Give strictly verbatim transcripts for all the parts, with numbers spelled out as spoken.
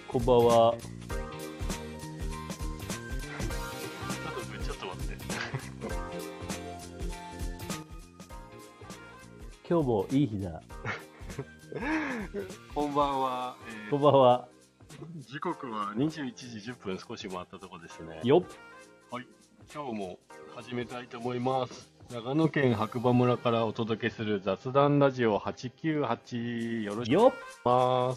こんばんは。 ちょっと待って。 今日もいい日だ。 こんばんは。 えー、こんばんは。 時刻はにじゅういちじじゅっぷん少し回ったところですね。 よっ。 はい。今日も始めたいと思います。長野県白馬村からお届けする雑談ラジオはちきゅうはち、よろしくお願いします。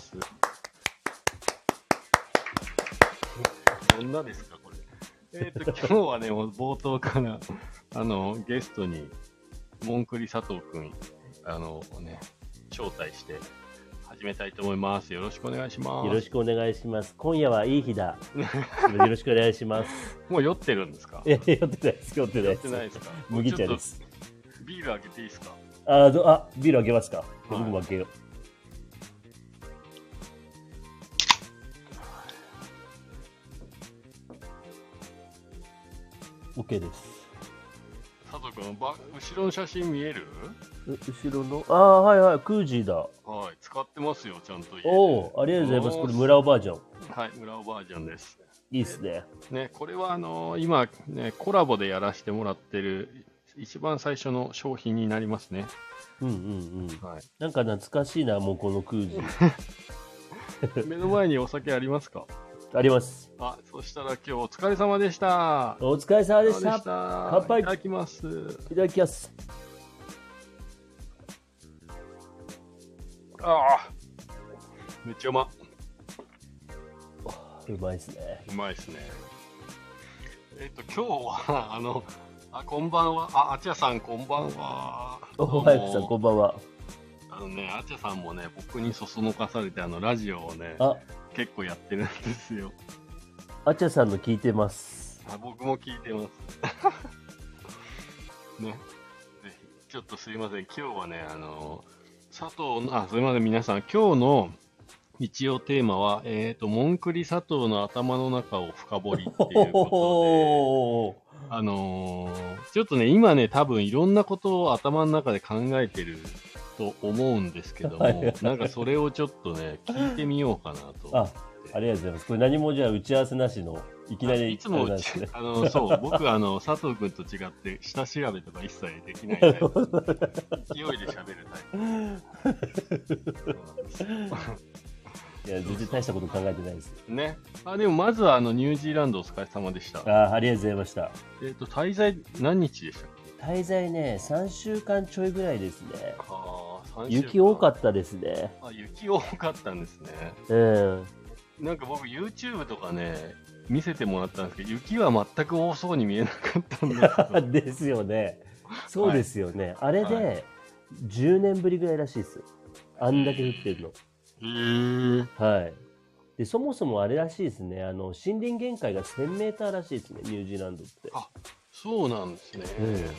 どんなですかこれ。えっ、ー、と今日はね、もう冒頭からあのゲストにモンクリ佐藤くんあのね招待して始めたいと思います。よろしくお願いします。 よろしくお願いします。今夜はいい日だ。よろしくお願いします。 もう酔ってるんですか？ いや酔ってないです。酔ってないです。 酔ってないですか？ 麦茶です。 ビール開けていいですか？ あどあビール開けますか？はい、僕も開けよう。OK です。 佐藤君、後ろの写真見える？ 後ろのああはいはいクージーだ。 はい、使ってますよちゃんと。 おおありがとうございます。これ村尾バージョン。 はい、村尾バージョンです。 いいっすね。 ねこれはあのー、今ねコラボでやらせてもらってる一番最初の商品になりますね。 うんうんうん。はい。なんか懐かしいなもうこのクージー。目の前にお酒ありますか？ あります。 あ、そしたら今日お疲れ様でした。 お疲れ様でした。乾杯。 いただきます。 いただきます。 ああ、めっちゃうま。 うまいですね。 うまいですね。えっと今日はあのあこんばんは。ああちゃさんこんばんは。 おはやくさんこんばんは。 あのねあちゃさんもね僕にそそのかされてあのラジオをねあ結構やってるんですよ。 あちゃさんの聞いてます。 あ僕も聞いてます。ね、ぜひちょっとすいません今日はねあの佐藤のあすいません皆さん今日の一応テーマはえっ、ー、とモンクリ佐藤の頭の中を深掘りっていうことで、あのー、ちょっとね今ね多分いろんなことを頭の中で考えてると思うんですけども、なんかそれをちょっとね聞いてみようかなと。 あありがとうございます。これ何もじゃあ打ち合わせなしのいきなりいつも、ね、あのそう僕あの佐藤君と違って下調べとか一切できないタイプ勢いで喋るタイプいや全然大したこと考えてないですね。あでもまずはあのニュージーランドお疲れ様でした。 あありがとうございました。 えっ、ー、と滞在何日でしたっけ？滞在ねさんしゅうかんちょいぐらいですね。 ああ雪多かったですね。 あ雪多かったんですね。 うんなんか僕 YouTube とかね見せてもらったんですけど雪は全く多そうに見えなかったんですですよね。そうですよね、はい、あれでじゅうねんぶりぐらいらしいです。あんだけ降ってるの。 へー。 はい。でそもそもあれらしいですねあの森林限界がせんメーターらしいですねニュージーランドって。 あそうなんですね、 うんえー、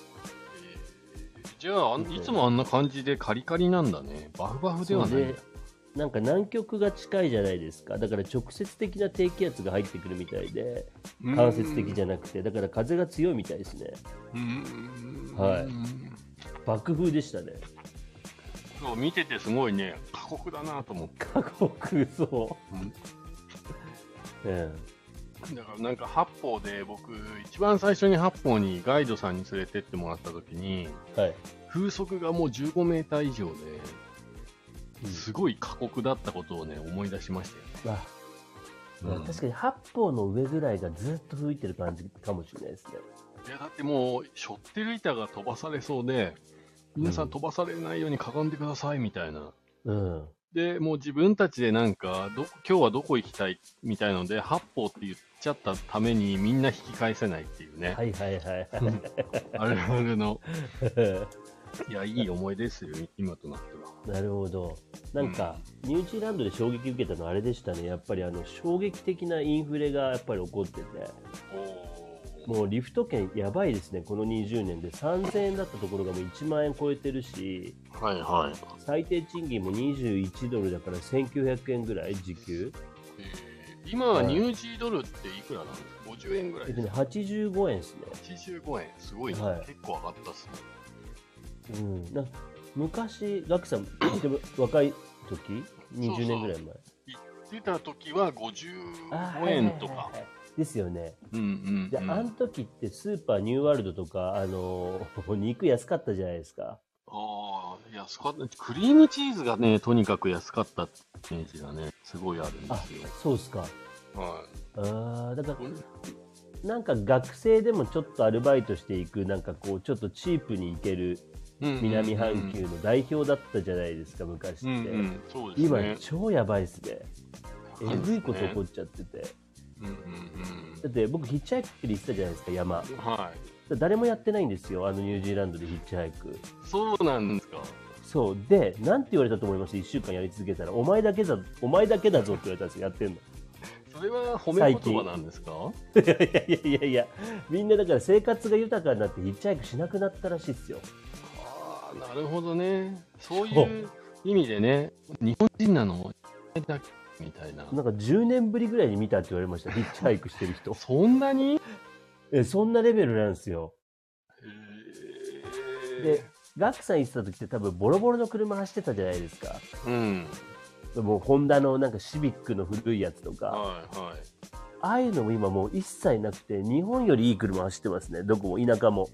じゃあいつもあんな感じでカリカリなんだね。バフバフではないんだ。 なんか南極が近いじゃないですか。だから直接的な低気圧が入ってくるみたいで間接的じゃなくてだから風が強いみたいですね。 うーんはい爆風でしたね。 そう見ててすごいね過酷だなと思って。 過酷そう、うんええ、だからなんか八方で僕一番最初に八方にガイドさんに連れてってもらった時に、 はい、 風速がもうじゅうごメーター以上ですごい過酷だったことをね思い出しましたよね。 あ、うん、確かに八方の上ぐらいがずっと吹いてる感じかもしれないですね。 いやだってもう背負ってる板が飛ばされそうで皆さん飛ばされないようにかがんでくださいみたいな、 うん、でもう自分たちでなんかど今日はどこ行きたいみたいので八方って言っちゃったためにみんな引き返せないっていうね。 はいはいはいはいあれあれのいやいい思い出ですよ今となっては。 なるほど。なんか、うん、ニュージーランドで衝撃受けたのはあれでしたね。やっぱりあの衝撃的なインフレがやっぱり起こっててもうリフト券やばいですね。このにじゅうねんでさんぜんえんだったところがもういちまんえん超えてるし、 はいはい、 最低賃金もにじゅういちドルだからせんきゅうひゃくえんぐらい時給。 えー、今はニュージードルっていくらなんですか？ごじゅうえんぐらいですか？ えっとね、はちじゅうごえんですね。 はちじゅうごえんすごいね、はい、結構上がったっすね。 うん、な昔ガクさん若い時にじゅうねんぐらい前行っ出た時はごじゅうごえんとか。 ですよね。 うんうん、うん。 で、あの時ってスーパーニューワールドとか、あのー、肉安かったじゃないですか。 ああ、安かった。クリームチーズがね、とにかく安かったイメージがね、すごいあるんですよ。 そうですか。 はい。 ああ、だから、なんか学生でもちょっとアルバイトしていく、なんかこう、ちょっとチープに行ける南半球の代表だったじゃないですか、昔って。うんうん、そうですね、今、超やばいっすね。えぐいこと起こっちゃってて。うんうんうん、だって僕ヒッチハイクって言ってたじゃないですか、山。はい。誰もやってないんですよ、あのニュージーランドでヒッチハイク。 そうなんですか。 そうで、なんて言われたと思います？いっしゅうかんやり続けたら、お前だけだ、お前だけだぞって言われたんですよ、やってんの。 それは褒め言葉なんですか？ いやいやいやいやいや、みんなだから生活が豊かになってヒッチハイクしなくなったらしいっすよ。 ああ、なるほどね。そういう意味でね、日本人なのだけみたいな。 なんかじゅうねんぶりぐらいに見たって言われました、ヒッチハイクしてる人。 そんなに？ え、そんなレベルなんですよ。へで、ガクさん行ってた時って多分ボロボロの車走ってたじゃないですか。うん。もうホンダのなんかシビックの古いやつとか。はいはい。ああいうのも今もう一切なくて、日本よりいい車走ってますね、どこも田舎も。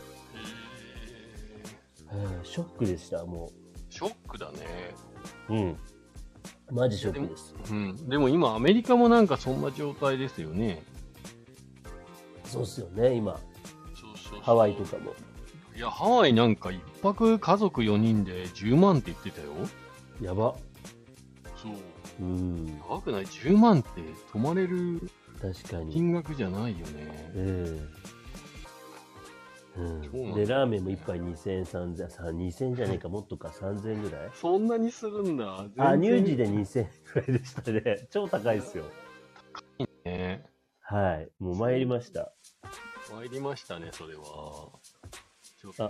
へー。ショックでした、もう。ショックだね。 うん。マジショックです。 うん。でも今アメリカもなんかそんな状態ですよね。 そうっすよね、今。 そうそうそう。 ハワイとかも。 いや、ハワイなんか一泊家族よにんでじゅうまんって言ってたよ。 やば。 そう。うん。高くない？ じゅう 万って泊まれる確かに金額じゃないよね。 ええー。うん。で、ラーメンも一杯にせんえん、さんぜんえん、にせんえんじゃねえか、もっとか、さんぜんえんぐらい？ そんなにするんだ。 あ、乳児でにせんえんぐらいでしたね。超高いですよ。 高いね。 はい。もう参りました。 参りましたね、それは。ちょっと。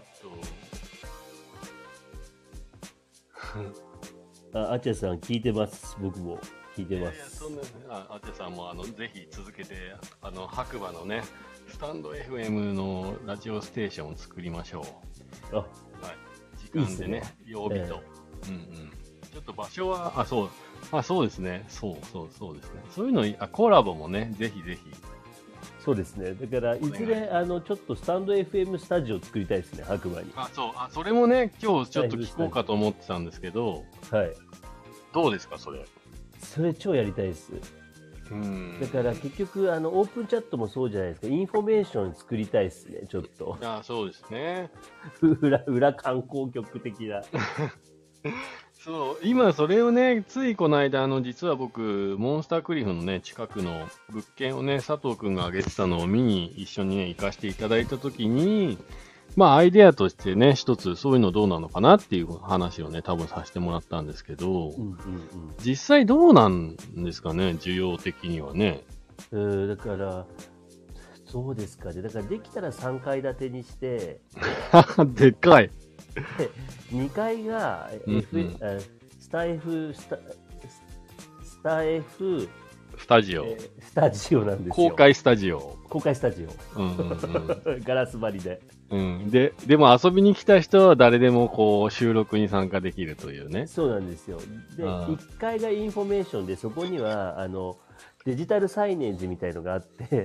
あ、あちゃさん聞いてます。僕も聞いてます。いやいや、 そんな、あ、あちゃさんも、あの、ぜひ続けて、あの、白馬のね、スタンド エフエム のラジオステーションを作りましょう。あ、はい。時間でね、いいね、曜日と、えー。うんうん。ちょっと場所は、あ、そう、あ、そうですね。そうそうそうですね。そういうの、あ、コラボもね、ぜひぜひ。 そうですね。だから、いずれ、あの、ちょっとスタンド エフエム スタジオ作りたいですね、白馬に。 あ、そう。あ、それもね、今日ちょっと聞こうかと思ってたんですけど。はい。どうですか、それ。 それ超やりたいです。うん。だから結局、あの、オープンチャットもそうじゃないですか。インフォメーション作りたいですね、ちょっと。 あ、そうですね。 裏、裏観光局的な。 そう、今それをね、ついこの間、あの、実は僕、モンスタークリフのね、近くの物件をね、佐藤くんが挙げてたのを見に一緒にね、行かせていただいたときに、まあ、アイデアとしてね、一つ、そういうのどうなのかなっていう話をね、多分させてもらったんですけど、うんうんうん、実際どうなんですかね、需要的にはね。 えー、だから、そうですかね。だからできたらさんかい建てにして、 でっかい。 でにかいが、F うんうん、スタ F スタスタ F スタジオ、 えー、スタジオなんですよ。 公開スタジオ。 公開スタジオ。うんうんうん、ガラス張りで。 うん。で、でも遊びに来た人は誰でもこう収録に参加できるというね。 そうなんですよ。で、いっかいがインフォメーションで、そこには、あの、デジタルサイネージみたいのがあって、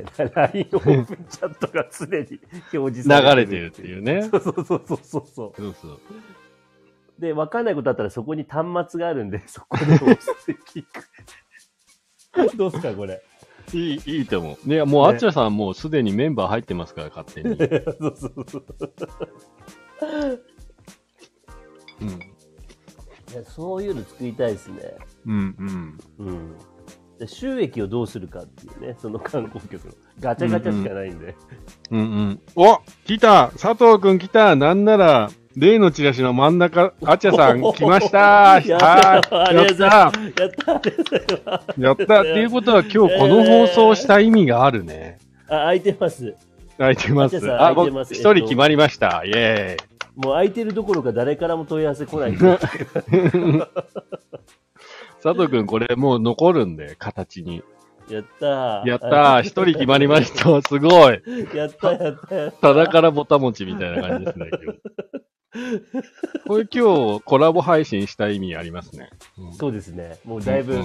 ライン オープンチャットが常に表示されてる。 流れてるっていうね。 そうそうそうそうそう。そうそうで、わかんないことあったらそこに端末があるんで、そこで押して聞く。どうすか、これ。 いい、いいと思う。ね、もう、あっちゃさんもうすでにメンバー入ってますから、勝手に。そうそうそう。 うん。いや、そういうの作りたいですね。うんうん。うん。収益をどうするかっていうね、その観光局の。ガチャガチャしかないんで。 うんうん。うんうん、お来た佐藤くん来たなんなら、例のチラシの真ん中、あっちゃさん来ましたーやったーやったーやったーやったっていうことは今日この放送した意味があるね。 あ、空いてます。 空いてます。あ、僕一人決まりました。イェーイ。 もう空いてるどころか誰からも問い合わせ来ない。 佐藤くん、これもう残るんで、形に。 やったー。 やったー。一人決まりました。すごい。 やったやったやった。 ただからぼたもちみたいな感じですね、今日。これ今日コラボ配信した意味ありますね。 うん、そうですね。もうだいぶ、うんうん、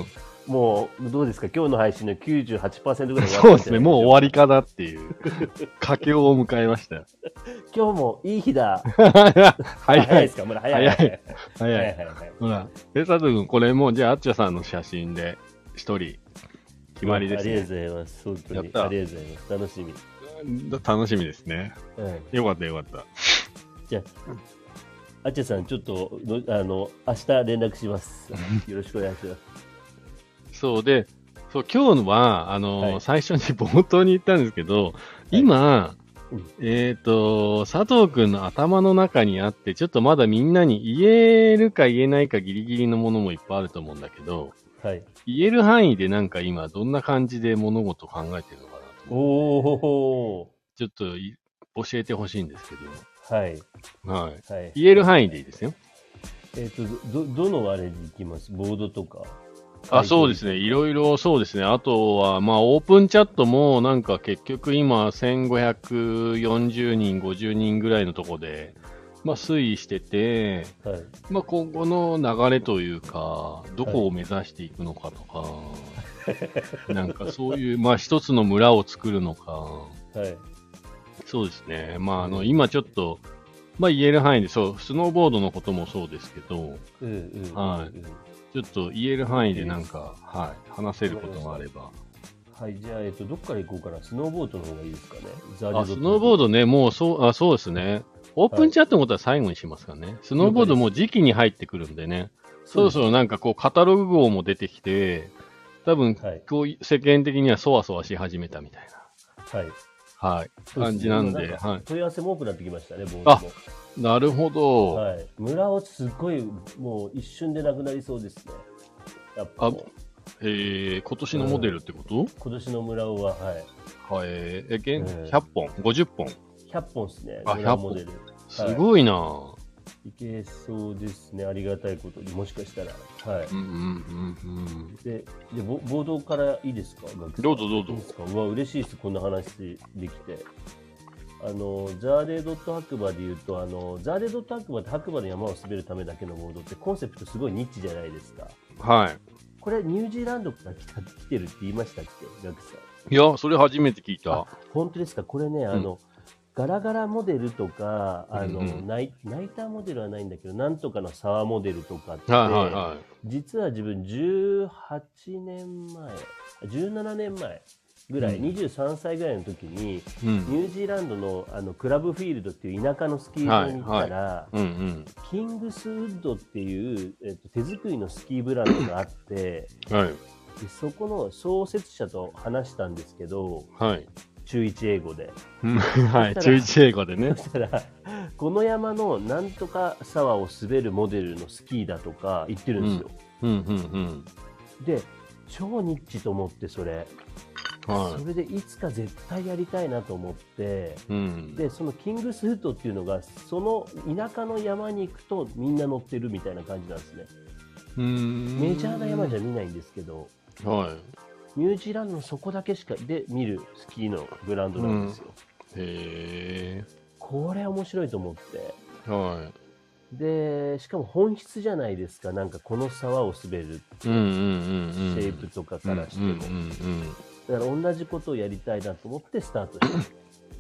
もうどうですか、今日の配信の きゅうじゅうはちパーセント ぐらい終わそうですね、 ったんじゃないもう終わりかなっていう、佳境を迎えましたよ。 今日もいい日だ。 早い。 早いですか、まだ早い。 早い。早い。 早い早い。 ほら、え、佐藤君、これもう、じゃあ、あっちゃさんの写真で、一人、決まりですありがとうね。 ございます。本当に。 やったありがとうございます。楽しみ。 楽しみですね。 うん。 よかったよかった。 じゃあ、あっちゃさん、ちょっとの、あの、明日連絡します。よろしくお願いします。 そうで、そう、今日は、あの、 はい最初に冒頭に言ったんですけど、今、 うんえっ、と、佐藤くんの頭の中にあって、ちょっとまだみんなに言えるか言えないかギリギリのものもいっぱいあると思うんだけど、 はい。 言える範囲でなんか今どんな感じで物事を考えてるのかなと。 おお。 ちょっとい教えてほしいんですけはい。 ど、はい。 はい。 言える範囲でいいですよ。 えっ、と、ど、どのあれに行きます？ボードとか。 あ、そうですね。いろいろそうですね。あとは、まあ、オープンチャットも、なんか結局今、せんごひゃくよんじゅうにん、ごじゅうにんぐらいのとこで、まあ、推移してて、 はい。 まあ、今後の流れというか、どこを目指していくのかとか、なんかそういう、まあ、一つの村を作るのか、 はい。 そうですね。まあ、あの、今ちょっと、まあ、言える範囲で、そう、スノーボードのこともそうですけど、 うんうん。 はいうんちょっと言える範囲でなんか、はい、話せることがあれば。 はい、じゃあ、えっと、どっから行こうかな。スノーボードの方がいいですかね。ザーあ、スノーボードね、もうそう、あ、そうですね。オープンチャットのことは最後にしますかね。スノーボードもう時期に入ってくるんでね。そろそろなんかこう、カタログ号も出てきて、多分、 はい。 こう、世間的にはそわそわし始めたみたいはい。 な、はい、感じなんで、はい。 問い合わせも多くなってきましたね、ボードも。 なるほど。 はい。村をすっごい、もう一瞬でなくなりそうですね。やっぱもう。 えー、今年のモデルってこと今年の村尾は、はい。 はい、えー、現えーひゃっぽん、ごじゅっぽん。 ひゃっぽんですね、 あ村モデル。 すごいなぁ。 いけそうですね、ありがたいことに、もしかしたら。はい。 うんうんうんうん。 で、でボボードからいいですか？ どうぞどうぞいいですか？うわ、嬉しいです、こんな話できて。あの、ザーデードット白馬で言うと、あの、ザーデードット白馬って白馬の山を滑るためだけのボードってコンセプトすごいニッチじゃないですか。 はい。 これニュージーランドから来た来てるって言いましたっけ、ガクさん。 いや、それ初めて聞いたあ。、本当ですか。これね、あの、ガラガラモデルとか、あの、 うんうんナイ、ナイターモデルはないんだけど、なんとかの沢モデルとかって、 はいはいは実は自分じゅうはちねんまえ、じゅうななねんまえぐらい、 うんにじゅうさんさいぐらいの時に、 い。うん。 ニュージーランドのあのクラブフィールドっていう田舎のスキー場に行ったら、 うんうん。 キングスウッドっていう、えっと、手作りのスキーブランドがあってはい。 でそこの創設者と話したんですけど、 はい。 中いち英語で。 うんはい。中一英語でねそ。したら、この山のなんとか沢を滑るモデルのスキーだとか言ってるんですよ。 うんうんうん。 で、超ニッチと思ってそれ。 はそれでいつか絶対やりたいなと思って、 い。うん。 でそのキングスフットっていうのがその田舎の山に行くとみんな乗ってるみたいな感じなんですね。 うーんメジャーな山じゃ見ないんですけど、 はニュージーランドのそこだけしかで見るスキーのブランドなんですよ。 い。へこれ面白いと思って。 え。はでしかも本質じゃないですか。なんかこの沢を滑るい。うんうんうんうん。 シェイプとかからしても、 うんうんうん。 だから同じことをやりたいなと思ってスタートした。 へ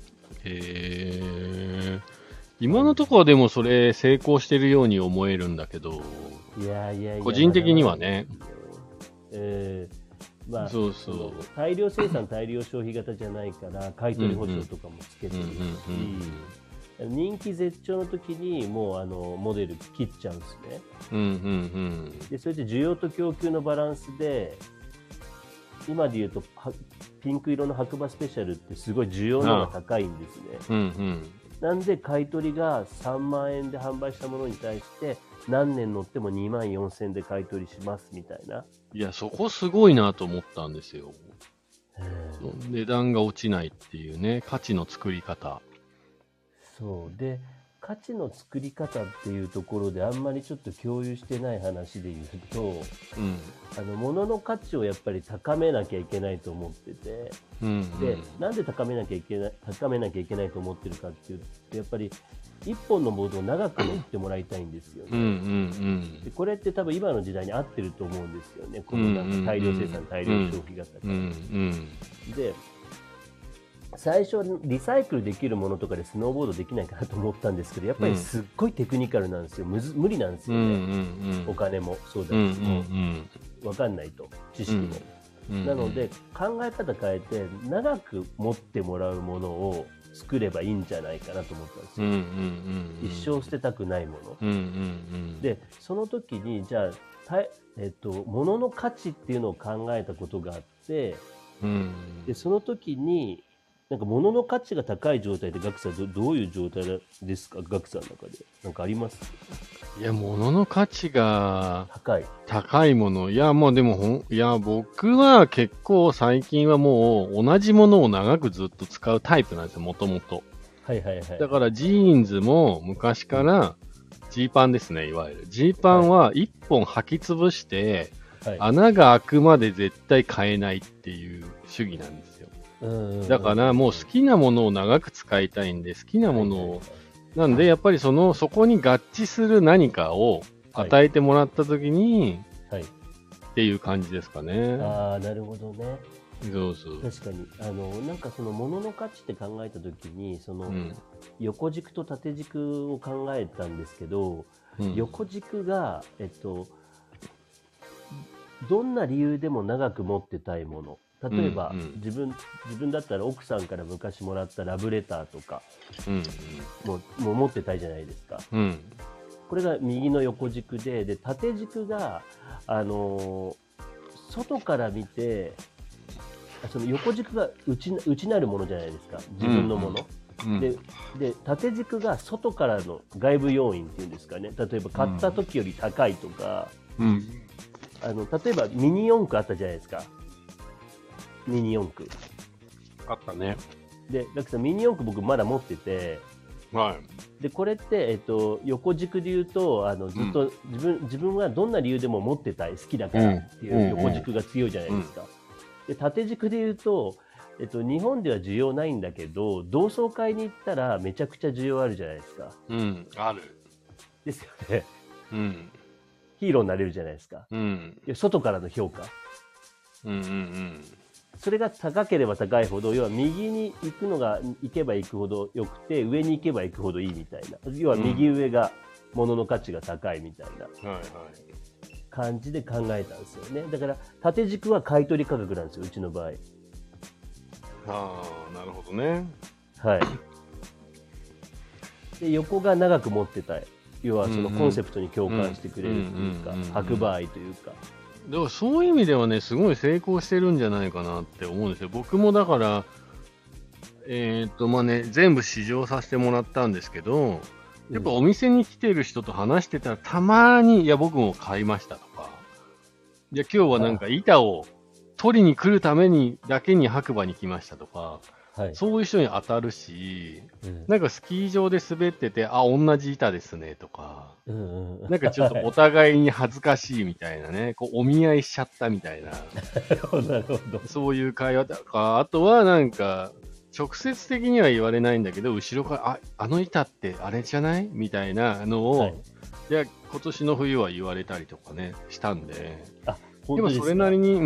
え。今のところはでもそれ成功してるように思えるんだけど、 いやいやいや、 個人的にはね。 えーまあ、 そうそうその大量生産、大量消費型じゃないから買い取り保証とかもつけてるし、 うんうんうん人気絶頂の時にもうあのモデル切っちゃうんですね。 うんうんうんでそれで需要と供給のバランスで今で言うとはピンク色の白馬スペシャルってすごい需要の方が高いんですね。 うんうんなんで買い取りがさんまんえんで販売したものに対して何年乗ってもにまんよんせんで買い取りしますみたいな。 いや、そこすごいなと思ったんですよ。 へー値段が落ちないっていうね、価値の作り方。 そうで価値の作り方っていうところであんまりちょっと共有してない話で言うと、 うん。 あの物の価値をやっぱり高めなきゃいけないと思ってて、 うん、うん。 でなんで高めなきゃいけない高めなきゃいけないと思ってるかっていうとやっぱりいっぽんのボードを長く持ってもらいたいんですよね。 うんうんうんでこれって多分今の時代に合ってると思うんですよね。このなんか大量生産、大量消費型うんうんで、最初リサイクルできるものとかでスノーボードできないかなと思ったんですけど、やっぱりすっごいテクニカルなんですよ。むず無理なんですよね、 うんうんうんお金もそうだし、 うんうん分かんないと、知識も、 うん、 なので考え方変えて長く持ってもらうものを作ればいいんじゃないかなと思ったんですよ、 うんうんうんうん、 一生捨てたくないもの、 うんうんうん、 でその時にじゃあた、えっと、物の価値っていうのを考えたことがあって、 うん、 でその時になんか物の価値が高い状態でガクさん ど, どういう状態ですか、ガクさんの中でなんかあります？ いや、物の価値が高い高いもの。いや、もうでもほん、いや、僕は結構最近はもう同じものを長くずっと使うタイプなんですよ、もともと。 はいはいはい。 だからジーンズも昔からジーパンですね、いわゆる。ジーパンは一本履き潰して、はい、穴が開くまで絶対買えないっていう主義なんですよ。だからもう好きなものを長く使いたいんで、好きなものを、はいはいはい、なんでやっぱりその、そこに合致する何かを与えてもらったときに、はい、っていう感じですかね。 ああ、なるほどね。 そうそう。 確かに。あの、なんかその物の価値って考えたときに、その、うん、横軸と縦軸を考えたんですけど、うん、横軸が、えっと、どんな理由でも長く持ってたいもの。例えば、うんうん、自分自分だったら奥さんから昔もらったラブレターとか、うんうん、もうもう持ってたいじゃないですか、うん、これが右の横軸で、で縦軸が、あのー、外から見てその横軸が内内なるものじゃないですか、自分のもの、うんうん、で, で縦軸が外からの外部要因っていうんですかね、例えば買った時より高いとか、うん、あの例えばミニ四駆あったじゃないですか、ミニ四駆あったね。 で、ガクさんミニ四駆僕まだ持ってて、はい、でこれって、えっと、横軸で言うとあのずっと自分、うん、自分はどんな理由でも持ってたい、好きだからっていう横軸が強いじゃないですか、うんうん、で縦軸で言うと、えっと、日本では需要ないんだけど同窓会に行ったらめちゃくちゃ需要あるじゃないですか。 うん、あるですよね、 うん、 ヒーローになれるじゃないですか、うん、外からの評価、うんうんうん、それが高ければ高いほど、要は右に行くのが行けば行くほどよくて、上に行けば行くほどいいみたいな、要は右上が物の価値が高いみたいな感じで考えたんですよね。だから縦軸は買取価格なんですよ、うちの場合。 ああ、なるほどね。 はい。で横が長く持ってたい、要はそのコンセプトに共感してくれるというか、履く場合というか。 でもそういう意味ではね、すごい成功してるんじゃないかなって思うんですよ。僕もだから、えっと、まあね、全部試乗させてもらったんですけど、やっぱお店に来てる人と話してたら、たまに、いや、僕も買いましたとか、いや、今日はなんか板を取りに来るためにだけに白馬に来ましたとか、はい、そういう人に当たるし、うん、なんかスキー場で滑ってて、あ、同じ板ですねとか、うんうん、なんかちょっとお互いに恥ずかしいみたいなね、こうお見合いしちゃったみたいな、 なるほど、 そういう会話とか、あとはなんか、直接的には言われないんだけど、後ろから、あ、あの板ってあれじゃないみたいなのを、はい、いや、今年の冬は言われたりとかね、したんで、あ、本当ですか？でもそれなりに、うん、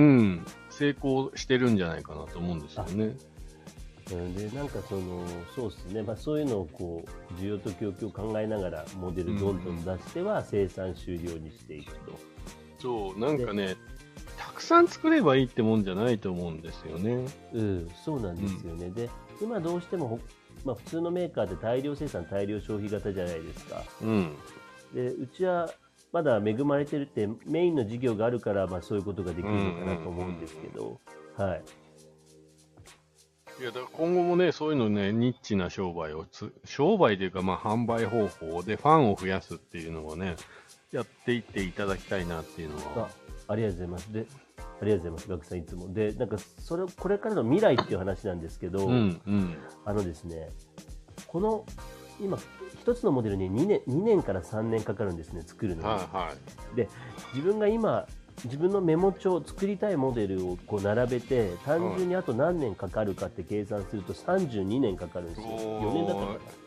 成功してるんじゃないかなと思うんですよね。 でなんかそのそうですね、まあ、そういうのをこう需要と供給を考えながらモデルどんどん出しては生産終了にしていくと。 そうなんかね、たくさん作ればいいってもんじゃないと思うんですよね。 うん、そうなんですよね。うん、で今どうしても、まあ、普通のメーカーで大量生産大量消費型じゃないですか。うん、でうちはまだ恵まれてるってメインの事業があるから、まあ、そういうことができるのかなと思うんですけど、はい。 いやだから今後もね、そういうのね、ニッチな商売をつ、商売というか、まあ、販売方法でファンを増やすっていうのをね、やっていっていただきたいなっていうのは。 あ、ありがとうございます。で、ありがとうございます、ガクさんいつも。で、なんか、それ、これからの未来っていう話なんですけど、うんうん、あのですね、この、今、一つのモデルににねん、にねんからさんねんかかるんですね、作るのに。はいはい、で、自分が今、自分のメモ帳、作りたいモデルをこう並べて、単純にあと何年かかるかって計算するとさんじゅうにねんかかるんですよ。よねんだったかな。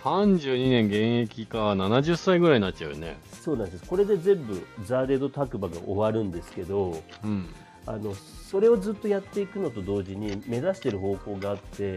さんじゅうにねん現役か、ななじゅっさいぐらいになっちゃうよね。 そうなんです。これで全部ザーデード白馬が終わるんですけど、 うん。 あのそれをずっとやっていくのと同時に目指している方向があって、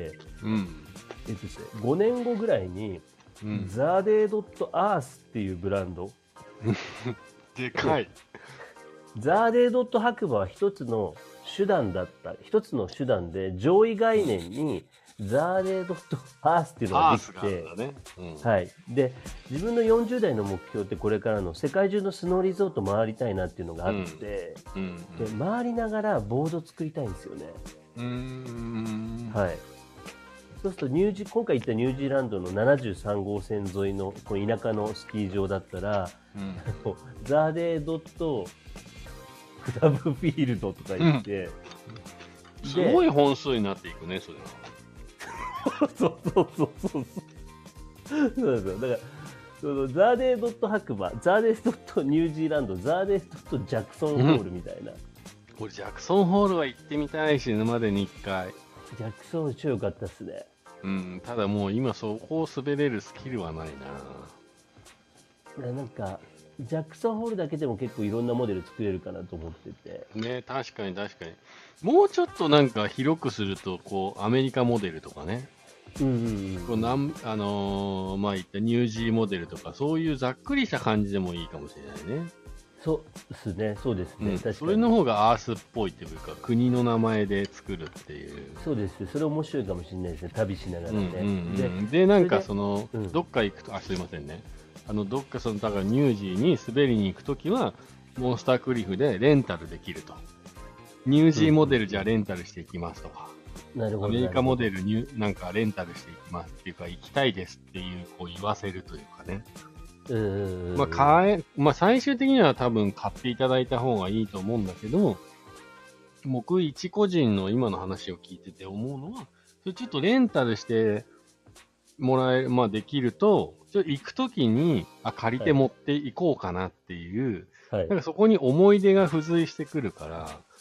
うん。 えっとですね、ごねんごぐらいに、 うん、 ザーデードットアースっていうブランドでかい。 ザーデードット白馬は一つの手段だった一つの手段で上位概念にザーデードットアースっていうのができて、 ね、うん、 はい、で自分のよんじゅう代の目標ってこれからの世界中のスノーリゾート回りたいなっていうのがあって、うんうんうん、で回りながらボード作りたいんですよね。 うーん、はい、 そうするとニュージ今回行ったニュージーランドのななじゅうさん号線沿いのこの田舎のスキー場だったら、うん、ザーデードットクラブフィールドとか言って、 うん、すごい本数になっていくね、それは。 そうそうそうそうそうそうですよ。だからそのザーデードット白馬、ザーデードットニュージーランド、ザーデードットジャクソンホールみたいな。 これジャクソンホールは行ってみたいし、沼でにいっかい。 ジャクソン超良かったっすね。 うん、ただもう今そこを滑れるスキルはないな。なんかジャクソンホールだけでも結構いろんなモデル作れるかなと思ってて。 ね、確かに確かに。もうちょっとなんか広くすると、こうアメリカモデルとかね。うんうんうん、こうなんあのー、まあ言ったニュージーモデルとかそういうざっくりした感じでもいいかもしれないね。 そうですね、そうですね、うん、確かに。 それの方がアースっぽいというか国の名前で作るっていう。 そうです、それ面白いかもしれないですね、旅しながらね。うんうんうん、で, でなんかそのそ、うん、どっか行くとあすいませんね。あのどっかそのだからニュージーに滑りに行くときはモンスタークリフでレンタルできると。ニュージーモデルじゃレンタルしていきますとか。うん、なるほど。アメリカモデルになんかレンタルしていきますっていうか行きたいですっていうこう言わせるというかね。まあ買えまあ、最終的には多分買っていただいた方がいいと思うんだけど、僕一個人の今の話を聞いてて思うのは、それちょっとレンタルしてもらえ、まあできると、ちょっと行くときにあ借りて持っていこうかなっていう、はい、なんかそこに思い出が付随してくるから、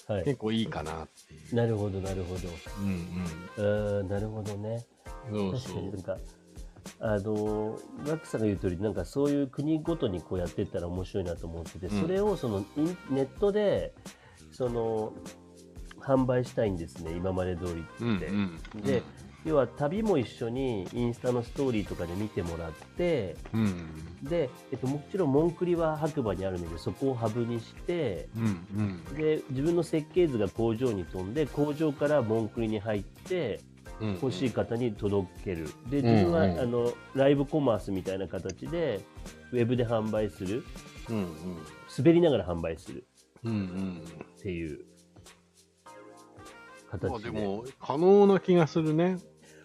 はい、結構いいかなっていう。 なるほどなるほど。うんうん。なるほどね。そうそう。確かになんかあのガックさんが言う通り、なんかそういう国ごとにこうやっていったら面白いなと思ってて、うん、それをそのネットでその販売したいんですね、今まで通りって。うんうん、で、要は旅も一緒にインスタのストーリーとかで見てもらって、うん、で、えっと、もちろんモンクリは白馬にあるのでそこをハブにして、うんうん、で自分の設計図が工場に飛んで工場からモンクリに入って欲しい方に届ける。で、自分は、うんうん、あのライブコマースみたいな形でウェブで販売する、うんうん、滑りながら販売する、うんうん、っていう形で。まあ、 でも可能な気がするね。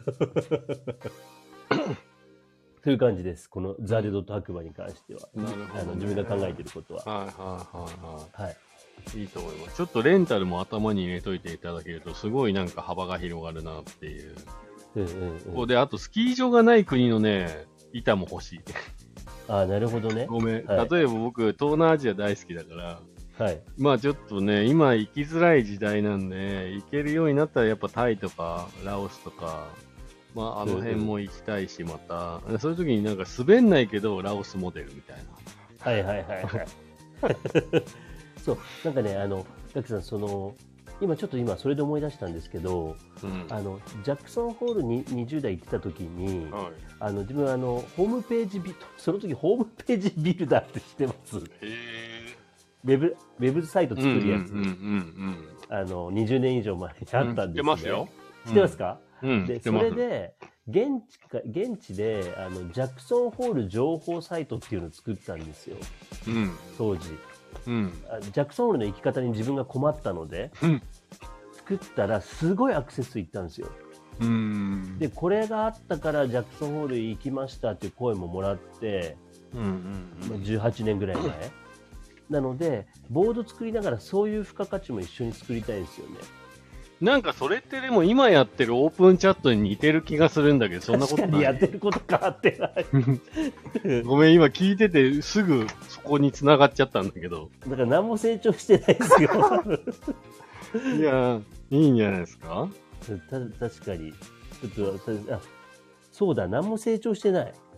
という感じです。このザーデドット白馬に関しては、なるほどね、あの自分が考えていることは。はいはいはいはい。はいいいと思います。ちょっとレンタルも頭に入れといていただけると、すごいなんか幅が広がるなっていう。うんうんうん、ここで、あとスキー場がない国のね、板も欲しい。 ああ、なるほどね。 ごめん。はい、例えば僕、東南アジア大好きだから、はい、まあちょっとね、今行きづらい時代なんで、行けるようになったらやっぱタイとか、ラオスとか、まああの辺も行きたいし、また、うんうん、そういう時になんか滑んないけど、ラオスモデルみたいな。 はいはいはいはい。そうなんかね、あのガクさん、その今ちょっと今それで思い出したんですけど、うん、あのジャクソンホールににじゅう代行ってた時に、はい、あの自分はあのホームページビその時ホームページビルダーって知ってます？へー。ウェブウェブサイト作るやつ、あのにじゅうねん以上前にあったんですね。知ってますよ。知ってますか？うん、でそれで現地か現地であのジャクソンホール情報サイトっていうのを作ったんですよ、うん、当時。うん、ジャクソンホールの行き方に自分が困ったので、うん、作ったらすごいアクセスいったんですよ。うんでこれがあったからジャクソンホール行きましたっていう声ももらって、うんうんうん、じゅうはちねんぐらい前なのでボード作りながらそういう付加価値も一緒に作りたいですよね。 なんかそれってでも今やってるオープンチャットに似てる気がするんだけど、そんなことない。 確かにやってること変わってない。 ごめん、今聞いててすぐそこに繋がっちゃったんだけど。 だから何も成長してないですよ。 いや、いいんじゃないですか？ た確かに。ちょっとあ、そうだ、何も成長してない。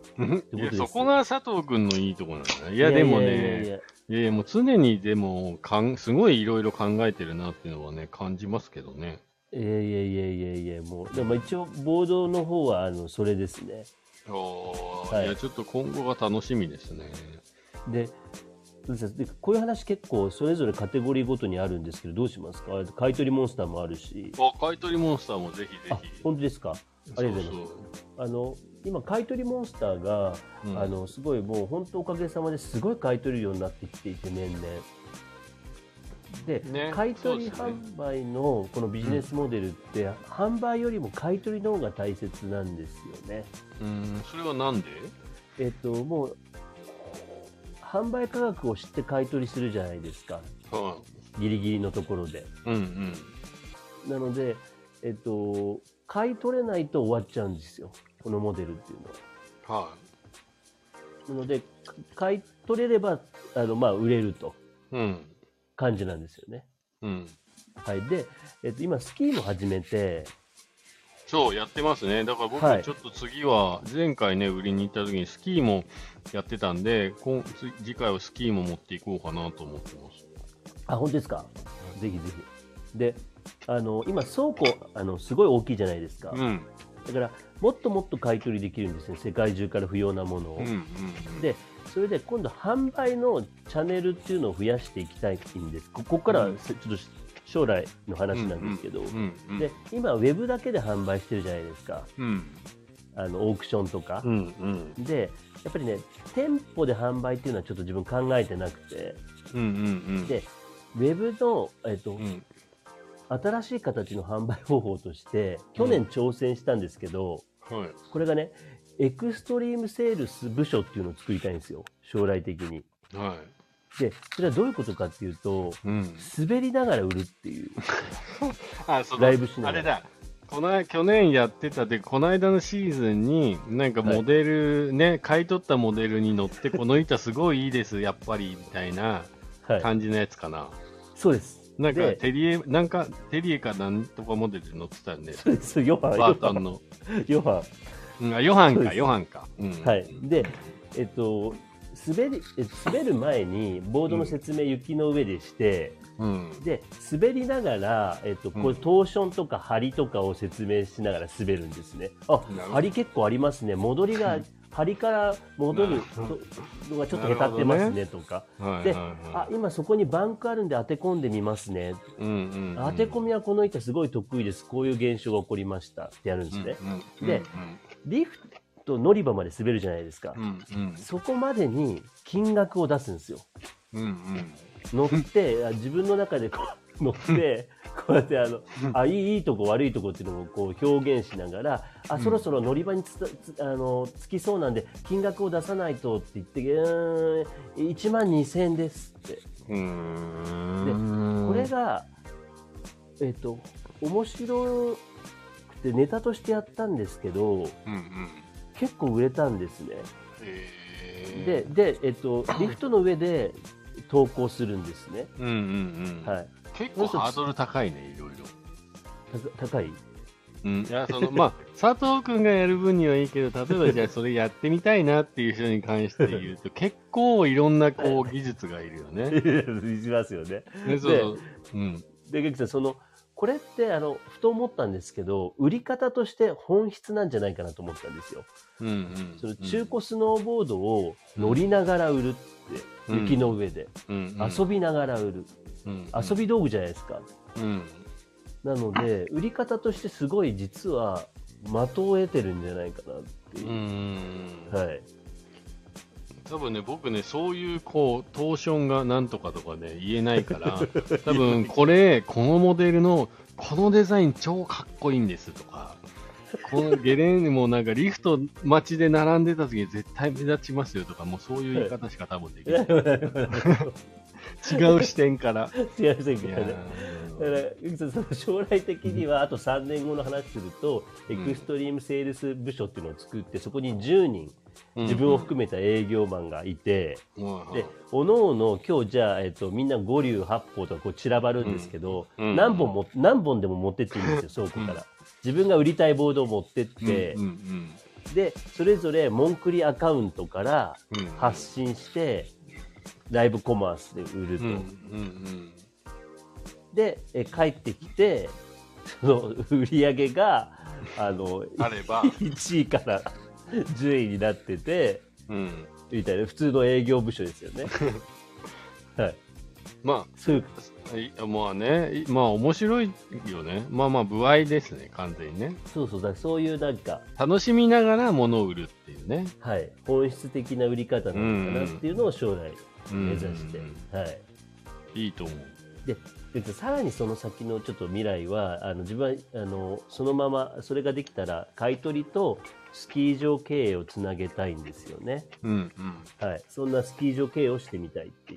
いや、そこが佐藤君のいいとこなんだね。いや、でもね、いやいやいやもう常にでもかん、すごいいろいろ考えてるなっていうのはね、感じますけどね。 いやいやいやいやいや、もう、でも一応、ボードの方は、あの、それですね。 おー、はい、いや、ちょっと今後が楽しみですね。 で、でこういう話結構それぞれカテゴリーごとにあるんですけど、どうしますか？買い取りモンスターもあるし。 あ、買い取りモンスターもぜひぜひ。 あ、本当ですか？ありがとうございます。あの今買い取りモンスターが、うん、あのすごいもう本当おかげさまですごい買い取れるようになってきていて年々。で、ね、買い取り販売のこのビジネスモデルって、うん、販売よりも買い取りの方が大切なんですよね。 うん、それはなんで？ えっともう販売価格を知って買い取りするじゃないですか、 はい、ギリギリのところで、 うんうん、 なので、えっと、買い取れないと終わっちゃうんですよ、このモデルっていうのは。 はい、なので買い取れればあの、まあ、売れると感じなんですよね。 うん、 はい、で、えっと、今スキーも始めて、 そうやってますね。だから僕はちょっと次は、前回ね、売りに行った時にスキーもやってたんで、今次回はスキーも持っていこうかなと思ってます。 あ、本当ですか？ぜひぜひ。で、あの今倉庫あのすごい大きいじゃないですか。 うん、 だからもっともっと買い取りできるんですね、世界中から不要なものを。 うんうんうん、 で、それで今度販売のチャンネルっていうのを増やしていきたいんです。ここからちょっと将来の話なんですけど、で今ウェブだけで販売してるじゃないですか、 うん、 あのオークションとか、 うんうん、 でやっぱりね店舗で販売っていうのはちょっと自分考えてなくて、 うんうんうん、 でウェブの、えっとうん、新しい形の販売方法として去年挑戦したんですけど、 うんはい、 これがねエクストリームセールス部署っていうのを作りたいんですよ、将来的に。 はい、 でそれはどういうことかっていうと、 うん、 滑りながら売るっていうあそのライブしながら。 あれだ、この去年やってたで、この間のシーズンになんかモデル、はい、ね、買い取ったモデルに乗ってこの板すごいいいですやっぱりみたいな感じのやつかな。はい、 そうです。 なんかテリエなんかテリエかなんとかモデル乗ってたんで、 そうです。ヨハン、 バータンのヨハン、うん、あヨハンかヨハンか、うん、 はい。でえっと滑り滑る前にボードの説明、うん、雪の上でして、うん、で滑りながら、えっと、これトーションとか張りとかを説明しながら滑るんですね。あ、張り結構ありますね、戻りが張りから戻るのがちょっとへたってますねとか、ね、で、あ、今そこにバンクあるんで当て込んでみますね、うんうんうん、当て込みはこの板すごい得意です、こういう現象が起こりましたってやるんですね。うんうんうんうん、でリフト乗り場まで滑るじゃないですか、うんうん、そこまでに金額を出すんですよ、うんうん、乗って自分の中でこう乗ってこうやってあのあいい、いいとこ悪いとこっていうのをこう表現しながら、あそろそろ乗り場につつあのつきそうなんで金額を出さないとって言って、うーんいちまんにせんえんですって。うーんでこれがえっと面白くてネタとしてやったんですけど、うんうん、結構売れたんですね。でで、えっと、リフトの上で投稿するんですね。うんうんうん、はい、 結構ハードル高いね、いろいろ。高い？ うん、いやそのまあ佐藤君がやる分にはいいけど、例えばじゃあそれやってみたいなっていう人に関して言うと結構いろんなこう技術がいるよね。 いますよね。で、そうそう、うん、で結さんそのこれってあのふと思ったんですけど、売り方として本質なんじゃないかなと思ったんですよ。うんうん、その中古スノーボードを乗りながら売るって、うん、雪の上で、うんうん、遊びながら売る、うんうん、遊び道具じゃないですか、うん、なので売り方としてすごい実は的を得てるんじゃないかなっていう。うん、はい、 多分ね、僕ね、そういうこうトーションがなんとかとかね言えないから多分これこのモデルのこのデザイン超かっこいいんですとか、このゲレーヌもなんかリフト待ちで並んでた時に絶対目立ちますよとか、もうそういう言い方しか多分できない。違う視点から。 違う視点からね。だからその将来的にはあとさんねんごの話すると、うん、エクストリームセールス部署っていうのを作って、そこにじゅうにん自分を含めた営業マンがいて、うんうん、でおのおの今日じゃあ、えっと、みんなごりゅうはっぽうとかこう散らばるんですけど、うんうん、何本も何本でも持ってっていいんですよ、倉庫から。自分が売りたいボードを持ってって、うんうんうん、 でそれぞれモンクリアカウントからうん発信してライブコマースで売ると、 うんうんでえ帰ってきてその売り上げがあのあれば、 いちいから順位になっててうん、 みたいな普通の営業部署ですよね。はい、 まそういうあ、いまあね、いまあ面白いよね。まあまあ、歩合ですね、完全にね。 そうそうだからそういうなんか、 楽しみながら物を売るっていうね。 はい、本質的な売り方なのかなっていうのを将来目指して、 うんはい。 いいと思う。 ででさらにその先のちょっと未来はあの自分はあのそのままそれができたら買い取りとスキー場経営をつなげたいんですよね。 うんうん。 はい、そんなスキー場経営をしてみたいっていう。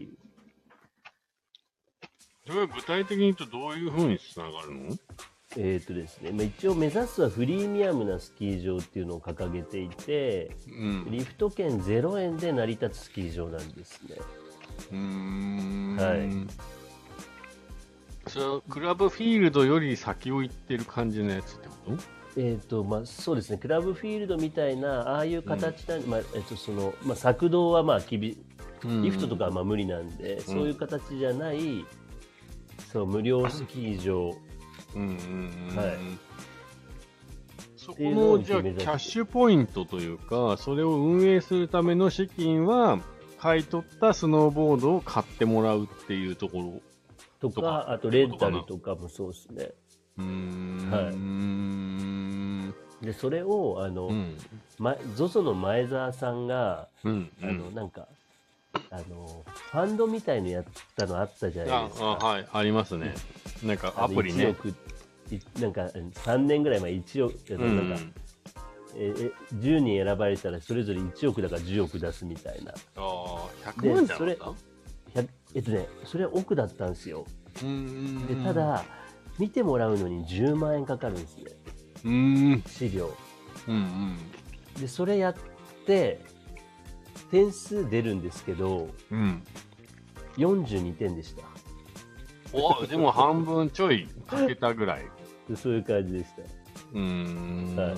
それは具体的に言うとどういうふうにつながるの？ えーとですねまあ、一応目指すはフリーミアムなスキー場っていうのを掲げていて、 うん。 リフト券ゼロえんで成り立つスキー場なんですね。 うーん。 はい。 それはクラブフィールドより先を行ってる感じのやつってこと？ えーとまあ、そうですねクラブフィールドみたいなああいう形な、まあえっとそのまあ、策動はまあきびリフトとかはまあ無理なんで、うん、そういう形じゃないそう無料スキー場、 うんうんうん、はい、そこのじゃあキャッシュポイントというかそれを運営するための資金は買い取ったスノーボードを買ってもらうっていうところとか、とかあとレンタルとかもそうですね。 うーん、 はい、でそれをあの、うんま、ゾゾ の前澤さんが、うんうん、あのなんかあのファンドみたいのやったのあったじゃないですか。 ああ、はい、ありますね。なんかアプリね。いちおくなんかさんねんぐらい前いちおく、うん、なんかええじゅうにん選ばれたらそれぞれいちおくだからじゅうおく出すみたいな。ああ、ひゃくまんじゃなかった？ えっとね、それは億だったんですよ。でただ見てもらうのにじゅうまんえんかかるんですね。 うーん資料。 うんうん。 でそれやって点数出るんですけど、うん、よんじゅうにてんでした。 おでも半分ちょいかけたぐらい。 そういう感じでした。 うーん、はい、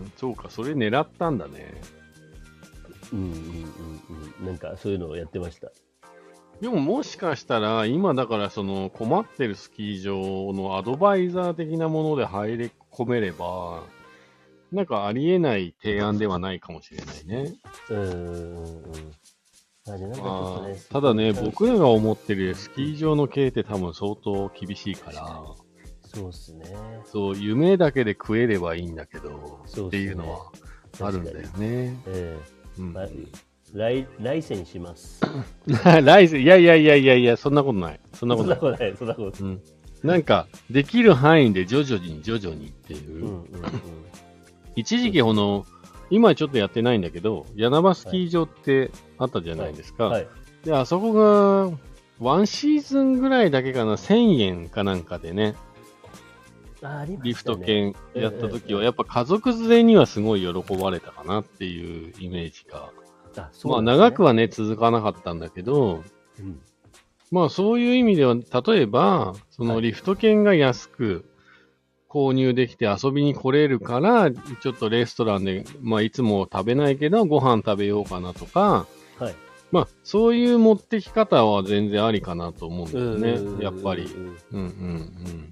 そうか、それ狙ったんだね。 うんうんうんうん、なんかそういうのをやってました。 でももしかしたら、今だからその困ってるスキー場のアドバイザー的なもので入り込めれば、なんかありえない提案ではないかもしれないね。うーん。あれなんかちょっとね、ただね、僕らが思ってるスキー場の経営って多分相当厳しいから、 そうっすね。 そう、夢だけで食えればいいんだけど、そうっすね、っていうのはあるんだよね。ええーうんまあ来, 来世にします。 来世、いやいやいやいやいや、そんなことない。そんなことない。 そんなことない、そんなことない。 うん、なんか、できる範囲で徐々に徐々にっていう。うんうんうん、一時期、この、今ちょっとやってないんだけど、柳場スキー場ってあったじゃないですか。はいはい、で、あそこが、ワンシーズンぐらいだけかな、せんえんかなんかでね、あねリフト券やった時は、やっぱ家族連れにはすごい喜ばれたかなっていうイメージが。あね、まあ長くはね、続かなかったんだけど、うん、まあそういう意味では、例えば、そのリフト券が安く購入できて遊びに来れるから、ちょっとレストランで、まあいつも食べないけどご飯食べようかなとか、はい、まあそういう持ってき方は全然ありかなと思うんだよね、やっぱり。うんうんうん。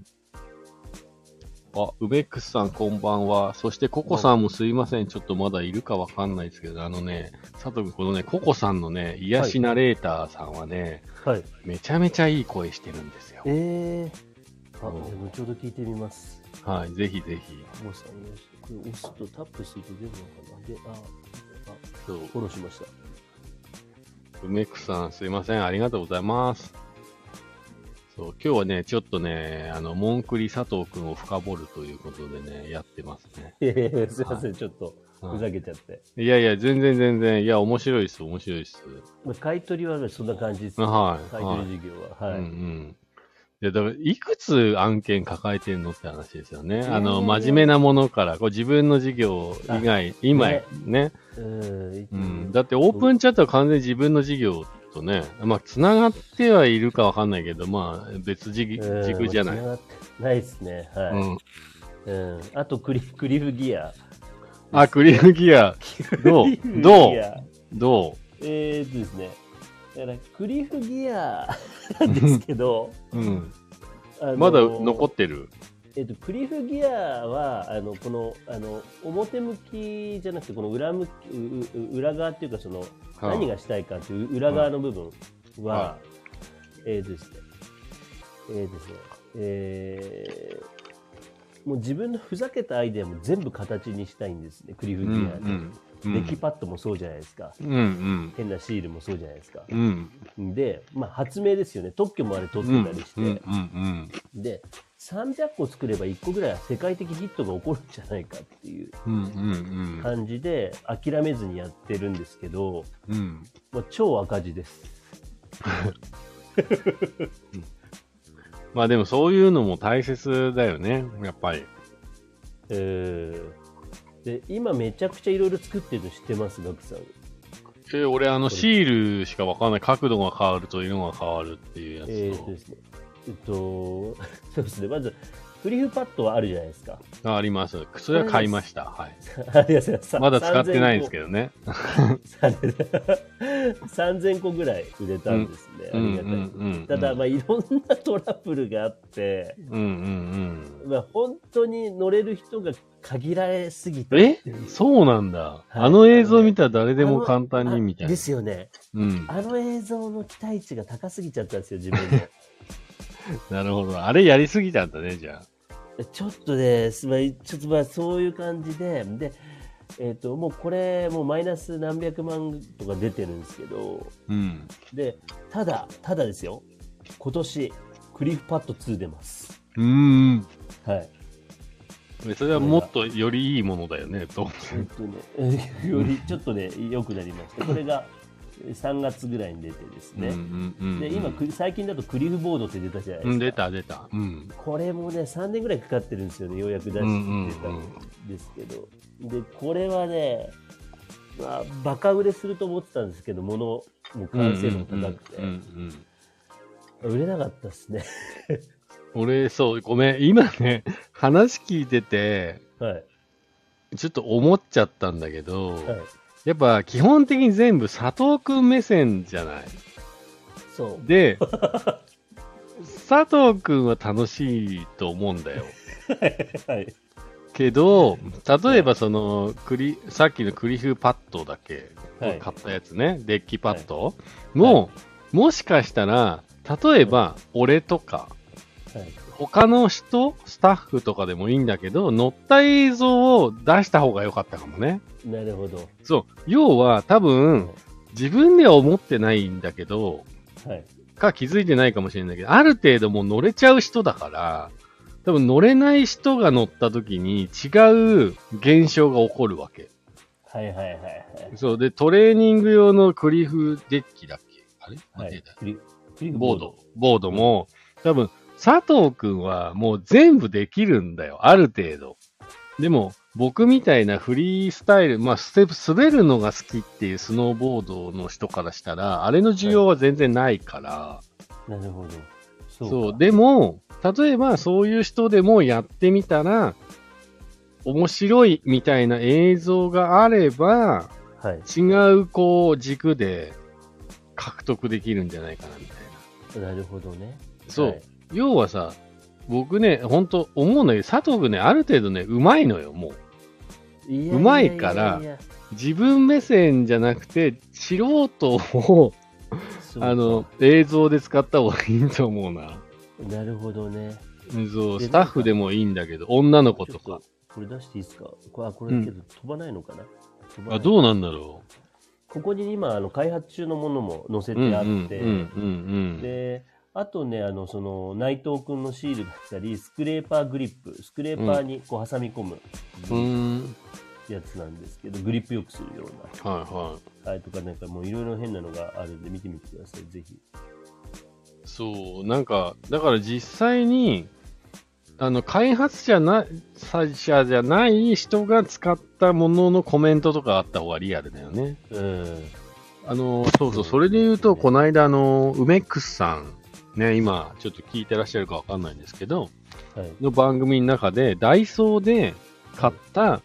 あ、ウベックスさんこんばんは。そしてココさんもすいません。ちょっとまだいるかわかんないですけど、あのね、佐藤君、このね、ココさんのね、癒しナレーターさんはね、はい、めちゃめちゃいい声してるんですよ。えー。あ、後ほど聞いてみます。はい、ぜひぜひ。ココさん、これ押すとタップすると出るのかなで、あ、あ、そう。フォローしました。ウメックスさん、すいません。ありがとうございます。そう今日はね、ちょっとね、あの、モンクリ佐藤くんを深掘るということでね、やってますね。いやいや、すいません、はい、ちょっと、ふざけちゃって。いやいや、全然全然、いや、面白いです、面白いです。買い取りはそんな感じですね。はい。買い取り事業は。はい。うんうん。いや、だから、いくつ案件抱えてんのって話ですよね。あの、真面目なものから、こう自分の事業以外、今、ね。ねうん、うん。だって、オープンチャットは完全に自分の事業とね、まあ、つながってはいるかわかんないけど、まあ、別軸軸じゃない。つながってないですね。はい。うん。うん、あとクリ、クリフギア。 あ、クリフギア。どうクリフギアどうどうえーっとですね。だからクリフギアなんですけど、 うん。 あのーまだ残ってる。 えっと、クリフギアはあのこのあの表向きじゃなくてこの裏向きうう裏側っていうかその、 はあ何がしたいかっていう裏側の部分は、 はえーとですねえーですねえーもう自分のふざけたアイデアも全部形にしたいんですね、クリフギアで、 うんうんうんデッキパッドもそうじゃないですか、 うんうん変なシールもそうじゃないですか、 うんで、まあ、発明ですよね、特許もあれ取ってたりして、 うんうんでさんびゃっこ作ればいっこぐらいは世界的ヒットが起こるんじゃないかっていううんうんうん感じで諦めずにやってるんですけど、 うんまあ、超赤字です。 まあでもそういうのも大切だよね、やっぱり。 えーで今めちゃくちゃいろいろ作ってるの知ってます、ガクさん。 え、俺あのシールしかわかんない。角度が変わると色が変わるっていうやつと。 えーとですねえっとそうですね、まずクリフパッドはあるじゃないですか。 ああります。それは買いました。はい。 ありがとうございます。 まだ使ってないですけどどね。 さんぜんこぐらい売れたんですね、 うんありがたい、 うんうんうんただ、まあ、いろんなトラブルがあって、 うんうんまあ、本当に乗れる人が限られすぎてうん。えそうなんだ。 はいあの映像見たら誰でも簡単にみたいな。 ですよね。 うん。 あの映像の期待値が高すぎちゃったんですよ、自分の。 なるほど。あれやりすぎたんだね、じゃあ。 ちょっとね、すまあちょっとまあそういう感じで、で、えっ、と、もうこれ、もうマイナス何百万とか出てるんですけど、 うん。 で、ただ、ただですよ、今年、クリフパッドツー出ます。 うーん。 はい。 それはもっとよりいいものだよね、と。 えっとね、よりちょっとね、良くなりました。これがさんがつぐらいに出てですね。 うんうんうんうん。 で、今、クリ最近だとクリフボードって出たじゃないですか。 うん、出た出た。うん。 これもね、さんねんぐらいかかってるんですよね、ようやく出して出たんですけど。で、これはね、まあ、バカ売れすると思ってたんですけど、物も完成度も高くて、 うんうんうん売れなかったですね。 俺、そう、ごめん。今ね、話聞いてて、 はい。 ちょっと思っちゃったんだけど、 はい。 やっぱ基本的に全部佐藤くん目線じゃない。 そう。 で、佐藤くんは楽しいと思うんだよ。 はい。 けど、例えばその、クリ、さっきのクリフパッドだけ、 はい買ったやつね、デッキパッド、もう、もしかしたら、例えば、俺とか、 はい。 他の人、スタッフとかでもいいんだけど、乗った映像を出した方が良かったかもね。 なるほど。 そう。要は、多分、自分では思ってないんだけど、 はい。 か気づいてないかもしれないけど、ある程度もう乗れちゃう人だから、多分乗れない人が乗った時に違う現象が起こるわけ。 はいはいはいはい。 そう。で、トレーニング用のクリフデッキだっけあれ、 はい間違えた。 クリクリフボード。ボードも、多分、佐藤くんはもう全部できるんだよ。ある程度。でも、僕みたいなフリースタイル、まあ、ステップ、滑るのが好きっていうスノーボードの人からしたら、あれの需要は全然ないから。 なるほど。そうか。 そう。でも、例えばそういう人でもやってみたら、面白いみたいな映像があれば、 はい。 違うこう軸で獲得できるんじゃないかなみたいな。 なるほどね。 そう。 はい要はさ、僕ね、ほんと思うんだけど、佐藤くんね、ある程度ね、うまいのよ、もう。 いやいやいやいやうまいから自分目線じゃなくて、素人を、 そうかあの、映像で使った方がいいと思うな。 なるほどね。 そう、 でスタッフでもいいんだけど、女の子とかちょっ。これ出していいですか。これ、あこれけど飛ばないのかな、飛ばないあ、どうなんだろここに今、あの、開発中のものも載せう。うんてあうんって、 うんうんで、あとね、あの、その、内藤くんのシールだったり、スクレーパーグリップ、スクレーパーにこう挟み込むうん。うーん。 やつなんですけど、グリップ良くするようはいはな、はい、とかなんかもういろいろ変なのがあるんで見てみてください、ぜひ。 い。そう、なんか、だから実際に、あの、開発者な、者じゃない人が使ったもののコメントとかあった方がリアルだよね。 うん。 あの、そうそう、それで言うと、この間、あの、梅ックスさん、ね、今、ちょっと聞いてらっしゃるかわかんないんですけど、 はい。 の番組の中で、ダイソーで買った、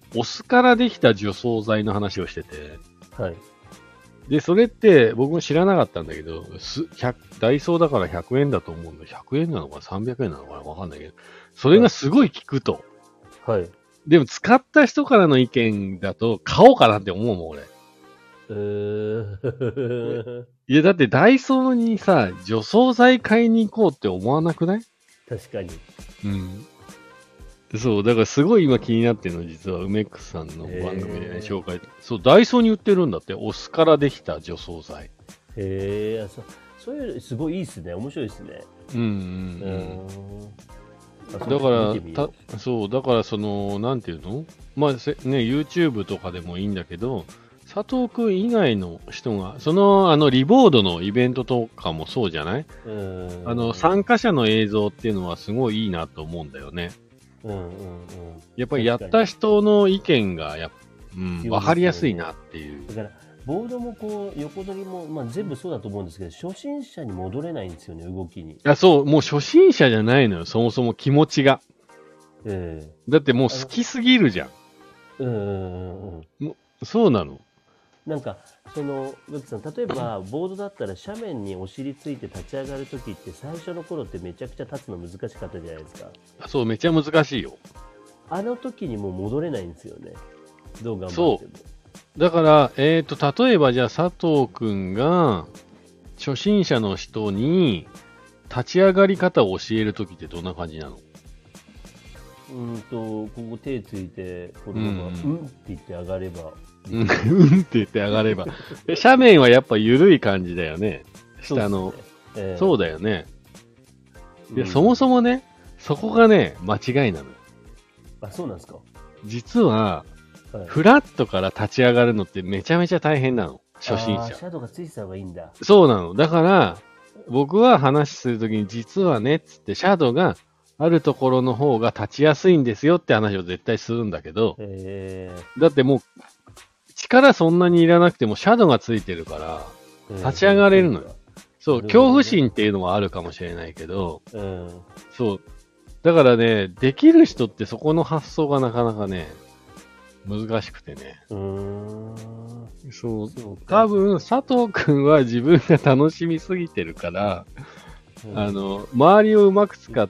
お酢からできた除草剤の話をしてて、 はい。 で、それって僕も知らなかったんだけど、すダイソーだからひゃくえんだと思うんだ。ひゃくえんなのかな ?さんびゃくえんなのかなわかんないけど。それがすごい効くと。 はい。 でも使った人からの意見だと買おうかなって思うもん、俺。 えー、 いや、だってダイソーにさ、除草剤買いに行こうって思わなくない？ 確かに。 うん。そう、だからすごい今気になってるの、実は梅クさんの番組でね、 へー紹介。そう、ダイソーに売ってるんだって、お酢からできた除草剤。 へえ、そそういうのすごいいいっすね。面白いですね。 うんうんううん。 ん。あだから、 見てみよた、そう、だからその、なんていうのまあ、せね、YouTube とかでもいいんだけど、佐藤くん以外の人が、その、あの、リボードのイベントとかもそうじゃない？ う。うん。 あの、参加者の映像っていうのはすごいいいなと思うんだよね。 うんうんうん。 やっぱりやった人の意見がやっ、うん、 ねわかりやすいなっていう。 だからボードもこう横取りも、まあ、全部そうだと思うんですけど、初心者に戻れないんですよね、動きに。 いや、そう、もう初心者じゃないのよ、そもそも気持ちが。 えだってもう好きすぎるじゃん。 えうんうんうん。 そうなの。 なんかその植木さん、例えばボードだったら斜面にお尻ついて立ち上がるときって最初の頃ってめちゃくちゃ立つの難しかったじゃないですか。 そう、めっちゃ難しいよ。 あの時にもう戻れないんですよね、どう頑張っても。 だから、えっと、例えばじゃあ佐藤くんが初心者の人に立ち上がり方を教えるときってどんな感じなの？ うんとここ手ついてこのまま、 ううんん、って言って上がれば。 うん、うんって言って上がれば。斜面はやっぱ緩い感じだよね。下の。 そうっすねええそうだよね。いや、 うんそもそもね、そこがね、間違いなの。 あ、そうなんですか。 実は、 はい、 フラットから立ち上がるのってめちゃめちゃ大変なの。初心者。 あーシャドウがついてた方がいいんだ。 そうなの。だから、僕は話するときに実はね、つってシャドウがあるところの方が立ちやすいんですよって話を絶対するんだけど、 えだってもう、力そんなにいらなくてもシャドウがついてるから、 ー、 立ち上がれるのよ。そう、 なるほどね恐怖心っていうのはあるかもしれないけど、 うん。 そう。だからね、できる人ってそこの発想がなかなかね、難しくてね。 うーん。 そう。 そうか。 多分、佐藤くんは自分が楽しみすぎてるから、 うんあの、周りをうまく使って、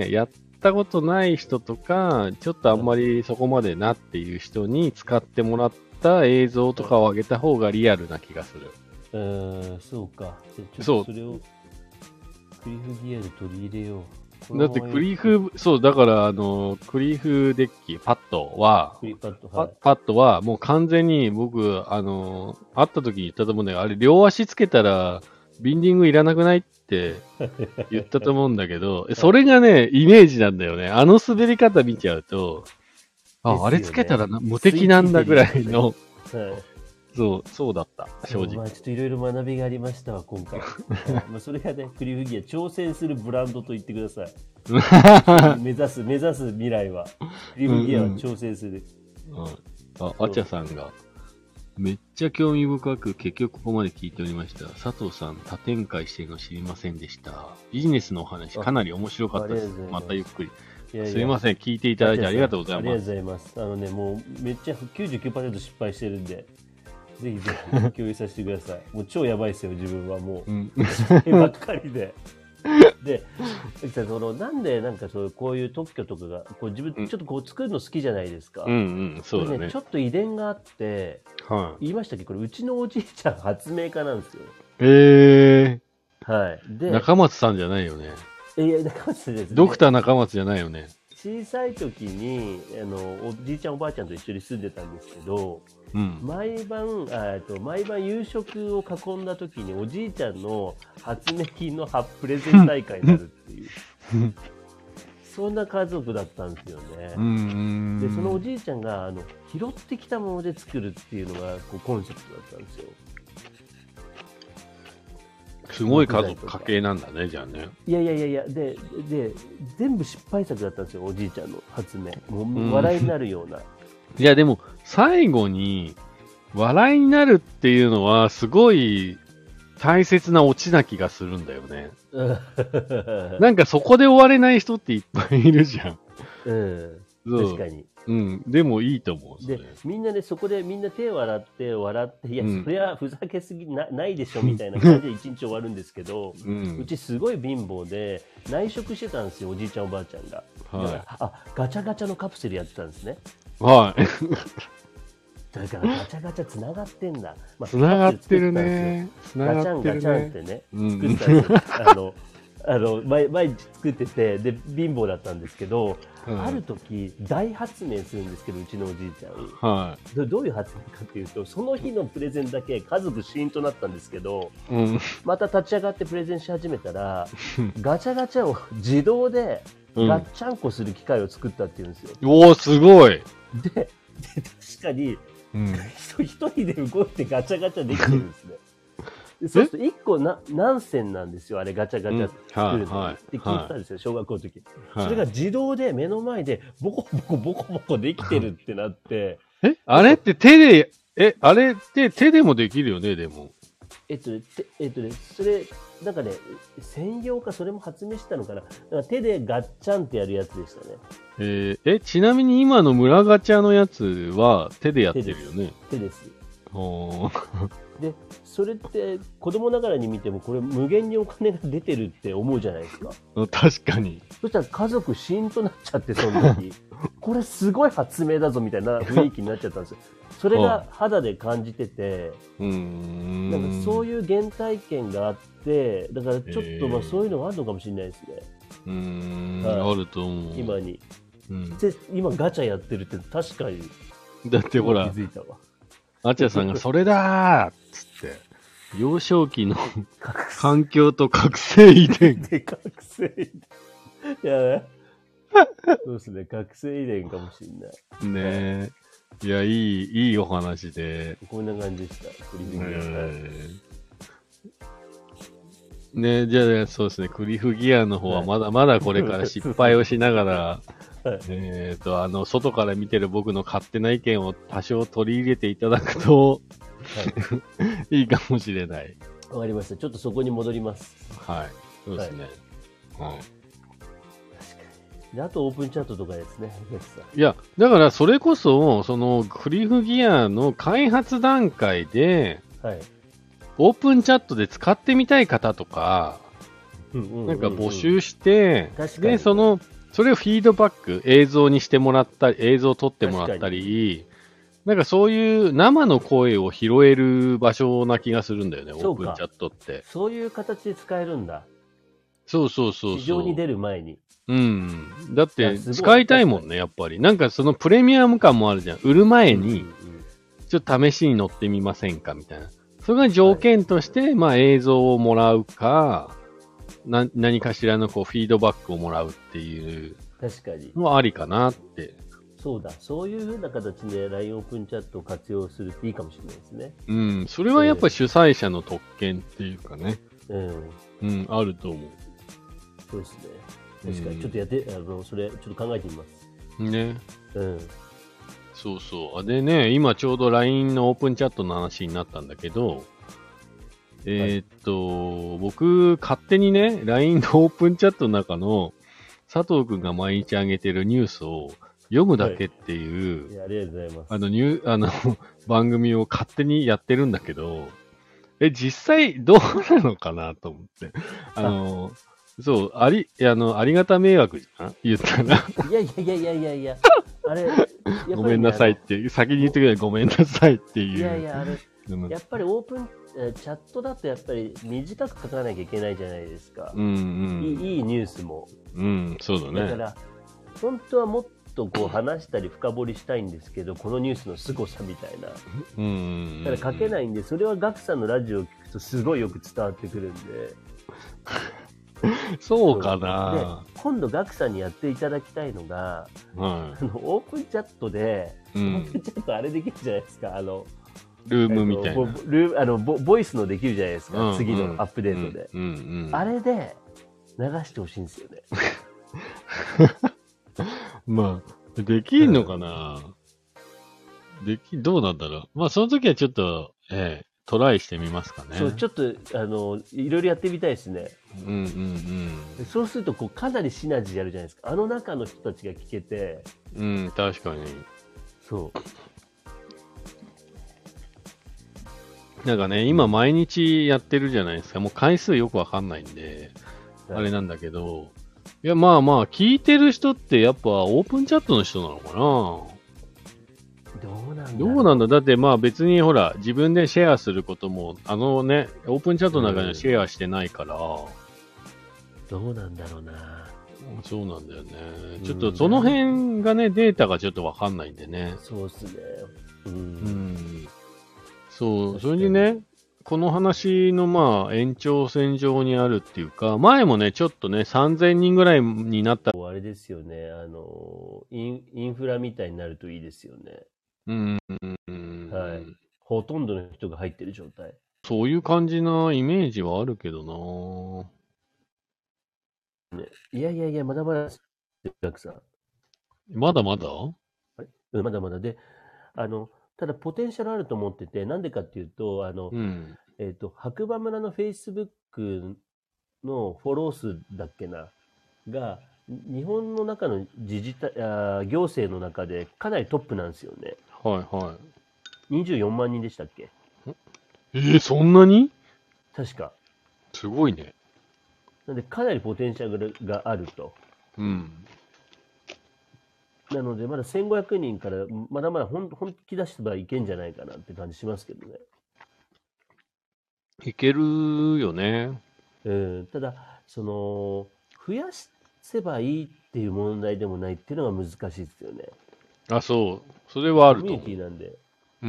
やったことない人とか、ちょっとあんまりそこまでなっていう人に使ってもらった映像とかを上げた方がリアルな気がする。 うーん、そうか。じゃあちそうょっとそれをクリフギアで取り入れよう。こだってクリフフ、そう、だからあの、クリフデッキ、パッドは、 クリパッド、 パはい。 パッドはもう完全に僕、あの、会った時に言ったと思うんだけど、あれ両足つけたら、ビンディングいらなくないって言ったと思うんだけど、それがね、イメージなんだよね。あの滑り方見ちゃうと、あ、 ですよねあれつけたらな無敵なんだぐらいの、 はい。 そう、そうだった、正そうま直。 あちょっといろいろ学びがありましたわ、今回。はいまあそれがね、クリフギア、挑戦するブランドと言ってください。目指す、目指す未来は、クリフギアは挑戦する。 うんあ、あちゃさんが、めっちゃ興味深く結局ここまで聞いておりました。佐藤さん、多展開しているの知りませんでした。ビジネスのお話かなり面白かったですあありがとうござい。ますまたゆっくり。 いやいやすいません、聞いていただいてありがとうございありがとうます。 ございます。あのね、もうめっちゃきゅうじゅうきゅうパーセント失敗してるんで、ぜひぜひ共有させてください。もう超やばいですよ、自分はもう。 うん、 失敗ばっかりで。で、関さんそのなんでなんかそういうこういう特許とかがこう自分ちょっとこう作るの好きじゃないですか。 うん、うん、そうだねこれねち。ょっと遺伝があっては言いましたっけ、これうちのおじいちゃん発明家なんですよ。 い。えはい。 ー、 で、 中松さんじゃないよね。 いや中松さんですね。 ドクター中松じゃないよね。 小さい時にあのおじいちゃんおばあちゃんと一緒に住んでたんですけど、 うん。 毎晩あえっと毎晩夕食を囲んだ時におじいちゃんの発明品のはプレゼン大会になるっていうそんな家族だったんですよね。 うんうん。 でそのおじいちゃんがあの拾ってきたもので作るっていうのがこうコンセプトだったんですよ。 すごい家族、家系なんだね、じゃあね。 いやいやいやいやでで全部失敗作だったんですよ、おじいちゃんの発明。もううん笑いになるような。 いや、でも、最後に、笑いになるっていうのは、すごい大切なオチな気がするんだよね。なんかそこで終われない人っていっぱいいるじゃん。 うん確かに。 うん。でもいいと思う。 で、みんなね、そこでみんな手を洗って笑って、いや、 うん、 それはふざけすぎな、ないでしょみたいな感じで一日終わるんですけど、 うん、 うちすごい貧乏で、内職してたんですよ、おじいちゃんおばあちゃんが。 はい、 だから、あ、ガチャガチャのカプセルやってたんですね。 はい。 だからガチャガチャつながってんだ。 まあ、つながってるね。 ガチャンガチャンってね、 うん、 作ったんですよ。あのあの毎毎日作ってて、で貧乏だったんですけど、うん、ある時大発明するんですけど、うちのおじいちゃん、はい、ど, どういう発明かというと、その日のプレゼンだけ家族シーンとなったんですけど、うん、また立ち上がってプレゼンし始めたらガチャガチャを自動でガッチャンコする機械を作ったっていうんですよ。 うん、おー、すごい。 でで確かに、うん、一人で動いてガチャガチャできてるんですね。そうするといっこな何銭なんですよ、あれガチャガチャ作るの、うん、はい、って聞いてたんですよ、はい、小学校の時、はい、それが自動で目の前でボコボコボコボコできてるってなって、 えあれって手で、えあれって手でもできるよね、でも。 えっとね、えっとね、それ、なんかね、専用か、それも発明したのかな、だから手でガッチャンってやるやつでしたね。 えー、え、ちなみに今の村ガチャのやつは手でやってるよね。 手です。で、それって子供ながらに見ても、これ無限にお金が出てるって思うじゃないですか。 確かに。 そしたら家族シーンとなっちゃって、その時これすごい発明だぞみたいな雰囲気になっちゃったんですよ。それが肌で感じてて、うん、なんかそういう原体験があって、だからちょっとまあそういうのがあるのかもしれないですね。 うーん、はい、あると思う。 今に、うん、で今ガチャやってるって確かに。 だってほら、 気づいたわ。 あちゃさんがそれだーっつって、幼少期の環境と覚醒遺伝。 で、覚醒遺伝。いや、そうですね、覚醒遺伝かもしれない。 ねえ。いや、いい、いいお話で。 こんな感じでした。クリフギア。 ねえ、じゃあ、そうですね、クリフギアの方はまだまだこれから失敗をしながら、はい、えっと、あの、外から見てる僕の勝手な意見を多少取り入れていただくと、はい、いいかもしれない。 わかりました。ちょっとそこに戻ります。 はい。そうですね。はい。はい、 確かに。で、あとオープンチャットとかですね。 いや、だからそれこそ、そのクリフギアの開発段階で、はい、オープンチャットで使ってみたい方とか、なんか募集して、で、その、それをフィードバック、映像にしてもらったり、映像を撮ってもらったり、なんかそういう生の声を拾える場所な気がするんだよね、オープンチャットって。 そういう形で使えるんだ。 そうそうそうそう。 市場に出る前に。 うん。だって、使いたいもんね、やっぱり。なんかそのプレミアム感もあるじゃん。売る前に、ちょっと試しに乗ってみませんかみたいな。それが条件として、はい、まあ映像をもらうか、な何かしらのこうフィードバックをもらうっていうのはありかなって。 そうだ、そういうふうな形で ライン オープンチャットを活用するっていいかもしれないですね。 うん、それはやっぱり主催者の特権っていうかね。うん。うん、あると思う。 そうですね。確かに、ちょっとやって、あの、それ、ちょっと考えてみます。 ね。うん。そうそう。でね、今ちょうど ライン のオープンチャットの話になったんだけど、えー、っと、はい、僕、勝手にね、ライン のオープンチャットの中の佐藤くんが毎日上げてるニュースを読むだけっていう、 はい、いやありがとうございます。 あの、ニュー、あの、番組を勝手にやってるんだけど、え、実際どうなのかなと思って。あの、そう、あり、あの、ありがた迷惑じゃん言ったら。 いやいやいやいやいやいや、あれ、 ね、ごめんなさいって、先に言ってくれごめんなさいっていう。 いやいや、あれ、やっぱりオープン、チャットだとやっぱり短く書かなきゃいけないじゃないですか。うんうん、いい、いいニュースも。 うん、そうだね。 だから、本当はもっとこう話したり深掘りしたいんですけど、このニュースの凄さみたいな。うん。だから書けないんで、それはガクさんのラジオを聞くとすごいよく伝わってくるんで。 そうかな。 で、今度ガクさんにやっていただきたいのが、はい、あのオープンチャットで、うん、オープンチャットあれできるじゃないですか。あのルームみたいな。 ルあの ボ, ボイスのできるじゃないですか、うんうん、次のアップデートで、うんうんうん。あれで流してほしいんですよね。 まあ、できんのかな、うん、でき、どうなんだろう。まあ、その時はちょっと、ええ、 トライしてみますかね。 そう、ちょっと、あの、いろいろやってみたいですね。 うんうんうん。 そうすると、こう、かなりシナジーやるじゃないですか。あの中の人たちが聞けて、 うん、確かに。 そう。 なんかね、今毎日やってるじゃないですか。もう回数よくわかんないんで、 はいあれなんだけど、いや、まあまあ、聞いてる人ってやっぱオープンチャットの人なのかどうなんだな。 ろどうなんだだってまあ別にほら、自分でシェアすることも、あのね、オープンチャットの中にはシェアしてないから、 どうなんだろうな。 そうなんだよね。 うんちょっとその辺がね、データがちょっとわかんないんでね。 そうっすね。うん。 うん。そう、 確かにそれにね、この話のまあ延長線上にあるっていうか、前もね、ちょっとね、さんぜんにんぐらいになった。 あれですよね。あの、イン、インフラみたいになるといいですよね。 うん、うんはい。ほとんどの人が入ってる状態。 そういう感じなイメージはあるけどね、いやいやいや、まだまだ、学さん。 な。まだまだあれうんまだまだで、あの、ただポテンシャルあると思ってて、なんでかっていうと、あの、 うん。 えっ、と、白馬村のフェイスブックのフォロー数だっけな、が、日本の中の自治体、あ行政の中でかなりトップなんですよね。 はいはにじゅうよんまん人でしたっけ？ い。えー、そんなに確か。 すごいね。 なんで、かなりポテンシャルがあると。 うん。 なので、まだせんごひゃくにんから、まだまだ本本気出せばいけんじゃないかなって感じしますけどね。 いけるよね。 うん、ただ、その、増やせばいいっていう問題でもないっていうのが難しいですよね。 あ、そう。それはあコミュニると思う。 ティなんで。 うんうん。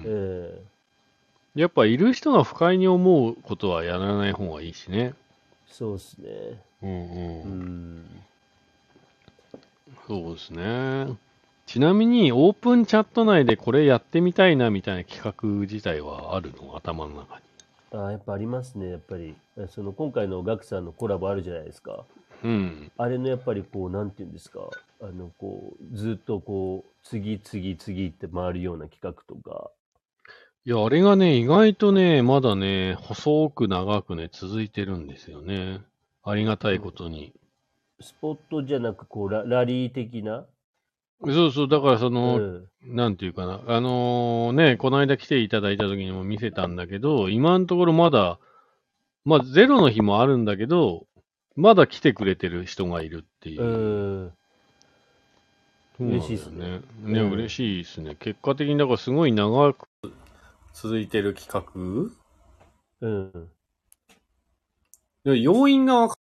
えやっぱいる人が不快に思うことはやらない方がいいしね。 そうですね。 うんううん。 ん。 そうですね。ちなみに、オープンチャット内でこれやってみたいなみたいな企画自体はあるの頭の中に。 あ、やっぱありますね、やっぱり。その今回のガクさんのコラボあるじゃないですか。 うん。 あれのやっぱりこう、なんていうんですか。あの、こう、ずっとこう、次々次って回るような企画とか。 いや、あれがね、意外とね、まだね、細く長くね、続いてるんですよね。ありがたいことに。 スポットじゃなく、こうラ、ラリー的な。 そうそう、だからそうの、 ん。 なんていうかな。あのね、この間来ていただいた時にも見せたんだけど、今のところまだ、まあ、ゼロの日もあるんだけど、まだ来てくれてる人がいるっていう。 うん。 そうなんだよ嬉しいですね。 ね。ね、 うん嬉しいですね。結果的に、だからすごい長く続いてる企画うん。 で要因がわか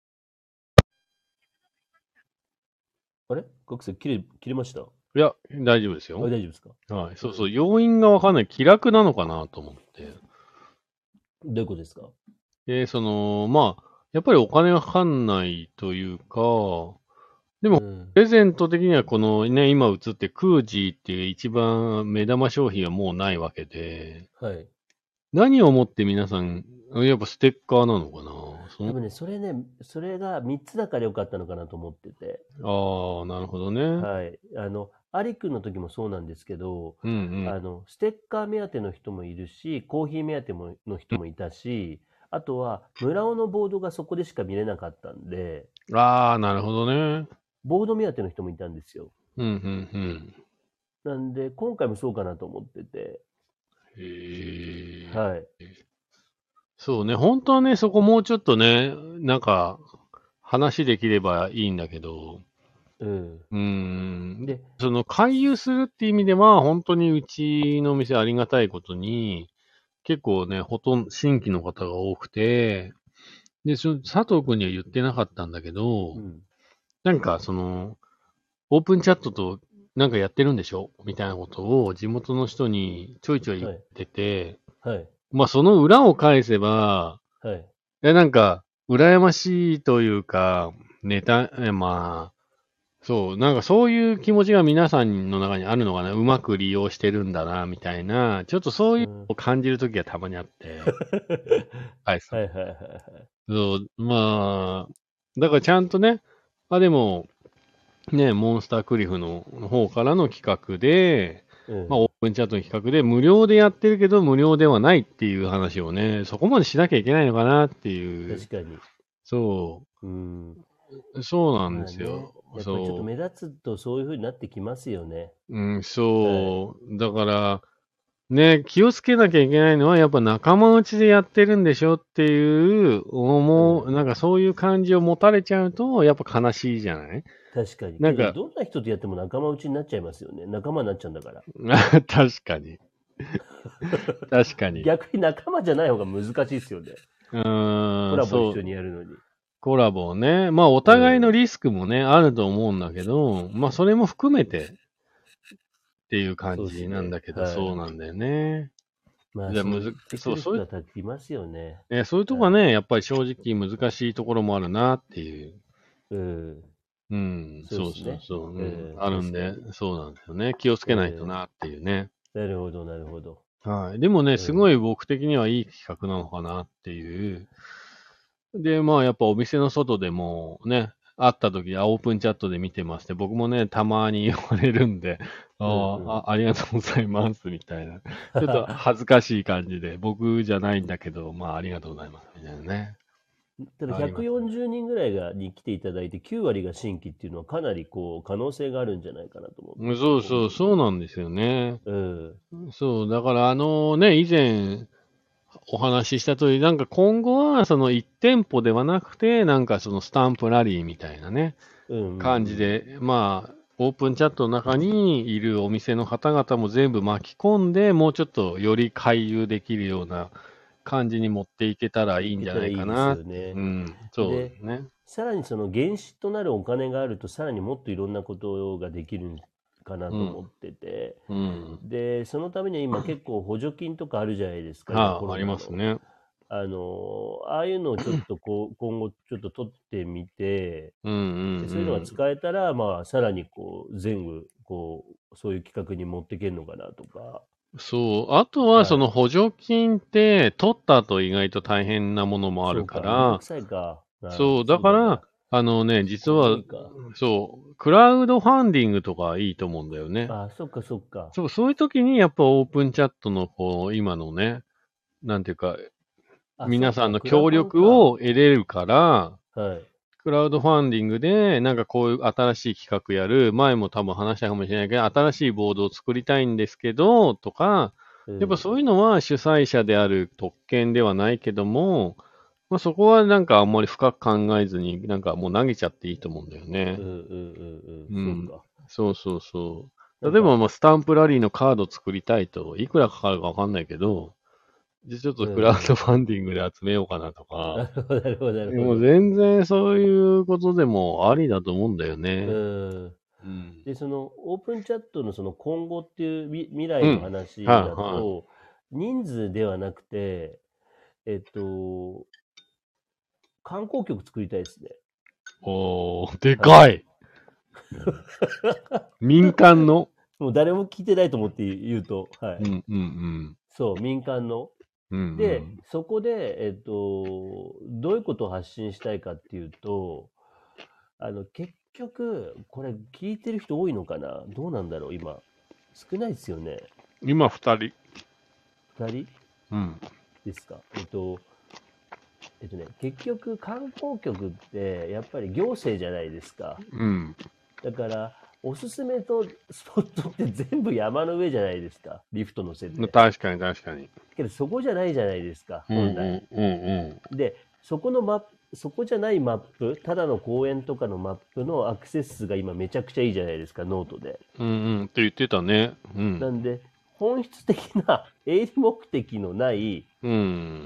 あれ学生切れ、切れましたあ？ いや、大丈夫ですよ。 大丈夫ですか？ はい。そうそう、要因がわかんない。気楽なのかなと思って。 どういうことですか？ で、その、まあ、やっぱりお金がかかんないというか、でも、 うん。 プレゼント的にはこのね、今映ってクージーっていう一番目玉商品はもうないわけで、 はい。 何をもって皆さん、やっぱステッカーなのかなその多分ね、それね、それがみっつだからよかったのかなと思ってて。 ああ、なるほどね。 はい。あの、アリ君の時もそうなんですけど、 うんうん。 あの、ステッカー目当ての人もいるし、コーヒー目当てもの人もいたし、あとは、村尾のボードがそこでしか見れなかったんで、 ああ、なるほどね。 ボード目当ての人もいたんですよ。 うんうんうん。 なんで、今回もそうかなと思ってて、 へえ。 はい。 そうね、本当はね、そこもうちょっとね、なんか、話できればいいんだけど、 うん。 うーん。 で、 その、回遊するって意味では、本当にうちのお店ありがたいことに、結構ね、ほとんど新規の方が多くて、で、その佐藤くんには言ってなかったんだけど、 うん。 なんか、その、オープンチャットとなんかやってるんでしょみたいなことを地元の人にちょいちょい言っはい。 てて、 はい。 まあその裏を返せば、 はい。 え、なんか、羨ましいというか、ネタ、え、まあ、そう、なんかそういう気持ちが皆さんの中にあるのかな、うまく利用してるんだな、みたいな、ちょっとそういうのうん。 を感じるときがたまにあって、はい、そう。 はいはいはいはい。 そう、まあ、だからちゃんとね、あ、でも、ね、モンスタークリフの方からの企画で、まあ、 うん。 プンチャットの企画で無料でやってるけど無料ではないっていう話をね、そこまでしなきゃいけないのかなっていう。 確かに。 そうん。 う。そうなんまあね、 ですよ。 やっぱりちょっとそ目立つとそういう風になってきますよね。 う。うん、 はい。 そう。だから、ね、気をつけなきゃいけないのは、やっぱ仲間内でやってるんでしょっていう、思う、 うん。 なんかそういう感じを持たれちゃうと、やっぱ悲しいじゃない確かに。 なんか、 ていうか、どんな人とやっても仲間内になっちゃいますよね。仲間になっちゃうんだから。 確かに。確かに。 逆に仲間じゃない方が難しいですよね。 うーん、 コラボ一緒そう。 にやるのに。 コラボね。まあ、おう互いのん。 リスクもね、あると思うんだけど、まあ、それも含めてっていう感そうですじなんね。 だけど、 はい。 そうなんだよね。 まあ、 じゃあ、 そうむず、 言ってくそう、そういう、 る人はいますよね。 えそういうとこははい。 ね、やっぱり正直難しいところもあるなっていう。 うん。 うん、そうそうですね。 そうそう、うん、 うん。 あるんで、 確かに。 そうなんですよね。気をつけないとうん。 なっていうね。 なるほど、なるほど。 はい。でもね、 うん。 すごい僕的にはいい企画なのかなっていう。で、まあ、やっぱお店の外でもね、会った時、あ、オープンチャットで見てますって、僕もね、たまに言われるんで、 うん、うあん。 あ、ありがとうございます、みたいな。ちょっと恥ずかしい感じで、僕じゃないんだけど、まあ、ありがとうございます、みたいなね。 ただありますね。 ひゃくよんじゅうにんぐらいがに来ていただいてきゅう割が新規っていうのはかなりこう可能性があるんじゃないかなと思うんそうそう、 思うんで。 そうなんですよね。 うん。 そう、だからあのね、以前お話しした通り、なんか今後はそのいち店舗ではなくて、なんかそのスタンプラリーみたいなね、 うんうん感じで、まあ、オープンチャットの中にいるお店の方々も全部巻き込んで、もうちょっとより回遊できるような感じに持っていけたらうん。いけいいんじゃないたらいいですかなって。うよね。 ん、そうでで、 すね。 さらにその原資となるお金があるとさらにもっといろんなことができるかなうん、 と思ってて、 うん。 で、そのためには今結構補助金とかあるじゃないですか、今はあ、ありコロナの。 ますね。 あの、ああいうのをちょっとこう、今後ちょっと取ってみて、 うん、うで、そういうのがん、 使えたら、まあ、さらにこう、全部、こう、そういう企画に持っていけるのかなとか。 うん。そう。あとは、そはい。 の補助金って、取った後意外と大変なものもあるかそうか、めんどら、 くさいか。ああ、 そう。だから、 そうだな。 あのね、 そこ実は、 が多いか。 そう、クラウドファンディングとかいいと思うんだよね。 ああ、そっかそっか。 そう、そういう時にやっぱオープンチャットのこう、今のね、なんていうか、 あ、そ皆っか、 さんの協クラファンか。 力を得れるから、 はい。 クラウドファンディングで、なんかこういう新しい企画やる、前も多分話したかもしれないけど、新しいボードを作りたいんですけど、とか、やっぱうん。 そういうのは主催者である特権ではないけども、まあ、そこはなんかあんまり深く考えずに、なんかもう投げちゃっていいと思うんだよね。 うんうんうんうん。 うん。 そうか。 そうそうそう。例えば、 なんか、 まあ、スタンプラリーのカード作りたいと、いくらかかるかわかんないけど、じゃあちょっとうんクラウドフうん。 ァンディングで集めようかなとなか、 るほど、なるほど、なるほもうど。 全然そういうことでもありだと思うんだようね。 ん。 うん。 で、そのオープンチャットのその今後っていうみ未来のうん。 話だはいはい。 と、人数ではなくて、えっと、観光局作りたいですね。 おー、ではい。 かい民間のもう誰も聞いてないと思って言うと、はい。 うんうんそう、民間の。 うん。うんうで、 ん。 そこで、えっと、どういうことを発信したいかっていうと、あの、結局、これ聞いてる人多いのかなどうなんだろう今。少ないですよね。 今二人。 二人うん。 ですか。えっと、えっとね、結局観光局ってやっぱり行政じゃないですか。 うん。 だから、おすすめとスポットって全部山の上じゃないですか。リフト乗せて。 確かに確かに。 けどそこじゃないじゃないですか、 うん本来。 うんうんで、そこのマップ、そこじゃないマップ、ただの公園とかのマップのアクセス数が今めちゃくちゃいいじゃないですか、ノートで。 うん。うんうんって言ってたね。うん。 なんで、本質的な営利目的のないうん。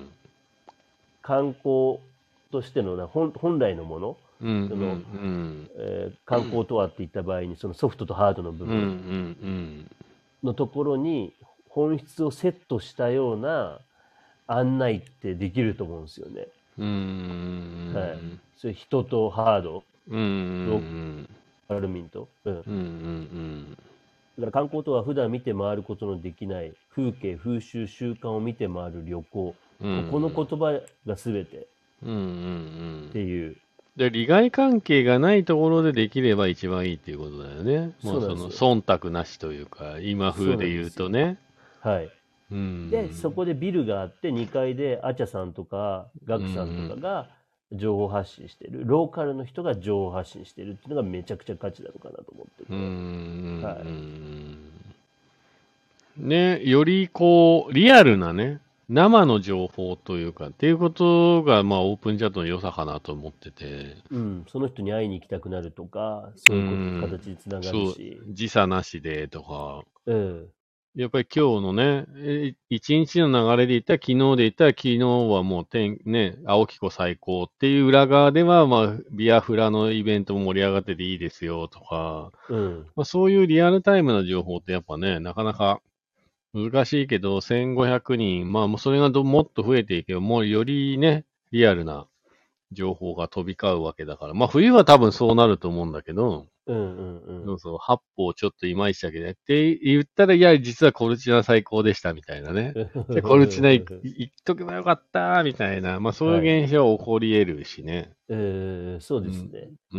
観光としてのな本本来のもの、 うんうんうその、 ん。 えー観光とはって言った場合に、そのソフトとハードの部うんうんう分ん。 のところに本質をセットしたような案内ってできると思うんですよね。 うーはい。 ん。 それ人とハード、 うんうんロうん。 アルミンと。うん。だうんうんから観光とは普段見て回ることのできない風景、風習、習慣を見て回る旅行。 うん。うここのん言葉が全てっうんうんていう。 で、利害関係がないところでできれば一番いいっていうことだよね。もうそのそうなんですよ。 忖度なしというか、今そう風で言なんですよ。 うとね。 はい。 うで、そん。 こでビルがあって、にかいでアチャさんとかガうクさんとかん。 が情報発信してる。ローカルの人が情報発信してるっていうのがめちゃくちゃ価値なのかなと思ってうん。うて。はい。 ん。ね、よりこう、リアルなね、生の情報というか、っていうことが、まあ、オープンチャットの良さかなと思ってて。 うん、その人に会いに行きたくなるとか、 うそういうことん。 形につながるそう、 し、 時差なしでとか。 うん、 やっぱり今日のね、え一日の流れで言ったら、昨日で言ったら、昨日はもう天、ね、青木湖最高っていう裏側では、まあ、ビアフラのイベントも盛り上がってていいですよとか、 うん、 まあ、そういうリアルタイムな情報ってやっぱね、なかなか難しいけど、せんごひゃくにん、まあ、もうそれがどもっと増えていけば、もうよりね、リアルな情報が飛び交うわけだから、まあ、冬は多分そうなると思うんだけど、 うん、うん、うん。 そうそう、八方ちょっといまいちだけどねって言ったら、いや、実はコルチナ最高でしたみたいなね。で、コルチナ行行っとけばよかったみたいな、まあそうはい。 いう現象起こり得るしね。 うん、そううん。 ですね。 うん。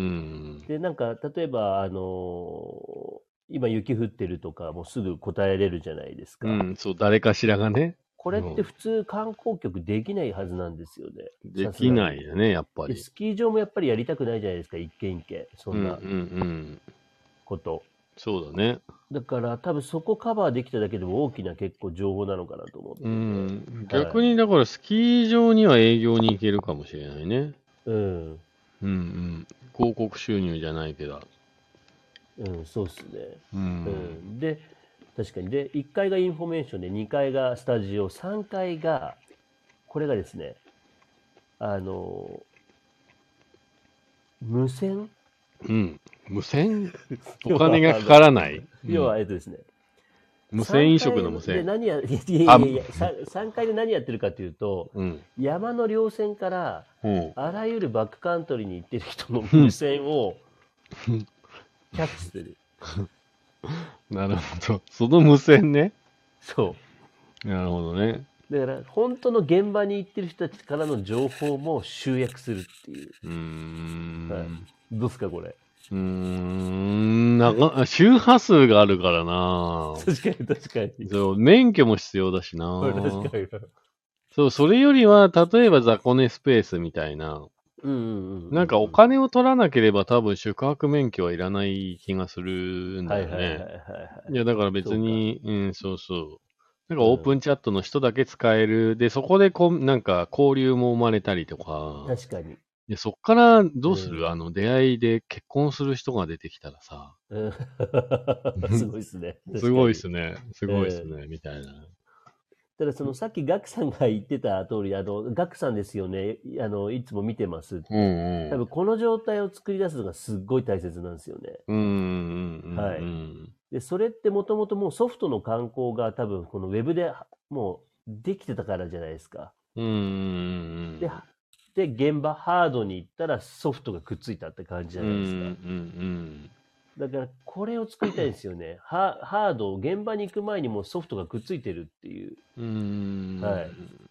で、なんか、例えば、あのー今雪降ってるとかもすぐ答えれるじゃないですか。 うん、そう、誰かしらがね。 これってうん。 普通観光局できないはずなんですよね。 できさすがに。 ないよね、やっぱで、 り。 スキー場もやっぱりやりたくないじゃないですか。一軒一軒。そうん、うん、うんなん。 こと。 そうだね。 だから多分そこカバーできただけでも大きな結構情報なのかなと思っうてて。 ん。 はい。 逆に、だからスキー場には営業に行けるかもしれないね。 うん。 うん、うん。広告収入じゃないけど。 うん、そうっすね。 ううん。 ん。で、確かに。で、いっかいがインフォメーションで、にかいがスタジオ、さんがいが、これがですね、あの、無線うん。無線お要金がかはあの、 からない。う要は、 ん。 えっとですね、3 無線飲食の階無線。 で何や、いやいやあ、 いやいや、さん、階で何やってるかというと、 うん。 山の稜線からうん。 あらゆるバックカントリーに行ってる人の無うん。 線をキャッチする。 なるほど。その無線ね。 そなるほどね。 う。だから、本当の現場に行ってる人たちからの情報も集約するっていう。 うーはい。 ん。 どうすか、これ。 うーん。なが、周波数があるからな。 確かに、確かに。 そう、免許も必要だしこれ確な。 かに。 そう、それよりは、例えば雑魚寝スペースみたいな。 うんうんうんうなんかおんうん。 金を取らなければ多分宿泊免許はいらない気がするんだはいよね。 はいはいはいはい。 いや、だから別そうか。 に、うん、そうそう。なんかオープうん。 ンチャットの人だけ使える。で、そこでこう、なんか交流も生まれたりとか。 確かに。 で、そっからどうするうん。 あの、出会いで結婚する人が出てきたらさ。 うん。すごいですね。 すごいっ確かに。 すね。すごいっすうん。 ね。みたいな。 ただそのさっきガクさんが言ってた通り、あの、ガクさんですよね。あの、いつも見てますっうんて。 うん。 多分この状態を作り出すのがすっごい大切なんですよね。 うんうんうんはい。 うん。 で、それってもともともうソフトの観光が多分このウェブでもうできてたからじゃないですか。 うんうんで、で、現場ハードに行ったらソフトがくっついたって感じじうん。うんうんゃないですか。 うんだからこれを作りたいんですよね。ハハード、現場に行く前にもうソフトがくっついてるっていう。 うん。うーはい。 ん。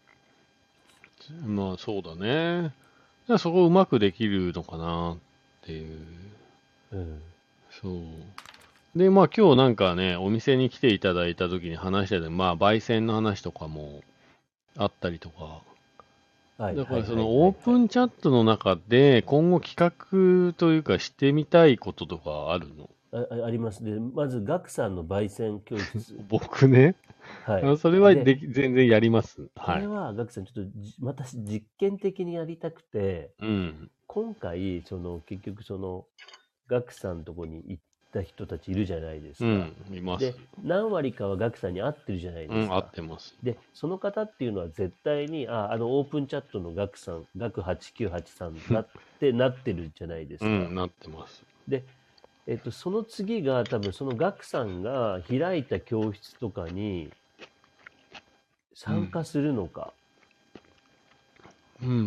まあそうだね。だからそこをうまくできるのかなっていう。 うん。 そう。で、まあ今日なんかね、お店に来ていただいた時に話してて、まあ焙煎の話とかもあったりとか。 はいだからそはいはいのオープはいはい。 ンチャットの中で今後企画というかしてみたいこととかあるの？ あああります。で、まず、ガクさんの焙煎教室。 僕ね。 はい。 あそれはで、 でき、全然やります。はい。 これは、ガクさん、ちょっとじ、私、実験的にやりたくて、 うん。 今回、その、結局、その、ガクさんのとこに行った人たちいるじゃないですか。 うん。います。 で、何割かはガクさんに会ってるじゃないうん、合っですか。 てます。 で、その方っていうのは絶対に、あ、あの、オープンチャットのガクさん、ガクはちきゅうはちさんだってなってるじゃないですか。 うん、なってます。 で、えっと、その次が多分そのガクさんが開いた教室とかにうん。 参加するのかうん、うん、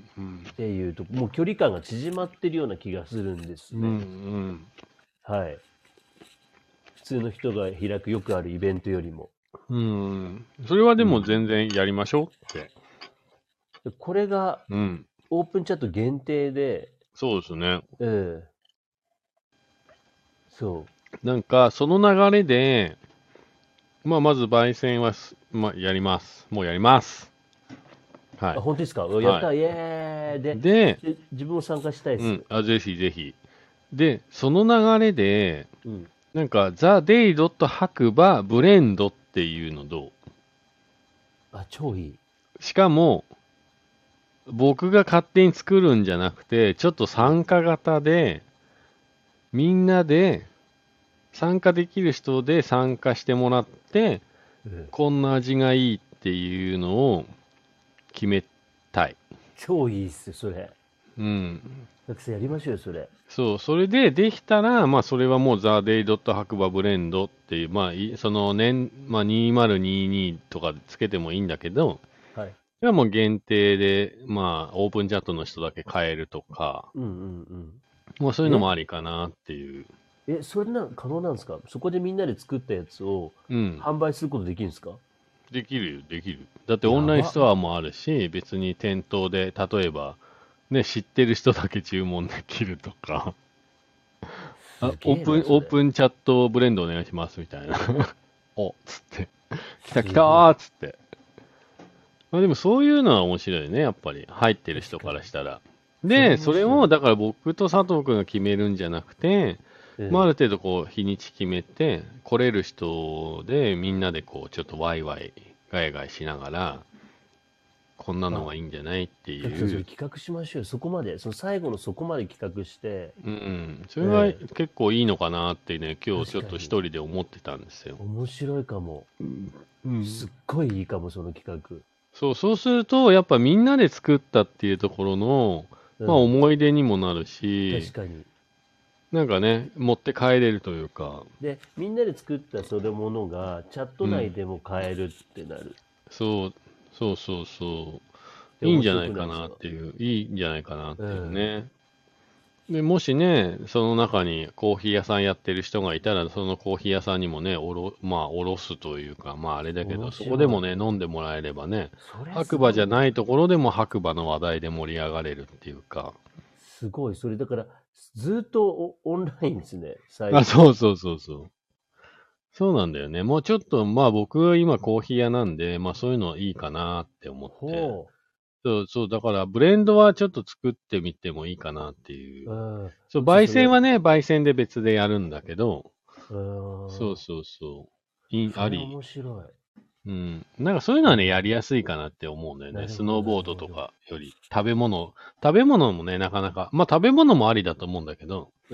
うん。 っていうと、もう距離感が縮まってるような気がするんですうん、うね。 ん。 はい。普通の人が開くよくあるイベントよりも。 うん。それはでもうん。 全然やりましょうって。 でこれがうん。 オープンチャット限定で、 そうですね。 ええそなんか、その流れで、まあ、まず焙煎はす、まあ、やります。もうやります。はう。あ、 い。 本当ですか？やっはた、イエーイ。 い。 で、 で、 じ自分も参加したいです。 うん、あ、ぜひぜひ。で、その流れで、 うん。 なんか、ザ・デイ・ドット・白馬ブレンドっていうのどあ、超いい。 う？しかも、僕が勝手に作るんじゃなくて、ちょっとうん。 参加型で、みんなで、参加できる人で参加してもらって、 うん、 こんな味がいいっていうのを決めたい。 超いいっす、それ。 うん。 学生やりましょうよ、それ。 そう、それでできたら、まあ、それはもうザ・デイ・ドット・白馬ブレンドっていう、まあ、いその年、まあ、にせんにじゅうにとかつけてもいいんだけど、 はい。 それはもう限定で、まあ、オープンチャットの人だけ買えるとか、 うんうんもうそううん。えいうのもありかなっていう。 え、それな、可能なんですか？そこでみんなで作ったやつをうん。 販売することできるんですか？ できるよ、できる。だってオンラインスやば。 トアもあるし、別に店頭で、例えば、ね、知ってる人だけ注文できるとか、あ、 すげえな、 オープン、 それ。 オープンチャットブレンドお願いしますみたいな。お、つって。来た来たすごい。 ーっつって。まあでもそういうのは面白いね、やっぱり。入ってる人か確かに。 らしたら。 それで、それを、 面白い。 だから僕と佐藤くんが決めるんじゃなくて、まああるええ程度こう、日にち決めて、来れる人でみんなでこう、ちょっとワイワイ、ガヤガヤしながら、こんなのあ、 がいいんじゃないってガクさん、そいう。 れ企画しましょうよ。そこまで、その最後のそこまで企画して、 うんうん。それはええ結構いいのかなってね、今日ちょっと確かに。 一人で思ってたんですよ。 面白いかも。 うん。 すっごいいいかも、その企画。 そう、そうすると、やっぱみんなで作ったっていうところの、まあうん。 思い出にもなるし、 確かに。 なんかね、持って帰れるというか、 で、みんなで作ったそのものが、チャットうん。 内でも買えるってなる。 そう、そうそうそう。いいんで面白じゃないかくないですか？ なっていう、いいんじゃないかなっていううん。 ね。で、もしね、その中にコーヒー屋さんやってる人がいたら、そのコーヒー屋さんにもね、おろ、まあ、おろすというか、まあ、あれだけど、 面そこで白い。 もね、飲んでもらえればね、 それ白すごいな。 馬じゃないところでも白馬の話題で盛り上がれるっていうか。 すごい。それだから、ずっとオオンラインですね、最あ、 後まで。 そうそうそうそう。そうなんだよね。もうちょっと、まあ僕は今コーヒー屋なんで、まあそういうのいいかなって思って。 ほそうそう、だからブレンドはちょっと作ってみてもいいかなっていう。 う。 うん。 そう、焙学生それや、 煎はね、焙煎で別でやるんだけど、 うん。 そうそうそう。いい、 それあり。 面白い。 うん。なんかそういうのはね、 うん。 やりやすいかなって思うんだよね。 なるほど、なスノーボーるほど。 ドとかより。食べ物。食べ物もね、なかなか。まあ食べ物もありだと思うんだけど、 うん。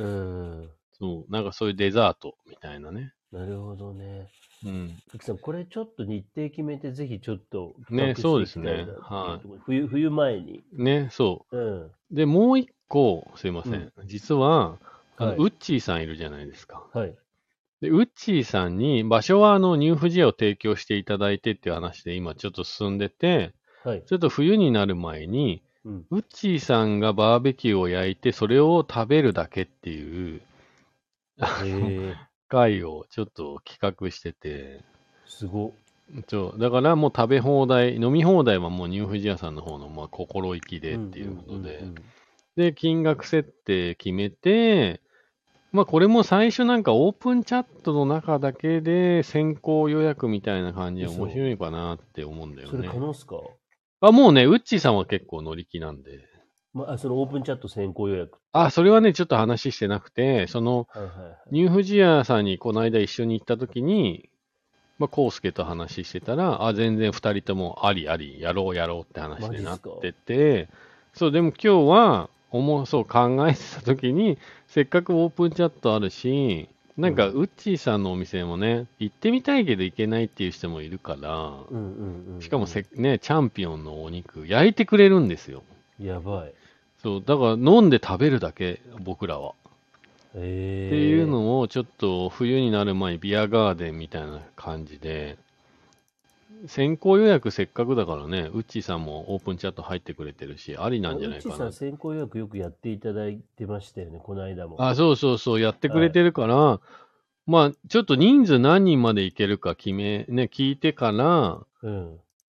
そう、なんかそういうデザートみたいなね。 なるほどね。 うん。 かきさん、これちょっと日程決めて、ぜひちょっと企ね、そう画していですね。 きたいなっていうはところ。冬、冬前に。 い。ね、そう。 うん。 で、もう一個、すいまうん。 せん。実は、あの、 はい。 ウッチーさんいるじゃないですか。 はい。 で、ウッチーさんに、場所はあの、ニューフジアを提供していただいてっていう話で今ちょっと進んでて、 はい。 ちょっと冬になる前に、 うん。 ウッチーさんがバーベキューを焼いて、それを食べるだけっていう、あの、 ええ会をちょっと企画してて、 すご。 そう、だからもう食べ放題、飲み放題はもうニューフジアさんの方の、まあ、心意気でうんっていうことうんうで、 んで、金額設定決めて、まあこれも最初なんかオープンチャットの中だけで先行予約みたいな感じうん。 で面嘘。 白いかなって思うんだよそれ可ね。 能っすか？ あ、もうね、ウッチーさんは結構乗り気なんで。 まあ、そのオープンチャット先行予約って。 あ、それはね、ちょっと話してなくて、その、 はいはいはい。 ニューフジアさんにこの間一緒に行った時に、まあ、コウスケと話してたら、あ、全然二人ともありあり、やろうやろうって話にマジっすか？ なってて、そう、でも今日は、思う、そう考えてた時に、せっかくオープンチャットあるし、なんか、 うん。 ウッチーさんのお店もね、行ってみたいけど行けないっていう人もいるから、 うんうんしかもうんせ、ね、チャンピオンのお肉、焼いてくれるんですよ。 うん。やばい。 そう、だから飲んで食べるだけ、僕らは。っていうええのを、ちょっと冬になる前にビアガーデンみたいな感じで、先行予約せっかくだからね、ウッチーさんもオープンチャット入ってくれてるし、ありなんじゃウッチーさんないかな。 先行予約よくやっていただいてましたよね、この間も。 あ、そうそうそう、やってくはい。 れてるから、まあ、ちょっと人数何人までいけるか決め、ね、聞いてから、 うん。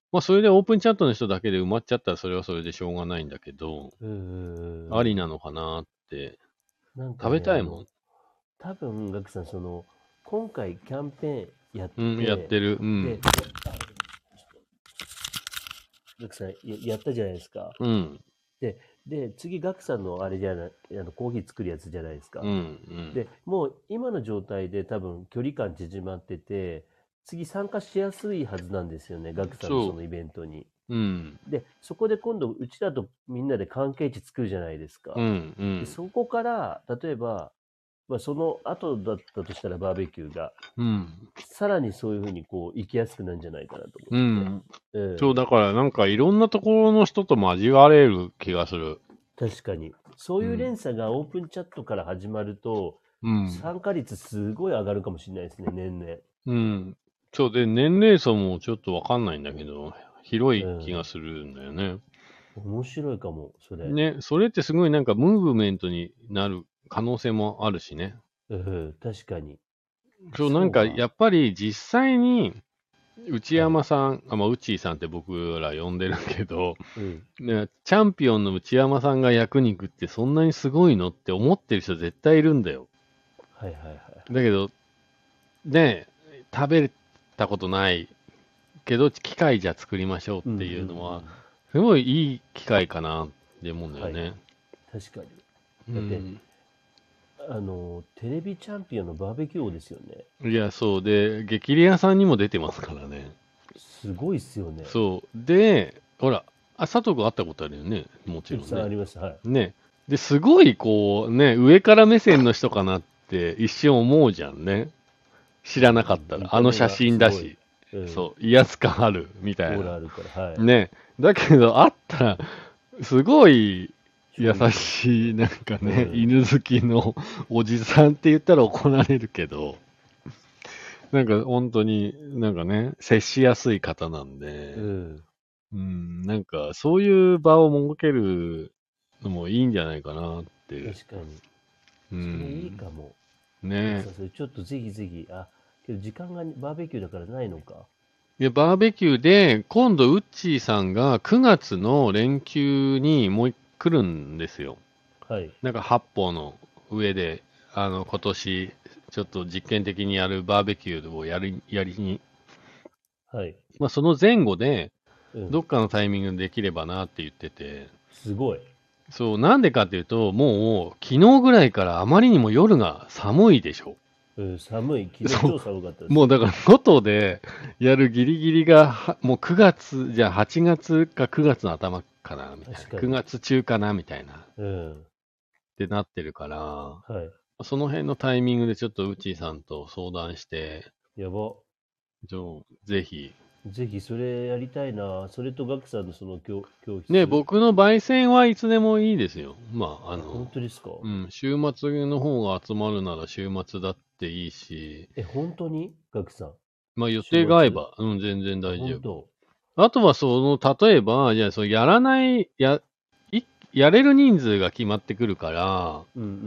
まあ、それでオープンチャットの人だけで埋まっちゃったらそれはそれでしょうがないんだけど、 うんうんうん。 ありなのかなって。食べなんかね、あの、 たいもん。 多分、ガクさん、その、今回キャンペーンやっうん、やって、 てる。うで、 ん。 ガクさんや、やったじゃないですか。 うん。 で、で、次、ガクさんのあれじゃない、あの、コーヒー作るやつじゃないですか。 うん。うん。 で、もう今の状態で多分距離感縮まってて、次参加しやすいはずなんですよね、ガクさんのそそのイベントに。 う。うん。 で、そこで今度、うちだとみんなで関係値作るじゃないですか。 うん。うで、 ん。 そこから、例えば、まあ、その後だったとしたらバーベキューが、 うん。 さらにそういうふうにこう、行きやすくなるんじゃないかなと思って。 うん。 うそう、 ん。 だからなんかいろんなところの人と交われる気がする。 確かに。そういううん。 連鎖がオープンチャットから始まると、 うん。 参加率すごい上がるかもしれないですね、年々。 うん。そうで、年齢層もちょっとわかんないんだけど、広い気がうん。 するんだよね。 面白いかも、それ。 ね、それってすごいなんかムーブメントになる可能性もあるしね。 うん、確かに。 そう、なんかそうか。 やっぱり実際に内はい。 山さん、あ、まあ、内井さんって僕ら呼んでるけど、 うん。 ね、チャンピオンの内山さんが焼肉ってそんなにすごいのって思ってる人絶対いるんだよ。 はいはいはいはい。 だけど、ね、食べたことないけど、機械じゃ作りましょうってうんうんういうのは、 ん。 すごいいい機会かなって思うんだよはい。 ね。 確かに。だって、 うん。 あの、テレビチャンピオンのバーベキュー王ですよね。 いや、そうで、激レアさんにも出てますからね。 すごいっすよね。 そう。で、ほら、あ、佐藤君会ったことあるよね。もちうろんね。 ちさんあります。はい。 ね。で、すごいこう、ね、上から目線の人かなって一瞬思うじゃんね。知らなかったら。あの写見た目がすごい。 真だし。 うん。 そう、威圧感ある、みたいオーラな。 あるから、はい。 ね。だけど、会ったら、すごい優衝撃。 しい、なんかね、 うん。 犬好きのおじさんって言ったら怒られるけど、なんか本当になんかね、接しやすい方なんで、 うん。 うん、なんかそういう場を設けるのもいいんじゃないかなって。 確かに。 うそれいいん、 かも。ガクね。 さん、それちょっとぜひぜひ。あ、けど時間がバーベキューだからないのか。 で、バーベキューで、今度、ウッチーさんがくがつの連休にもう一来るんですよ。 はい。 なんか八方の上で、あの、今年、ちょっと実験的にやるバーベキューをやり、やりに、 はい。 まあ、その前後で、 うん。 どっかのタイミングでできればなって言ってて、 すごい。 そう、なんでかっていうと、もう、昨日ぐらいからあまりにも夜が寒いでしょ。 うん、寒い。昨日そ超寒かったでう、 すよ。 もうだから、外でやるギリギリが、はもうくがつ、じゃあはちがつかくがつの頭かな、みたいな。9 確かに。 月中かな、みたいな。っうん。 てなってるから、 はい。 その辺のタイミングでちょっとうちーさんと相談して、 やば。 ちょぜひ。 ぜひそれやりたいな。それとガクさんのその教、教ね、 室。 僕の焙煎はいつでもいいですよ。まあ、ああ、本の、 当ですか？ うん、週末の方が集まるなら週末だっていいし、 え、本当にガクさん。 まあ予週末。 定が合えば、うん、全然あ、 大丈夫。 本当。 あとはその、例えば、じゃあ、そう、やらない、や、い、やれる人数が決まってくるから、 うんうんうん。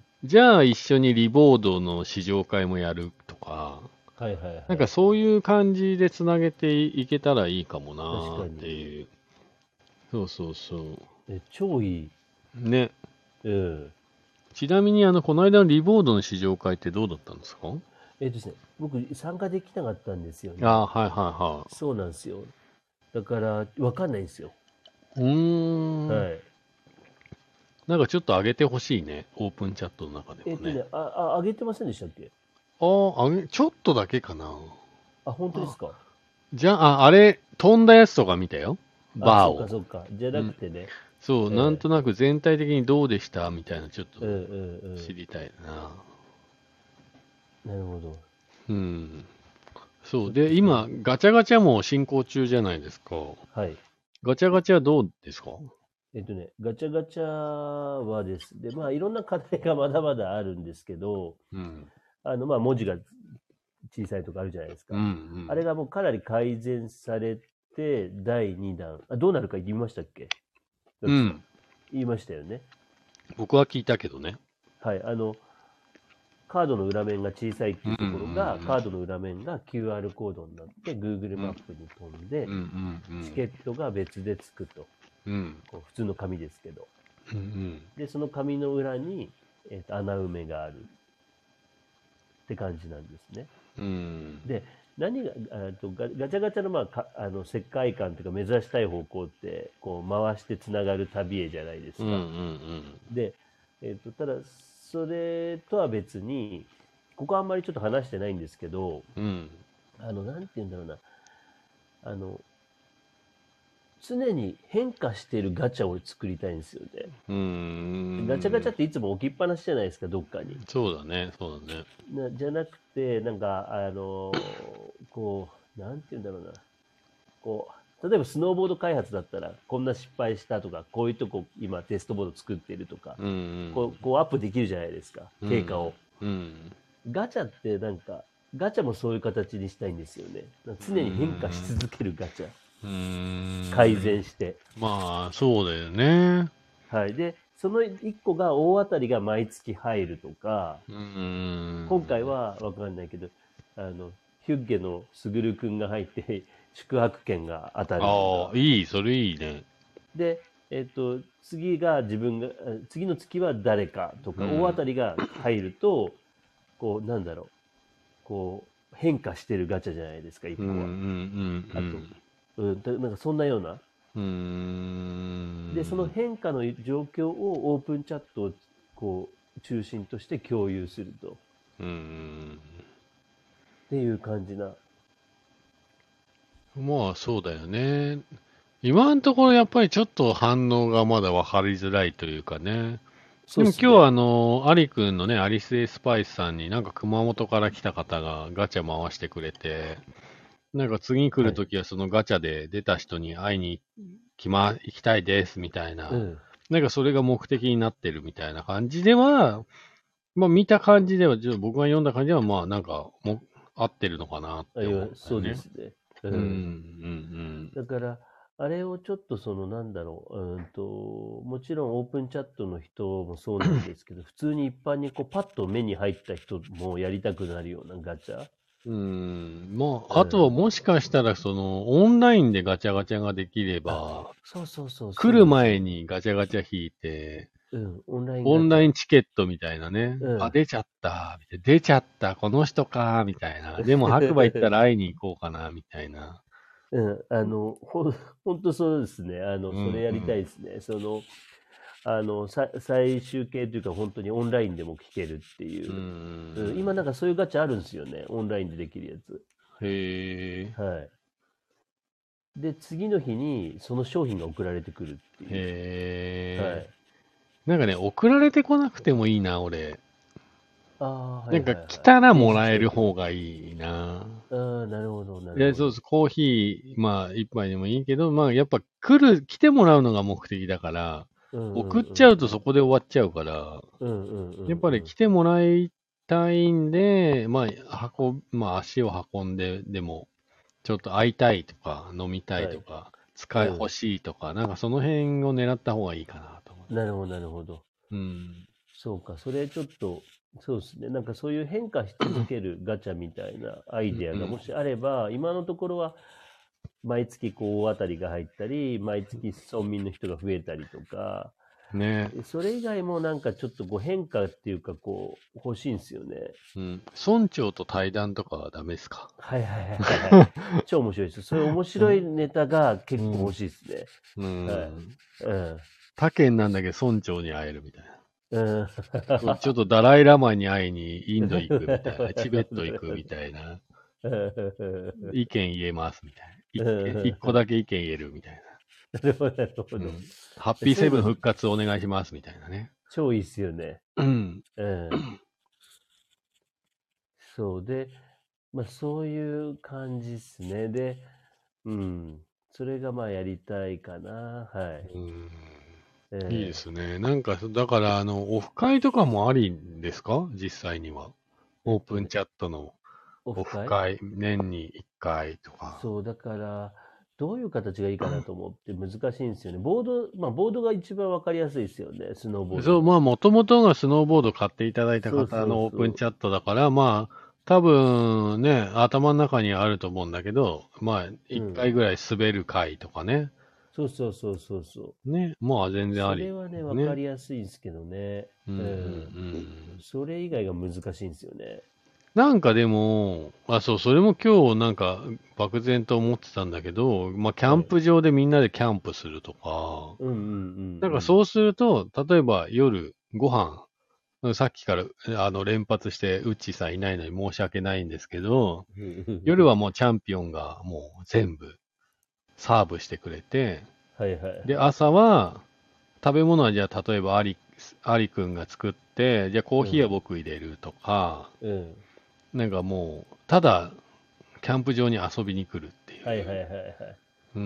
じゃあ一緒にリボードの試乗会もやるとか、 はいはいはいはい。 なんかそういう感じでつなげていけたらいいかもなっ確かに。 ていう。そうそうそえ、超いい。 う。ね。 うん。 ちなみに、あの、この間のリボードの試乗会ってどうだったんですか？ えっとですね、僕参加できなかったんですよね。 ああ、はいはいはそうなんですよ。だから、わかんないんですよ。 い。うーん。 はい。 なんかちょっと上げてほしいね。オープンチャットの中でもね。 えっとね、あ、あ、あげてませんでしたっけ？ ああ、上げ、ちょっとだけかな。 あ、本当であ、 すか？ じゃあ、あ、あれ、飛んだやつとか見たよ。 あ、そうかバーを。 そうか。じゃなくうん。 てね。 そう、なんえとなく全体的にどうでしたみたいな、ちょっとえ、うんうんうん。 知りたいな。 なるほど。 うん。そう。で、 ちょっとそれ、 今、ガチャガチャも進行中じゃないですか。 はい。 ガチャガチャどうですか？ えっとね、ガチャガチャはですで、まあいろんな課題がまだまだあるんですけど、 うん。 あの、まあ文字が小さいとかあるじゃないですうんうか。あれん。 がもうかなり改善されて、だいにだん。あ、どうなるか言いましたっけ？ガクさん。 うん。 言いましたよね。 僕は聞いたけどね。 はい。あの、 カードの裏面が小さいっていうところが、 うんうんうんカードの裏面が キューアール コードになって Google マップに飛んで、 うんうんうん。 チケットが別でつくと。 うん。 こう普通の紙ですけど。 うんうん。 で、その紙の裏に、えーと穴埋めがあるって感じなんですね。 うん。 で、何が、あとガガチャガチャの、まあ、かあの世界観というか目指したい方向ってこう回してつながる旅へじゃないですか。 うんうんで、えーとただそれとは別にここはあんまりちょっと話してないんですけど、 うん。うん。 あのなんて言うんだろうな、あの常に変化しているガチャを作りたいんですよね。 うーん。 ガチャガチャっていつも置きっぱなしじゃないですか、どっかに。 そうだね、そうだね。 なじゃなくて、なんか、あのこう、なんて言うんだろうな。こう、例えばスノーボード開発だったら、こんな失敗したとか、こういうとこ今テストボード作ってるとか、 うんうん。 こうこうアップできるじゃないですか、経過を。 うん。 ガチャってなんか、ガチャもそういう形にしたいんですよね。常に変化し続けるガチャ。 うーん。 改善して。 まあ、そうだよね。 はい。で、そのいっこが大当たりが毎月入るとか、 うーん。 今回はわかんないけど、あの、ヒュッゲのスグルくんが入って宿泊券が当たるあとか。 あ、いい、それいいね。 で、えっと、次が自分が、あ次の月は誰かとか、 うん大当たりが入ると、こう、なんだろう、こう、変化してるガチャじゃないですか、一個は。 うんうんうんうん。 あと、うん、だなんかそんなような。 うーん。 で、その変化の状況をオープンチャットをこう中心として共有すると。 うーん。 っていう感じな。 まあ、そうだよね。今のところやっぱりちょっと反応がまだ分かりづらいというかね。でも今日はあの、アリくんのね、アリスエスパイスさんになんか熊本から来た方がガチャ回してくれて、なんか次来るときはそのガチャで出た人に会いに来ま、行きたいですみたいな、 うん。 なんかそれが目的になってるみたいな感じでは、まあ見た感じでは、ちょっと僕が読んだ感じではまあなんかも合ってるのかなっあて思いやそうったよね。 ですね。ううん、うん、 ん。だから、あれをちょっとそのなんだろう、うんと、もちろんオープンチャットの人もそうなんですけど、普通に一般にこうパッと目に入った人もやりたくなるようなガチャ。 うん。うん。まあ、あうんとはもしかしたらそのオンラインでガチャガチャができれば、 そうそうそう。 来る前にガチャガチャ引いて、 うん、オンラインオンライン。 ンチケットみたいなね。 うんあ、出ちゃった。みたいな出ちゃった。この人か。みたいな。でも白馬行ったら会いに行こうかな。みたいな。 うん、あの、ほん、ほんとそうですね。あの、 うんそれやりたいですね。その、あの、さ最終形というか、本当にオンラインでも聞けるっていうう。うんん。 今なんかそういうガチャあるんですよね。オンラインでできるやつ。 へえ。 はい。で、次の日にその商品が送られてくるっていう。はへえ。 い。 なんかね、送られてこなくてもいいな、俺。 ああ、はなんかいはいはい。 来たらも平らえる日方がいいな。 ああ、なるほど、なるいや、 ほど。 そうです。コーヒー、まあ、一杯でもいいけど、まあ、やっぱ来る、来てもらうのが目的だから、 うんうん送っちゃうとそこで終わっちゃうから、 うんうんうんうん。 やっぱり来てもらいたいんで、まあ、運、まあ、足を運んで、でも、ちょっと会いたいとか、飲みたいとか、使いうん欲しいとか、なんかその辺を狙った方がいいかなと思う。 なるほど、なるほど。 うん。 そうか、それちょっと、そうですね。なんかそういう変化し続けるガチャみたいなアイデアがもしあれば、今のところは毎月こう大当たりが入ったり、毎月村民の人が増えたりとか、 ね。 それ以外もなんかちょっとこう変化っていうかこう欲しいんですよね。 うん。村長と対談とかはダメですか？ はいはいはいはい。超面白いです。そういう面白いネタが結構欲しいですね。 うん。 はいうん。 他県なんだけど村長に会えるみたいな。 うん。 ちょっとダライラマに会いにインド行くみたいな。チベット行くみたいな。意見言えますみたいな。一一個だけ意見言えるみたいなるほど、なるほな。 ど。 うん。ハッピーセブン復活お願いしますみたいなね。 超いいっすよね。 うん。 うん。そうで、まあそういう感じっすね。で、うん。それがまあやりたいかな。はい。 うんえいいですね。なんか、だから、あの、オフ会とかもありんですか実際には。オープンチャットのオオフ会フ会、年にいっかいとか。 そう、だから、 どういう形がいいかなと思って難しいんですよね。ボード、まあ、ボードが一番わかりやすいですよね、スノーボード。 そう、まあ、もともとがスノーボード買っていただいたそうそうそう方のオープンチャットだから、まあ、多分ね、頭の中にはあると思うんだけど、まあ、一回ぐらい滑る回とかね。 そうそうそうそうそう。 ね、まあ全然あり。 それはね、わかりやすいんですけどね。 うんうんううん。 ん。 それ以外が難しいんですよね。 なんかでも、あ、そう、それも今日なんか漠然と思ってたんだけど、まあキャンプ場でみんなでキャンプするとか、 うんうんうん、 なんかそうすると、例えば夜ご飯、さっきからあの連発してウッチーさんいないのに申し訳ないんですけど、 うん。 夜はもうチャンピオンがもう全部サーブしてくれて、 はいはいはい。 で、朝は食べ物はじゃあ例えばアリ、アリくんが作って、じゃあコーヒーは僕入れるとか、 うん。 なんかもう、ただ、キャンプ場に遊びに来るっていう。 はいはいはいはい。 うん。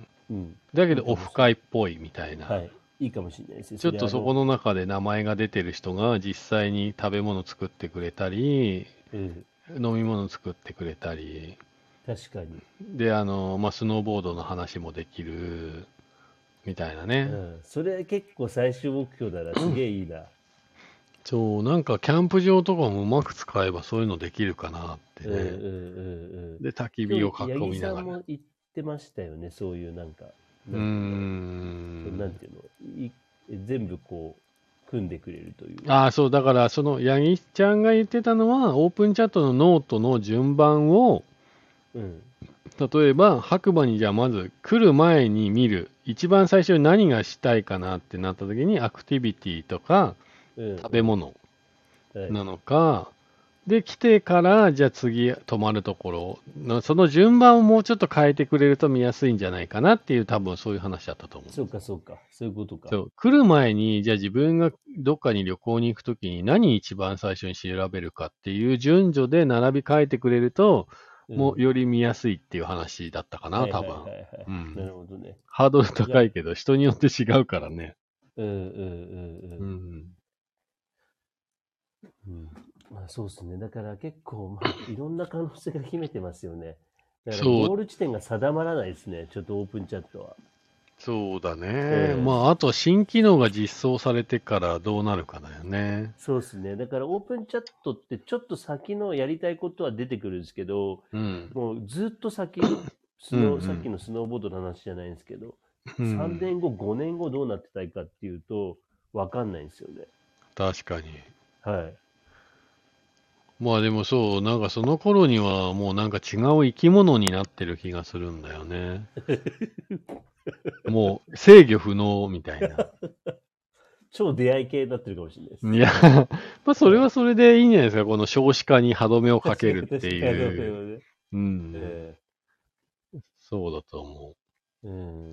うん。 だけど、オフいいかもしれ会っぽいみたいな。 ない。はい。いいかもしれないですね。 ちょっとそこそれあの、 の中で名前が出てる人が実際に食べ物作ってくれたり、 うん。 飲み物作ってくれたり、 確かに。 で、あの、まあ、スノーボードの話もできる、みたいなね。 うん。それ結構最終目標だな。すげえいいな。 そう、なんかキャンプ場とかもうまく使えばそういうのできるかなってうんうんうんね。 うん。 で、焚き今日、 火を八木囲みながら。 さんも言ってましたよね。そういうなんか、 うーなんていうんだろう。なんん。 ていうのい全部こう、組んでくれるという。 ああ、そう、だから、その、八木ちゃんが言ってたのは、オープンチャットのノートの順番を、 うん。 例えば、白馬にじゃあまず来る前に見る。一番最初に何がしたいかなってなった時に、アクティビティとか、 うん食べ物うん。はい。 なのか、で、来てから、じゃあ次泊まるところの、その順番をもうちょっと変えてくれると見やすいんじゃないかなっていう、多分そういう話だったと思う。 そうかそうか。そういうことか。 そう、来る前に、じゃあ自分がどっかに旅行に行くときに何一番最初に調べるかっていう順序で並び替えてくれると、 うん。 もうより見やすいっていう話だったかな、 はいはいはい多分。 はい。 うなるん。 ほどね。 ハードルいや、 高いけど、人によって違うからね。 うんうんうんうん。 うん。うん。まあそうですね。だから結構、まあ、いろんな可能性が秘めてますよね。だからそう、 ゴール地点が定まらないですね。ちょっとオープンチャットは。 そうだね。 うん。 まあ、あと新機能が実装されてからどうなるかだよね。 そうですね。だからオープンチャットってちょっと先のやりたいことは出てくるんですけど、 うん。 もうずっと先、スうんうノー、さっきん。 のスノーボードの話じゃないんですけど、3 うん。 年後、ごねんごどうなってたいかっていうと、わかんないんですよね。 確かに。 はい。 まあでもそう、なんかその頃にはもうなんか違う生き物になってる気がするんだよね。もう制御不能みたいな。 超出会い系になってるかもしれないです。 いや、まあそれはそれでいいんじゃないですか。この少子化に歯止めをかけるって確かに、確かいう。 にね。 うん。 えそうだと思えうん。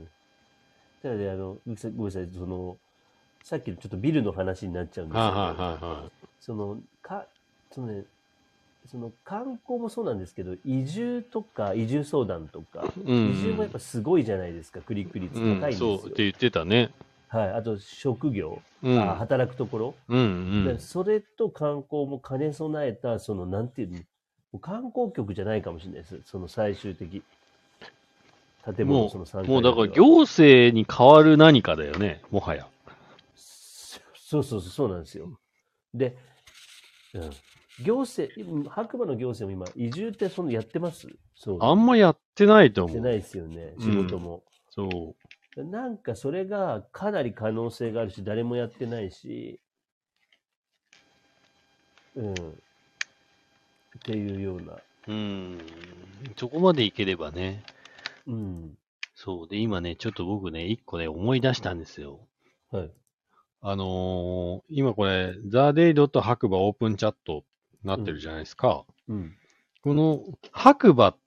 ただね、あの、ごめんなさい、その、さっきのちょっとビルの話になっちゃうんう。 ですけど、 はいはいはいはい。 その、か、そのね、その観光もそうなんですけど、移住とか移住相談とか、 うんう移住もやっん。 ぱすごいじゃないですか、クリック率うん、 高いんですよ。 そうって言ってたね。 はい。あと、職業、あ、 うん。 働くところ。 うんうで、 ん。 それと観光も兼ね備えた、その、なんていうの、もう観光局じゃないかもしれないです。その最終的、建物、そもの3 う、もうだ階建ては。 から行政に代わる何かだよね、もはや。 そうそうそう、そうなんですよ。で、うん。行政、今白馬の行政も今、移住ってそのやってますそういえば。 あんまやってないと思う。 してないですよね、仕事うん。 も。 そなんかそれがかなり可能性があるし、誰もやってないし、うん、っていうような。 う。うん。そこまでいければね。 うん。 そう。で、今ね、ちょっと僕ね、一個ね、思い出したんですよ。 はい。 あのー今これ、ザ・デイドと白馬オープンチャットになうん。 ってるじゃないですか。 うん。 この白馬って、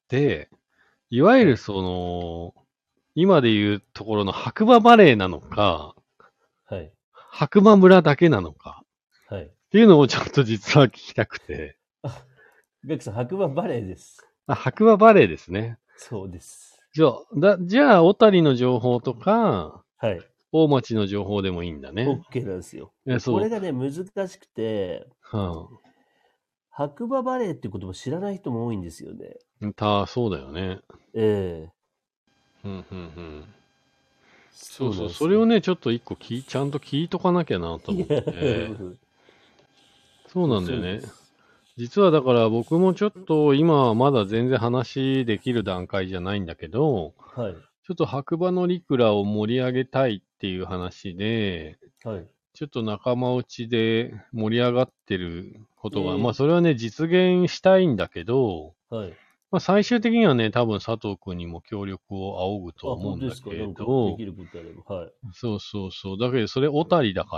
いわゆはい。 るその、今で言うところの白馬バレーなのか、 はい。 白馬村だけなのか、 はい。 っていうのをちょっと実は聞きたくて。 あ、ガクさん、白馬バレーです。 あ、白馬バレーですね。 そうです。 じゃあ、だ、じゃあ、小谷の情報とか、 はい。 大町の情報でもいいんだね。 OK なんですよ。 え、 で、こそれがね、難しくて、 う。は白馬バレーっていう言葉知らない人も多いんですよね。 あ、た、そうだよね。 ええうんうんうん。 そそうそう、 うなんですよ。 それをね、ちょっと一個聞い、ちゃんと聞いとかなきゃなと思っいや、 て。そうそう、 なんだよね。 そうです。 実はだから僕もちょっと今はまだ全然話できる段階じゃないんだけど、 はい。 ちょっと白馬のリクラを盛り上げたいっていう話で、 はい。 ちょっと仲間内で盛り上がってることが、まあえそれはね、実現したいんだけど、 ー、はい。 まあ最終的にはね、多分佐藤くんにも協力を仰ぐあ、 と思うん本当ですか。なだけんかでど、 きることあれば。はい。 そうそうそう。だけどそれ小谷だから、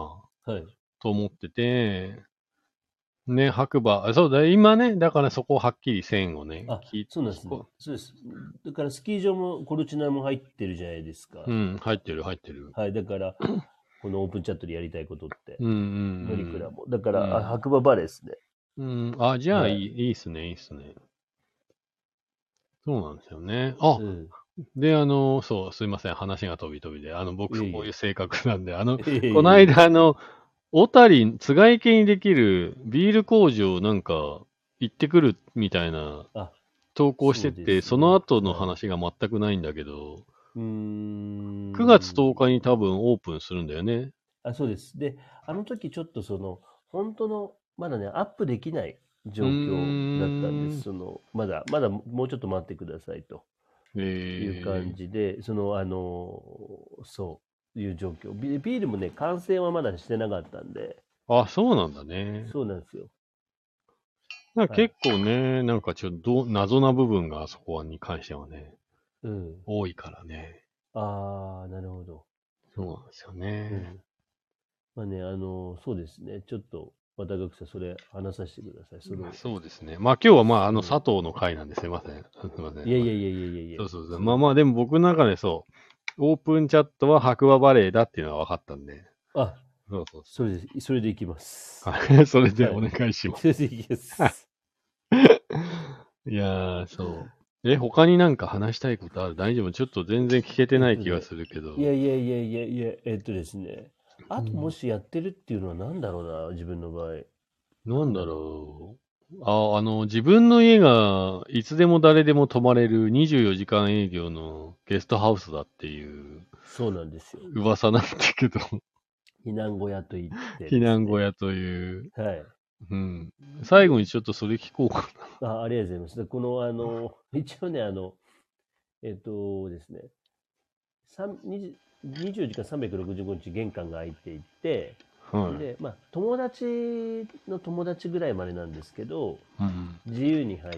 はい。 と思ってて、ね、白馬、あそうだ、今ね、だからそこをはっきり線をね、 あ、 聞い、 そうなんですね。 聞こそうです。だからスキー場もコルチナも入ってるじゃないですう。 か。 うん、入ってる、入ってる。 はい。だから、このオープンチャットでやりたいことって、 うん、う乗鞍ん、 も。だかうん。 ら、あ、白馬バレーですね。 うん。うん、あ、じゃあいい、 はい。 いいっすね、いいっすね。そうなんですよね。あ、 うん。 で、あの、そう、すいません、話が飛び飛びで。あの、僕こういういえいえ。 性格なんで、あの、 いえいこのえいえ。 間、あの、小谷、津軽池にできるビール工場なんか行ってくるみたいなあ、 投稿しそうでてて、そのすね。 後のはい。 話が全くないんだけど、 うーくがつん。 とおかに多分オープンするんだよね。 あ、そうです。で、あの時ちょっとその、本当の、まだね、アップできないうー状況だったんです。 ん。 その、まだ、まだもうちょっと待ってくださいという感えじで、その、あの、そういう状況。ビビールもね、完成はまだしてなかったんで、 ー、あ、そうなんだね。 そうなんですよ。 なんかはい。 結構ね、なんかちょっとど謎な部分があそこに関してはね、 うん。 多いからね。 ああ、なるほど。 そうなんですよね。 うん。まあね、あの、そうですね。ちょっと、また学生、それ話させてください。そまあの、 そうですね。まあ今日はまああの佐うん。 藤の回なんですいません。すいません。 いやいやいやいやいやいや、 そうそうそう。 その、 まあまあでも僕の中でそう、オープンチャットは白馬バレーだっていうのは分かったんで。 あ、 そうそうそそれで、それでいきまう。 す。 はい。それではい。 お願いします。 それでいきます。 いやー、そう。え、他になんか話したいことある？大丈夫？ちょっと全然聞けてない気がえっとね、 するけど。 いやいやいやいやいや、えっとですね、あともうん、 しやってるっていうのは何だろうな、自分の場合。 なんだなんだろろう。あ、あの、自分の家がいつでも誰でも泊まれるにじゅうよじかん営業のゲストハウスだっていうう。そうなんですよ。 噂なんだけど、 避難小屋といって避ですね。 難小屋という。 はい。 うん。最後で、 にちょっとそれ聞こうかあ、ありがとうございます。でこの、あの、一応ね、あの、えっとですね、さん にじゅう にじゅうよじかんさんびゃくろくじゅうごにち玄関が開いていて、 な。はい。 で、まあ、友達の友達ぐらいまでなんですけど、 うん。 自由に入って、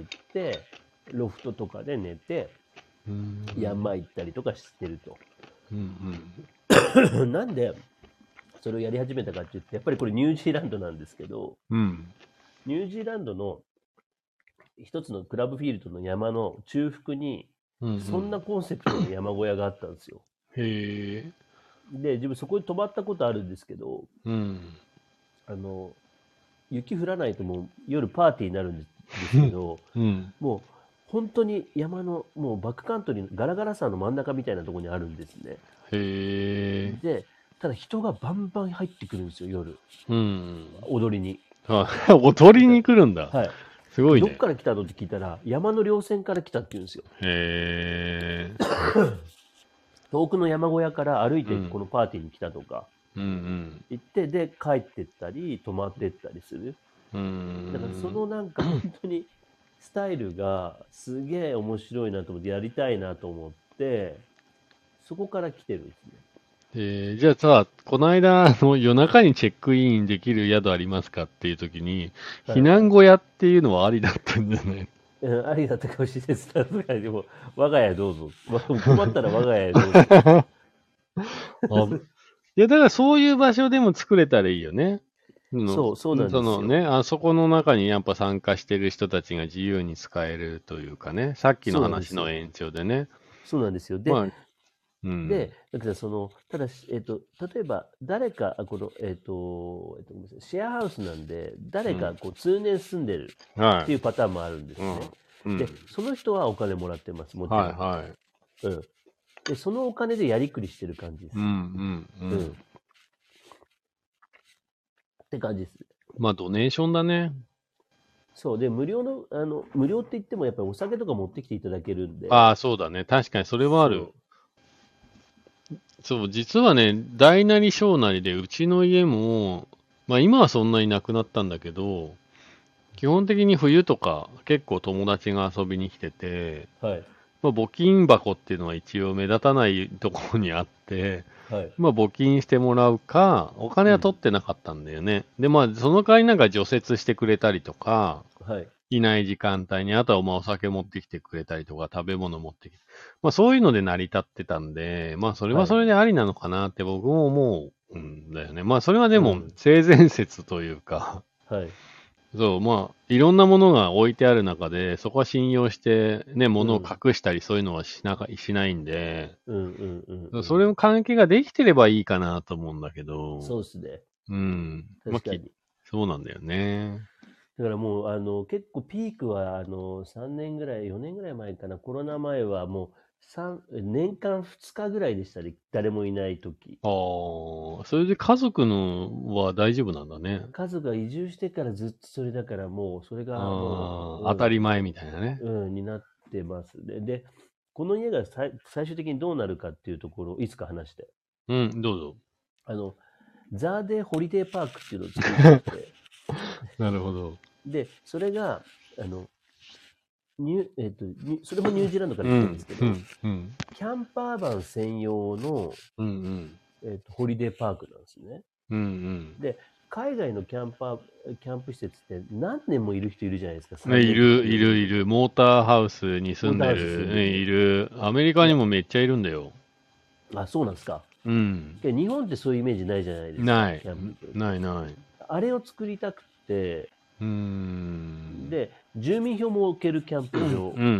ロフトとかで寝て、 うん。 山行ったりとかしてると。 うん。 なんで、それをやり始めたかって言って、やっぱりこれニュージーランドなんですけど、 うん。 ニュージーランドの一つのクラブフィールドの山の中腹に、 うん。うそんなん。 コンセプトの山小屋があったんですよ。 へえ。 で、自分そこに泊まったことあるんですけど、 うん。 あの、雪降らないともう夜パーティーになるんですけど、 うん。 もう本当に山のもうバックカントリーのガラガラ山の真ん中みたいなところにあるんですね。 へえ。 で、ただ人がバンバン入ってくるんですよ、夜。 うん。 踊りに。 あ、踊りに来るんだ。 はい。 すごいね。 どっから来たのって聞いたら、山の稜線から来たって言うんですよ。 へえ。 遠くの山小屋から歩いうん。 てこのパーティーに来たとかうん言って、で、帰ってったり、泊まってったりする。 うん。うだからそーん。 のなんか本当にスタイルがすげえ面白いなと思ってやりたいなと思って、そこから来てるんですね。 えー、じゃあさ、この間、あの、夜中にチェックインできる宿ありますかっていう時に、避はい。 難小屋っていうのはありだったんじゃない？ うん、ありだったかもしれないです。さすがにでも、我が家どうぞ。まあ困ったら我が家へどうぞ。 あ、いや、だからそういう場所でも作れたらいいよね。その、 そう、そうなんですよ。 そのね、あそこの中にやっぱ参加してる人たちが自由に使えるというかね、さっきのそうなんですよ。 話の延長でね。 そうなんですよ。で、 まあ、うん。 で、だからその、ただし、えっと、例えば、誰か、あこの、えっと、えっと、ごめんなさい、シェアハウスなんで、誰かうん。 こう通年住んでるっていうはい。 パターンもあるんでうん。 すね。で、 うん。 その人はお金もらってます、もちろはい、 ん。 はい。 うん。で、そのお金でやりくりしてる感じでうん、うす。 ん、ううん。っん。 て感じです。 まあ、ドネーションだね。 そうで無料のあの無料って言ってもやっぱりお酒とか持ってきていただけるんで、 ああ、そうだね。確かにそれはある。そう、実はね、大なり小なりで、うちの家も、まあ今はそんなになくなったんだけど、基本的に冬とか結構友達が遊びに来てて、 そう、はいまあ募金箱っていうのは一応目立たないところにあって、 はい、 まあ募金してもらうか、お金は取ってなかったんだよね。で、まあその代わりなんか除雪してくれたりとか、 はい、 いない時間帯に、あとはまあお酒持ってきてくれたりとか、食べ物持ってきて、まあそういうので成り立ってたんで、まあそれはそれでありなのかなって僕も思うんだよね。まあそれはでもうん性善説というか、 はい、 そう、まあいろんなものが置いてある中で、そこは信用してね、物をうん隠したりそういうのはしなか、しないんで、 うんうんうんうん、 それの関係ができてればいいかなと思うんだけど、 そうですね、 うん。まあき、 確かに。 そうなんだよね。 だからもうあの結構ピークはあのさんねんぐらい、よねんぐらい前かな、コロナ前はもうさん年間ふつかぐらいでしたね、誰もいない時。 ああ、それで家族のは大丈夫なんだね。 家族が移住してからずっとそれだからもうそれがもああ、当う、 たり前みたいなね。 うん、うん、になってますね。で、この家が最最終的にどうなるかっていうところをいつか話して、 うん、どうぞ。 あの、ザーデーホリデーパークっていうのを作りたくて、 なるほど。 で、それが、あの、ニュえっと、ニュそれもニュージーランドから来てるんでうん、 すけど、 うん、うん、 キャンパーバン専用の、 うん、うん、 えっと、ホリデーパークなんですね。 うん、 で、海外のキャンパー、キャンプ施設って何年もいる人いるじゃないですか。 うん。ね、 3 いる、 年とかよねんいる、いる。モーターハウスに住んでモーターハウス住んる、ね、 でて。 いる。アメリカにで、 もめっちゃいるんだよ。 あ、そうなんですか。 うん。 で日本ってそういうイメージないじゃないですか、 ない。 キャンプ場って。 ない、ない。 あれを作りたくて、 うーん。 で、住民票も置けるキャンプうん、 場うん、うん。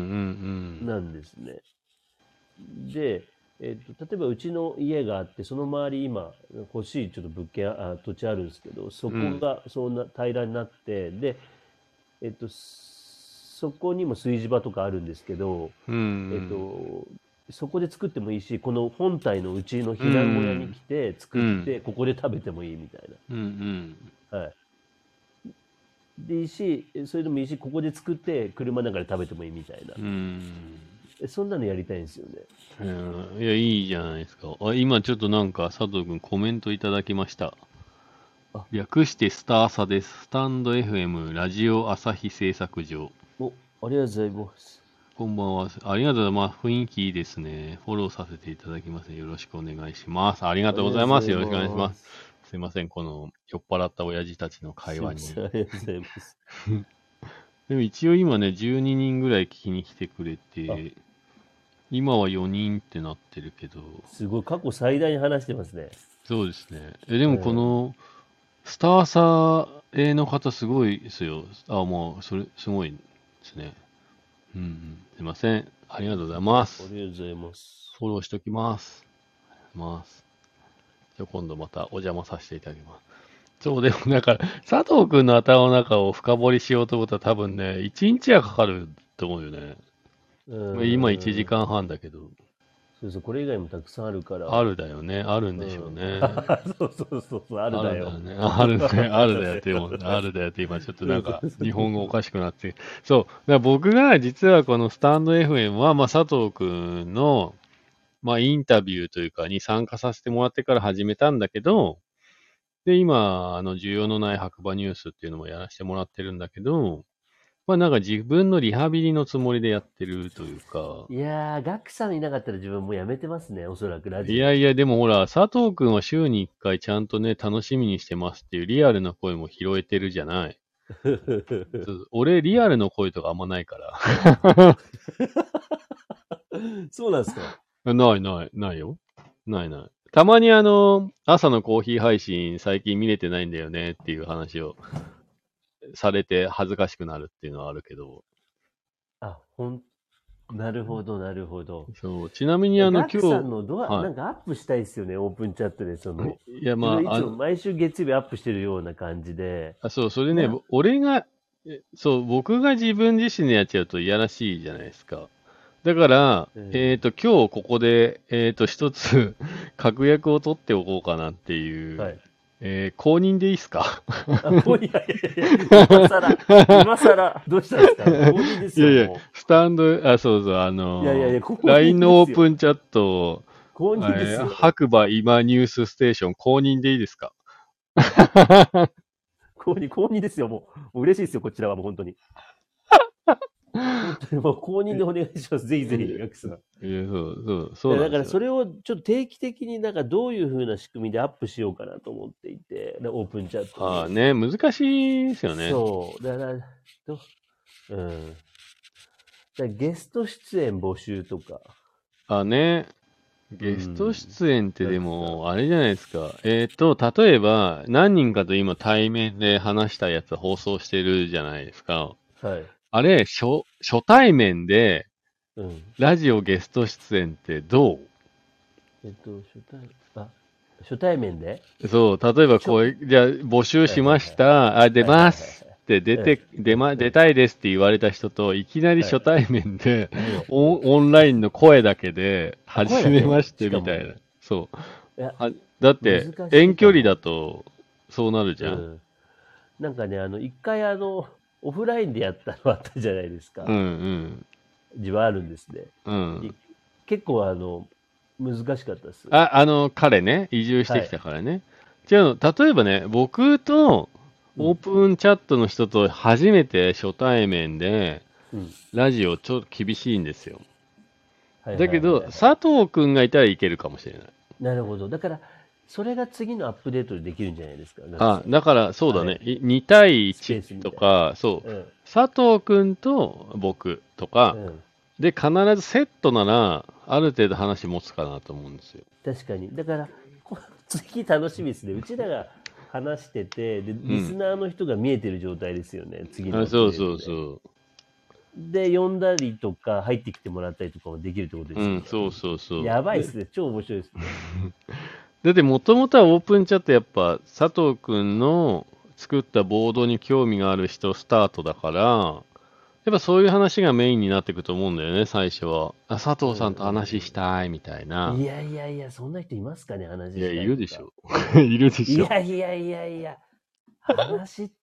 なんですね。で、えっと、例えばうちの家があって、その周り今欲しいちょっと物件、あ、土地あるんですけど、そこがそんな平らになって、で、えっと、そこにも炊事場とかあるんですけど、 うん、うえっん。 と、そこで作ってもいいし、この本体のうちのう避難小屋にん、 来てうん、 作って、ここで食べてもいいみたいうん、うん。 な。はい。でいいし、それでもいいし、ここで作って車の中で食べてもいいみたいな。 うん。 えそんなのやりたいんですよね。 うん、いや、いいじゃないですか。あ、今ちょっとなんか佐藤くんコメントいただきました。 あ、 略してスターサです。スタンド エフエム ラジオ朝日製作所。 お、ありがとうございます。 こんばんは。ありがとうございます。雰囲気いいですね。フォローさせていただきます。よろしくお願いします。ありがありとうございます。 がとうございよろしくお願いします。 ます。 すいません。この酔っ払った親父たちの会話に。 すいません、ありがとうございます。 でも一応今ね、じゅうににんぐらい聞きに来てくれあ、 て、今はよにんってなってるけど、 すごい、過去最大に話してますね。 そうですね。え、でもこうん。 の、スターサーの方すごいですよ。あ、もう、それ、すごいですね。うん、うん。すいません。ありがとうございまあす。 りがとうございます。 フォローしときます。ます。じゃあ今度またお邪魔させていただきます。そう、でもなんか、佐藤くんの頭の中を深掘りしようと思ったら多分ね、いちにちはかかると思うよね。 うまあ今1 ーん。 時間半だけど、 そうそう、これ以外もたくさんあるから。 あるだよね。あるんでしょううん。 ね。 そうそうそうそう、あるあだよ。 るだよね。あるね。あるだよってもう、あるだよって今ちょっとなんか日本語おかしくなって。そう。だから僕が実はこのスタンド エフエム は、まあ佐藤くんの、まあインタビューというかに参加させてもらってから始めたんだけど、で、今、あの、需要のない白馬ニュースっていうのもやらせてもらってるんだけど、まあなんか自分のリハビリのつもりでやってるというか、 いやー、ガクさんいなかったら自分もうやめてますね、おそらくラジオ。 いやいや、でもほら、佐藤くんは週にいっかいちゃんとね、楽しみにしてますっていうリアルな声も拾えてるじゃない。そう俺、リアルの声とかあんまないから。 そうなんですか。 ないない、ないよ。ないない。たまにあの、朝のコーヒー配信最近見れてないんだよねっていう話をされて恥ずかしくなるっていうのはあるけど。 あ、ほん、なるほど、なるほど。 そう、ちなみにあのガクさん今日、 のドア、 はなんかアップしたいですよね、オープンチャットで、その、 い。いや、 自分いまあ、あの、 つも毎週月曜日アップしてるような感じで、 あ、そう、それね、 な、 ぼ俺が、えそう、僕が自分自身でやっちゃうといやらしいじゃないですか。だから、 うん、 えっと、今日ここで、えっと、一つ確約を取っておこうかなっていうはい。 えー、公認でいいっすか？ あ、もういやいやいや、今更、今更、どうしたんですか？公認ですよ、 いやいや、 もスタンド、あ、そうそう、あう。いやいやいのや、公ー、ライン認でのオすよ。 ープンチャット、 公えー、 認ですよ。 白馬今ニュースステーション公認でいいですか？ 公認、公認ですよ、もう。もう嬉しいですよ、こちらはもう本当に。本当にもう公認でお願いします。ぜひぜひ、ガクさん。 いや、そう、そう、そいやだうなんですよ。 からそれをちょっと定期的になんかどういう風な仕組みでアップしようかなと思っていて、でオープンチャットに。 ああね、難しいですよね。 そう。だから、どうん。だからゲスト出演募集とか。 あね、ゲスト出演ってでも、あれじゃないですか。えっと、例えば、何人かと今対面で話したやつ放送してるじゃないですか。 はい。 あれ、初、初対面で、 うん。 ラジオゲスト出演ってどえっと、初対、あ、初対面でう？そう、例えばちょ、 こう、じゃあ募集しましはた。あ、出いはいはい。 ますって出て、出ま、出たいですって言われた人と、いきなり初対面で、オン、オンラインの声だけで、はじめましてみたいな。そう。 いや、 はだって難しいかも遠距離だとそうなるじゃん。 うん。なんかね、あの、一回あの、オフラインでやったのあったじゃないですか。 うんうん自分あるんですね。 うん。 い結構あの、難しかったです。 あ、あの彼ね、移住してきはい。 たからね。じゃあ、例えばね、僕とオーうん。 プンチャットの人と初めて初対面で、 うん。 ラジオちょっと厳しいんですよ。 はいはいはいはい、 だけど、 はい。 佐藤くんがいたらいけるかもしれない。 なるほど。だから、それが次のアップデートでできるんじゃないですか、ガクあ、 さん。 だからそうあれ、 だね。いに対スペいちースみたいとか、そな。 う。 うん。 佐藤くんと僕とか、 うん。 で、必ずセットなら、ある程度話持つかなと思うんですよ。 確かに。だから、こ次楽しみですね。うちらが話してて、で、リスうん。 ナーの人が見えてる状態ですよね。次のアあ、 ップそうそうデートで。 そで、呼んだりとか、入ってきてもらったりとかもできるってことでう。うすよね。 ん、そうそうそう。で、 やばいっすね。超面白いですね。 だってもともとはオープンチャットやっぱ佐藤くんの作ったボードに興味がある人スタートだから、やっぱそういう話がメインになっていくと思うんだよね、最初は。あ、佐藤さんと話したいみたいな。 いやいやいや、そんな人いますかね、話いや、 したいとか。 いるでしょ。いるでいしょ。 やいやいやいや、話って、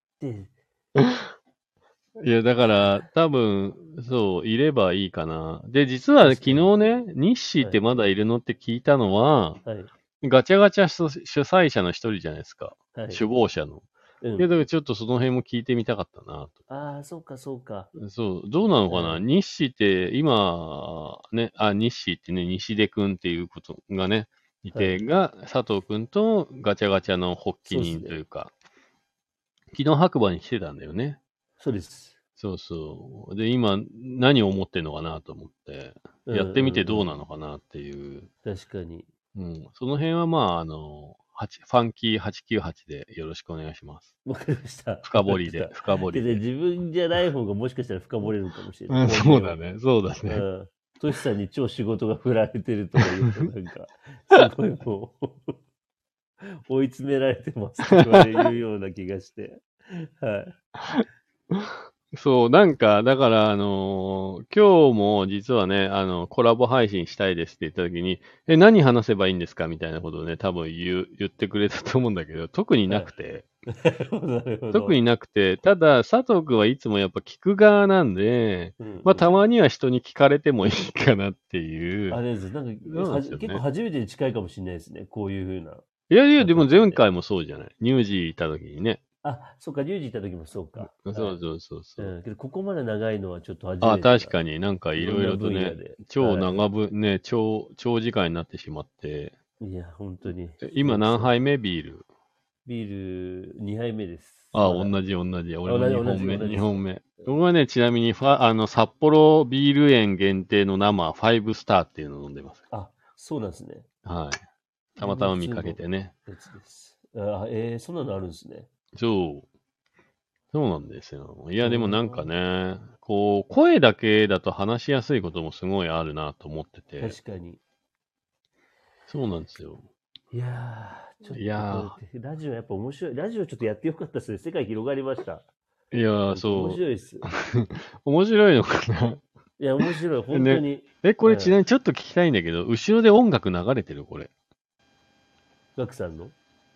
いや、だから多分、そう、いればいいかな。で、実は昨日確かに。 ね、日誌ってはい。 まだいるのって聞いたのは、 はい。 ガチャガチャ主主催者の一人じゃないですか。 はい。 首謀者の。いや、 うん。 だからちょっとその辺も聞いてみたかったなああ、そうか、そうか。 と。そう、どうなのかな、 うん。 日誌って今、ね、あ、日誌ってね、西出くんっていうことがね、いはい。 て、が、佐藤くんとガチャガチャの発起人とそうですね。 いうか、昨日白馬に来てたんだよね。 そうです。 そうそう。で、今、何を思ってんのかなと思って、 うんうやってみてどうんうん。 なのかなっていう。 確かに。 うん。その辺はまあ、あの、はちファンキーはちきゅうはちでよろしくお願いします。 わかりました。わか深掘りで、 りました。で、で、 深掘りで。 自分じゃない方がもしかしたら深掘れるかもしれない。 うん、 本音を。 そうだね、そうだね。 うん。トシさんに超仕事が振られてるとか言うと、なんか、すごいもう追い詰められてますって言われるような気がして。はい。 そう、なんか、だから、あのー今日も実はね、あの、コラボ配信したいですって言った時に、え、何話せばいいんですかみたいなことをね、多分言う、言ってくれたと思うんだけど、特になくはい。 て、 なるほど、なるほど。 特になくて、ただ、佐藤くんはいつもやっぱ聞く側なんで、 うんまあ、 うん。 たまには人に聞かれてもいいかなっていう、 あれです。なんそうか、はじ、 なんですよね。 結構初めてに近いかもしれないですね。こういう風ないやいや、でも形で。 前回もそうじゃない。乳児いた時にね。 あ、そうか、リュウジ行った時もそうか。はい。 そうそうそうそう。 うん。けど、ここまで長いのはちょっと初あ、 めてな。 確かになんかいろいいろんなろとね、 分野で。 超は長ぶ、ね、超、長時間になってしまって、 い。いや、本当に、 え今ガクさん。 何杯目ビール？ ビールにはいめです。 あ、 まだ。 同じ同じ。俺あ、 も同じ、同じ、 2本目、 同じですか。 にほんめ。僕はね、ちなみにファ、あの、札幌ビール園限定の生、ファイブスターっていうのを飲んでます。 あ、そうなんですね。 はい。たま自分たま見かけは普通のてね。 やつです。あ、えー、そんなのあるんですね。 そう。そうなんですよ。いや、 うーでもなんかん。 ね、こう、声だけだと話しやすいこともすごいあるなと思ってて。 確かに。 そうなんですよ。 いやー、ちょっいやとこれ、ラジオやっぱ面白い。ラジオちょっとやってよかったですね。世界広がりました。 ー、いやー、 なんか面そ白いです。 う。面白いのかな。 いや、面白い。本当ね。 に。 え、これちなみうん。 にちょっと聞きたいんだけど、後ろで音楽流れてるこれ。 ガクさんの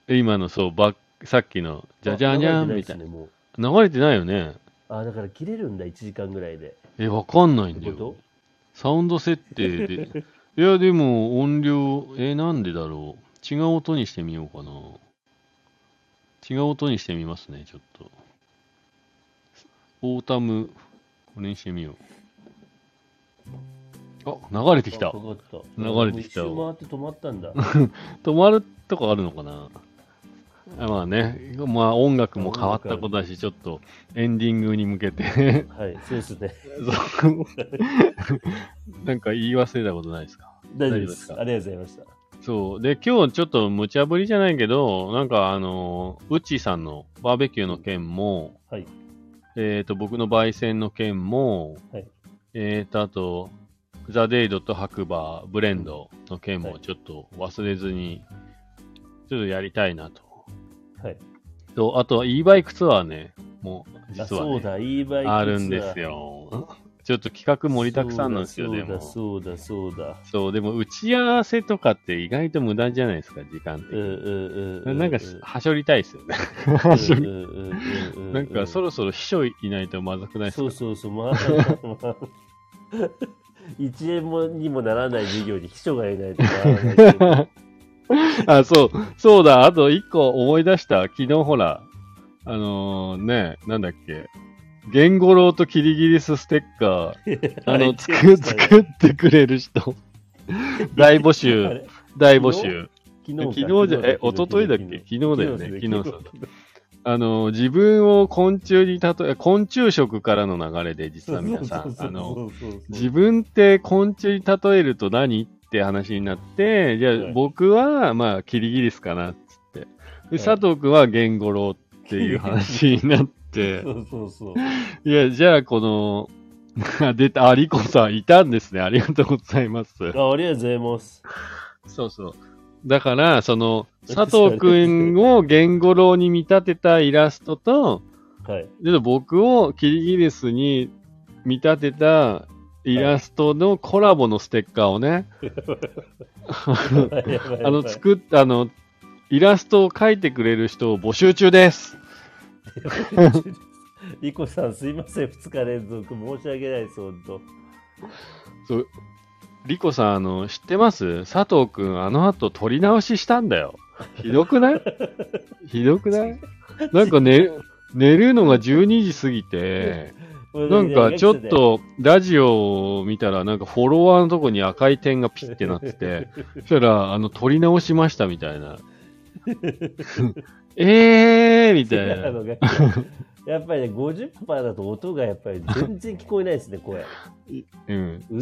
今のそう、バッさっきの、じゃじゃじゃんみたいな。流れてないよね。 あ、だから切れるんだ、いちじかんぐらいで。 え、わかんないんだよ。サウンド設定で。いや、でも音量、え、なんでだろう。違う音にしてみようかな。違う音にしてみますね、ちょっと。オータム、これにしてみよう。あ、流れてきた。流れてきた。 一周回って止まったんだ。 止まるとこあるのかな。まあね、まあ音楽も変わったことだし、ちょっとエンディングに向けてはい、そうですね。 なんか言い忘れたことないですか？ 大丈夫ですか？ありがとうございました。 そう。で、今日ちょっと無茶ぶりじゃないけど、なんかあの、ウッチーさんのバーベキューの件も、 はい。 えっと、僕の焙煎の件も、 はい。 えっと、あと、ザ・デイドと白馬ブレンドの件もちょっと忘れずに、ちょっとやりたいなと。 はい。 と、あとは e バイクツアーね、もう、実は、ね、 そうだ、e バイクツアー。 あるんですよ。ちょっと企画盛りだくさんなんですよ、でも。 そうだ、そうだ、そうだ。 そう、でも打ち合わせとかって意外と無駄じゃないですか、時間的に。うんうんうん。なんか、はしょりたいですよね。はしょり。なんか、そろそろ秘書いないとまずくないですか？ そうそうそう、まあ、いちえんもにもならない授業に秘書がいないとならない。 あ、そう、そうだ、あと一個思い出した。昨日ほら、あのー、ね、なんだっけ。ゲンゴロウとキリギリスステッカー、あの、作、作ってくれる人。大募集、大募集。昨日、昨日じゃ、え、一昨日だっけ？昨日だよね。昨日そう。あの、自分を昆虫に例え、昆虫食からの流れで、実は皆さん、あの、自分って昆虫に例えると何って話になって、じゃあ、はい、僕は、まあ、キリギリスかなっつって。で、佐藤くんはゲンゴロウっていう話になって、 そうそうそう。 いや、じゃあ、この、出た、あ、リコさんいたんですね。ありがとうございます。 あ、ありがとうございます。 そうそう。だから、その、佐藤くんをゲンゴロウに見立てたイラストと、 はい。 で、僕をキリギリスに見立てたイラストのコラボのステッカーをね、あの、作った、あの、イラストを描いてくれる人を募集中です。 リコさんすいません、ふつか連続申し訳ないです、ほんと。 そう、リコさん、あの、知ってます？佐藤くん、あの後撮り直ししたんだよ。ひどくないひどくないなんか寝、寝るのがじゅうにじ過ぎて、なんかちょっとラジオを見たらなんかフォロワーのとこに赤い点がピッてなってて、そしたら、あの、撮り直しましたみたいな。えーみたいな。 やっぱりね、ごじゅっパーセント だと音がやっぱり全然聞こえないですね、声。 うん。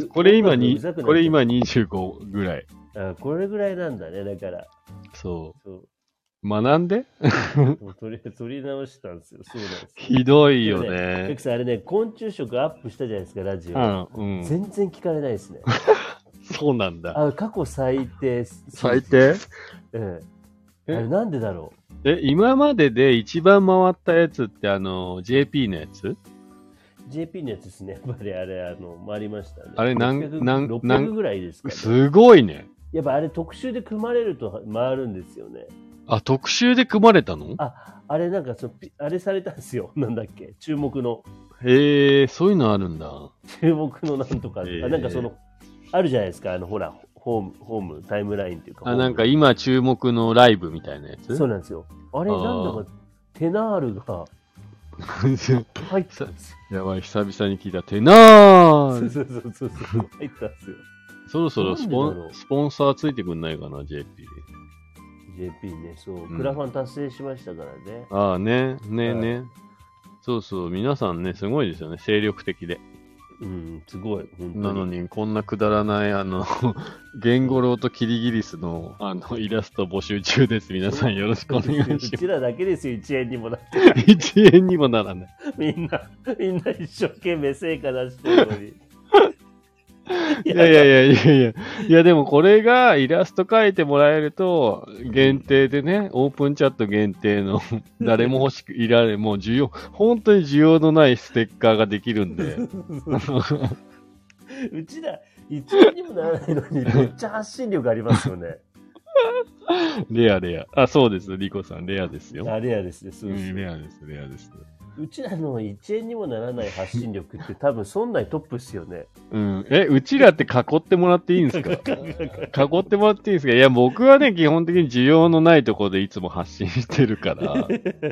これ今に、これ今にじゅうごぐらい。 あ、これぐらいなんだね、だから。 そう。そう学んで取り、取り直したんですよ。そうなんですよ。 ひどいよね。 エクさん、あれね、昆虫食アップしたじゃないですか、ラジオ。うん。全然聞かれないですね。 そうなんだ。 あ、過去最低。 最低？ うん。あれなんでだろう。え、今までで一番回ったやつってあの、ジェーピー のやつ？ ジェーピー のやつですね。やっぱりあれ、あの、回りましたね。 あれ何、何、 ろっぴゃくぐらいですかね。 すごいね。 やっぱあれ特集で組まれると回るんですよね。 あ、特集で組まれたの？ あ、あれなんかそ、あれされたんですよ。なんだっけ、注目の。 へえ、そういうのあるんだ。 注目のなんとか、あ、なんかその、あるじゃないですか、あの、ほら、ホーム、ホーム、タイムラインっていうか。 あ、なんか今注目のライブみたいなやつ？ そうなんですよ。あれ、なんだか、テナールが入ったんですよ。やばい、久々に聞いた。テナールそうそうそうそう、入ったんですよ。 そろそろスポン、スポンサーついてくんないかな、ジェーピー。 ジェーピー ね、そう、クラファン達成しましたからね。 ああ、ね、ね、ね。そうそう、皆さんね、すごいですよね、精力的で。 うん、すごい。本当になのに、こんなくだらない、あの、ゲンゴロウとキリギリスの、あの、イラスト募集中です。皆さんよろしくお願いします。 うちらだけですよ、いちえんにもなってない。 いちえんにもならない。 みんな、みんな一生懸命成果出してるのに。 いやいやいやいやいや。いやでもこれがイラスト描いてもらえると、限定でね、オープンチャット限定の、誰も欲しくいられ、もう需要、本当に需要のないステッカーができるんで。 うちら、いちえんにもならないのに、めっちゃ発信力ありますよね。 レアレア。あ、そうです。リコさん、レアですよ。 あ、レアですね。そううです。 ん、レアです、レアです。 うちらのいちえんにもならない発信力って多分そんなにトップっすよね。 うん。え、うちらって囲ってもらっていいんですか？囲ってもらっていいんですか？いや、僕はね、基本的に需要のないところでいつも発信してるから。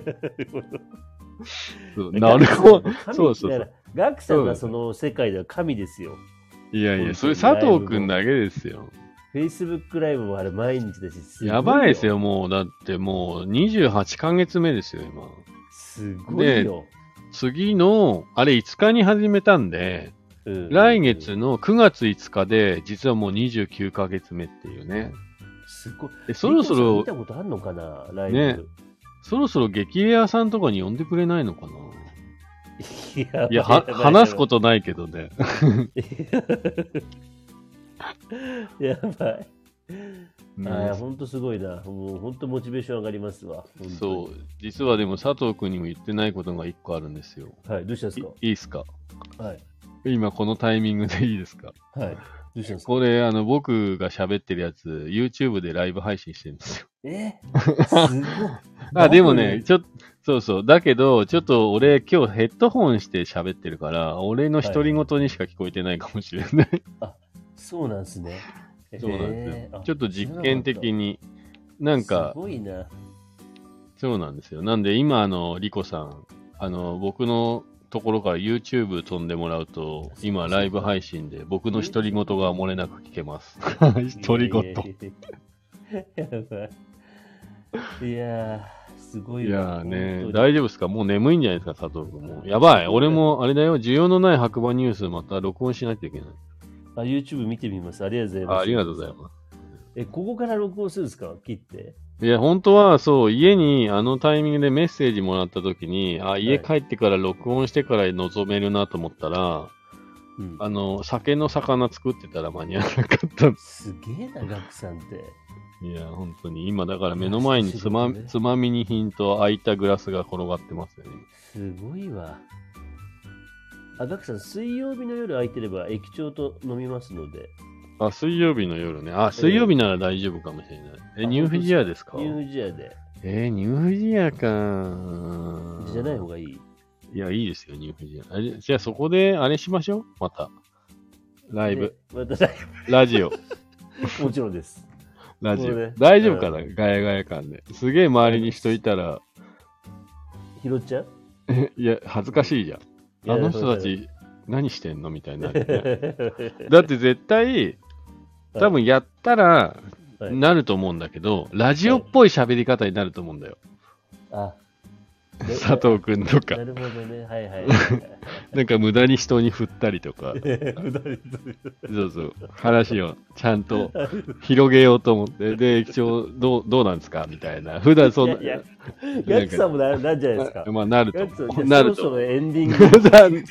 そうなるほど。そうそうそう。 ガクさんがその世界では神ですよ。 いやいや、それ佐藤くんだけですよ。 Facebook ライブもあれ毎日だし、すごいよ。 やばいですよ、もう。だってもうにじゅうはちかげつめですよ、今。 すごいよ。 次の、あれいつかに始めたんで、うん、来月のくがついつかで、実はもうにじゅうきゅうかげつめっていうね。 すごい。 え、そろそろ、 見たことあんのかな、ライブ。 ね。そろそろ激レアさんとかに呼んでくれないのかな。いや、いやは話すことないけどね。 やばい。ね、ああ、ほんとすごいな。もうほんとモチベーション上がりますわ。 そう。実はでも佐藤君にも言ってないことが一個あるんですよ。 はい、どうしたんですか？ いいですか？ はい。 今このタイミングでいいですか？ はい。どうしたんですか？ これ、あの、僕が喋ってるやつ、YouTube でライブ配信してるんですよ。 えすごい。 あ、でもね、ちょっと、そうそう。だけど、ちょっと俺今日ヘッドホンして喋ってるから、俺の独り言にしか聞こえてないかもしれない。はい、 あ、そうなんですね。 そうなんですよ。ちょっと実験的に、なんか、 すごいな。 そうなんですよ。なんで今、あの、リコさん、あの、僕のところから YouTube 飛んでもらうと、今ライブ配信で僕の独り言が漏れなく聞けます。独り言。 やばい。いやー、すごいわ。いやーね、大丈夫ですか？もう眠いんじゃないですか、佐藤君も。やばい。俺も、あれだよ、需要のない白馬ニュースまた録音しなきゃいけない。 あ、YouTube 見てみます。ありがとうございます。 あ、ありがとうございます。 え、ここから録音するんですか？切って。 いや、本当は、そう、家にあのタイミングでメッセージもらった時に、あ、家帰ってから録音してから臨めるなと思ったら、うん、あの、酒の魚作ってたら間に合わなかった。 すげえな、ガクさんって。 いや、本当に、今だから目の前につま、ね、つまみに品と空いたグラスが転がってますよね。 すごいわ。あ、ガクさん、水曜日の夜空いてれば駅長と飲みますので。 あ、水曜日の夜ね。あ、水曜日なら大丈夫かもしれない。えー、ニューフィジアですか？ ニューフィジアで。 えー、ニューフィジアか。 じゃない方がいい。 いや、いいですよ、ニューフィジア。あ、じゃあそこで、あれしましょうまた。ライブ。 またライブ。ラジオ。 もちろんです。 ラジオ。ね、大丈夫かな、うん、ガヤガヤ感で。すげえ周りに人いたら。 拾っちゃう？ いや、恥ずかしいじゃん。あの人たち、何してんのみたいになる、ね。だって絶対、多分やったら、なると思うんだけど、はい、ラジオっぽい喋り方になると思うんだよ。 あ、 佐藤くんとか。 なるほどね。はいはい、はい。 なんか無駄に人に振ったりとか。無駄にそうそう。話をちゃんと広げようと思って。で、一応、どう、どうなんですかみたいな。普段そんな。いやいや、ガクさんもな、なんじゃないですか。 まあ、なると。 なると。そろそろエンディング。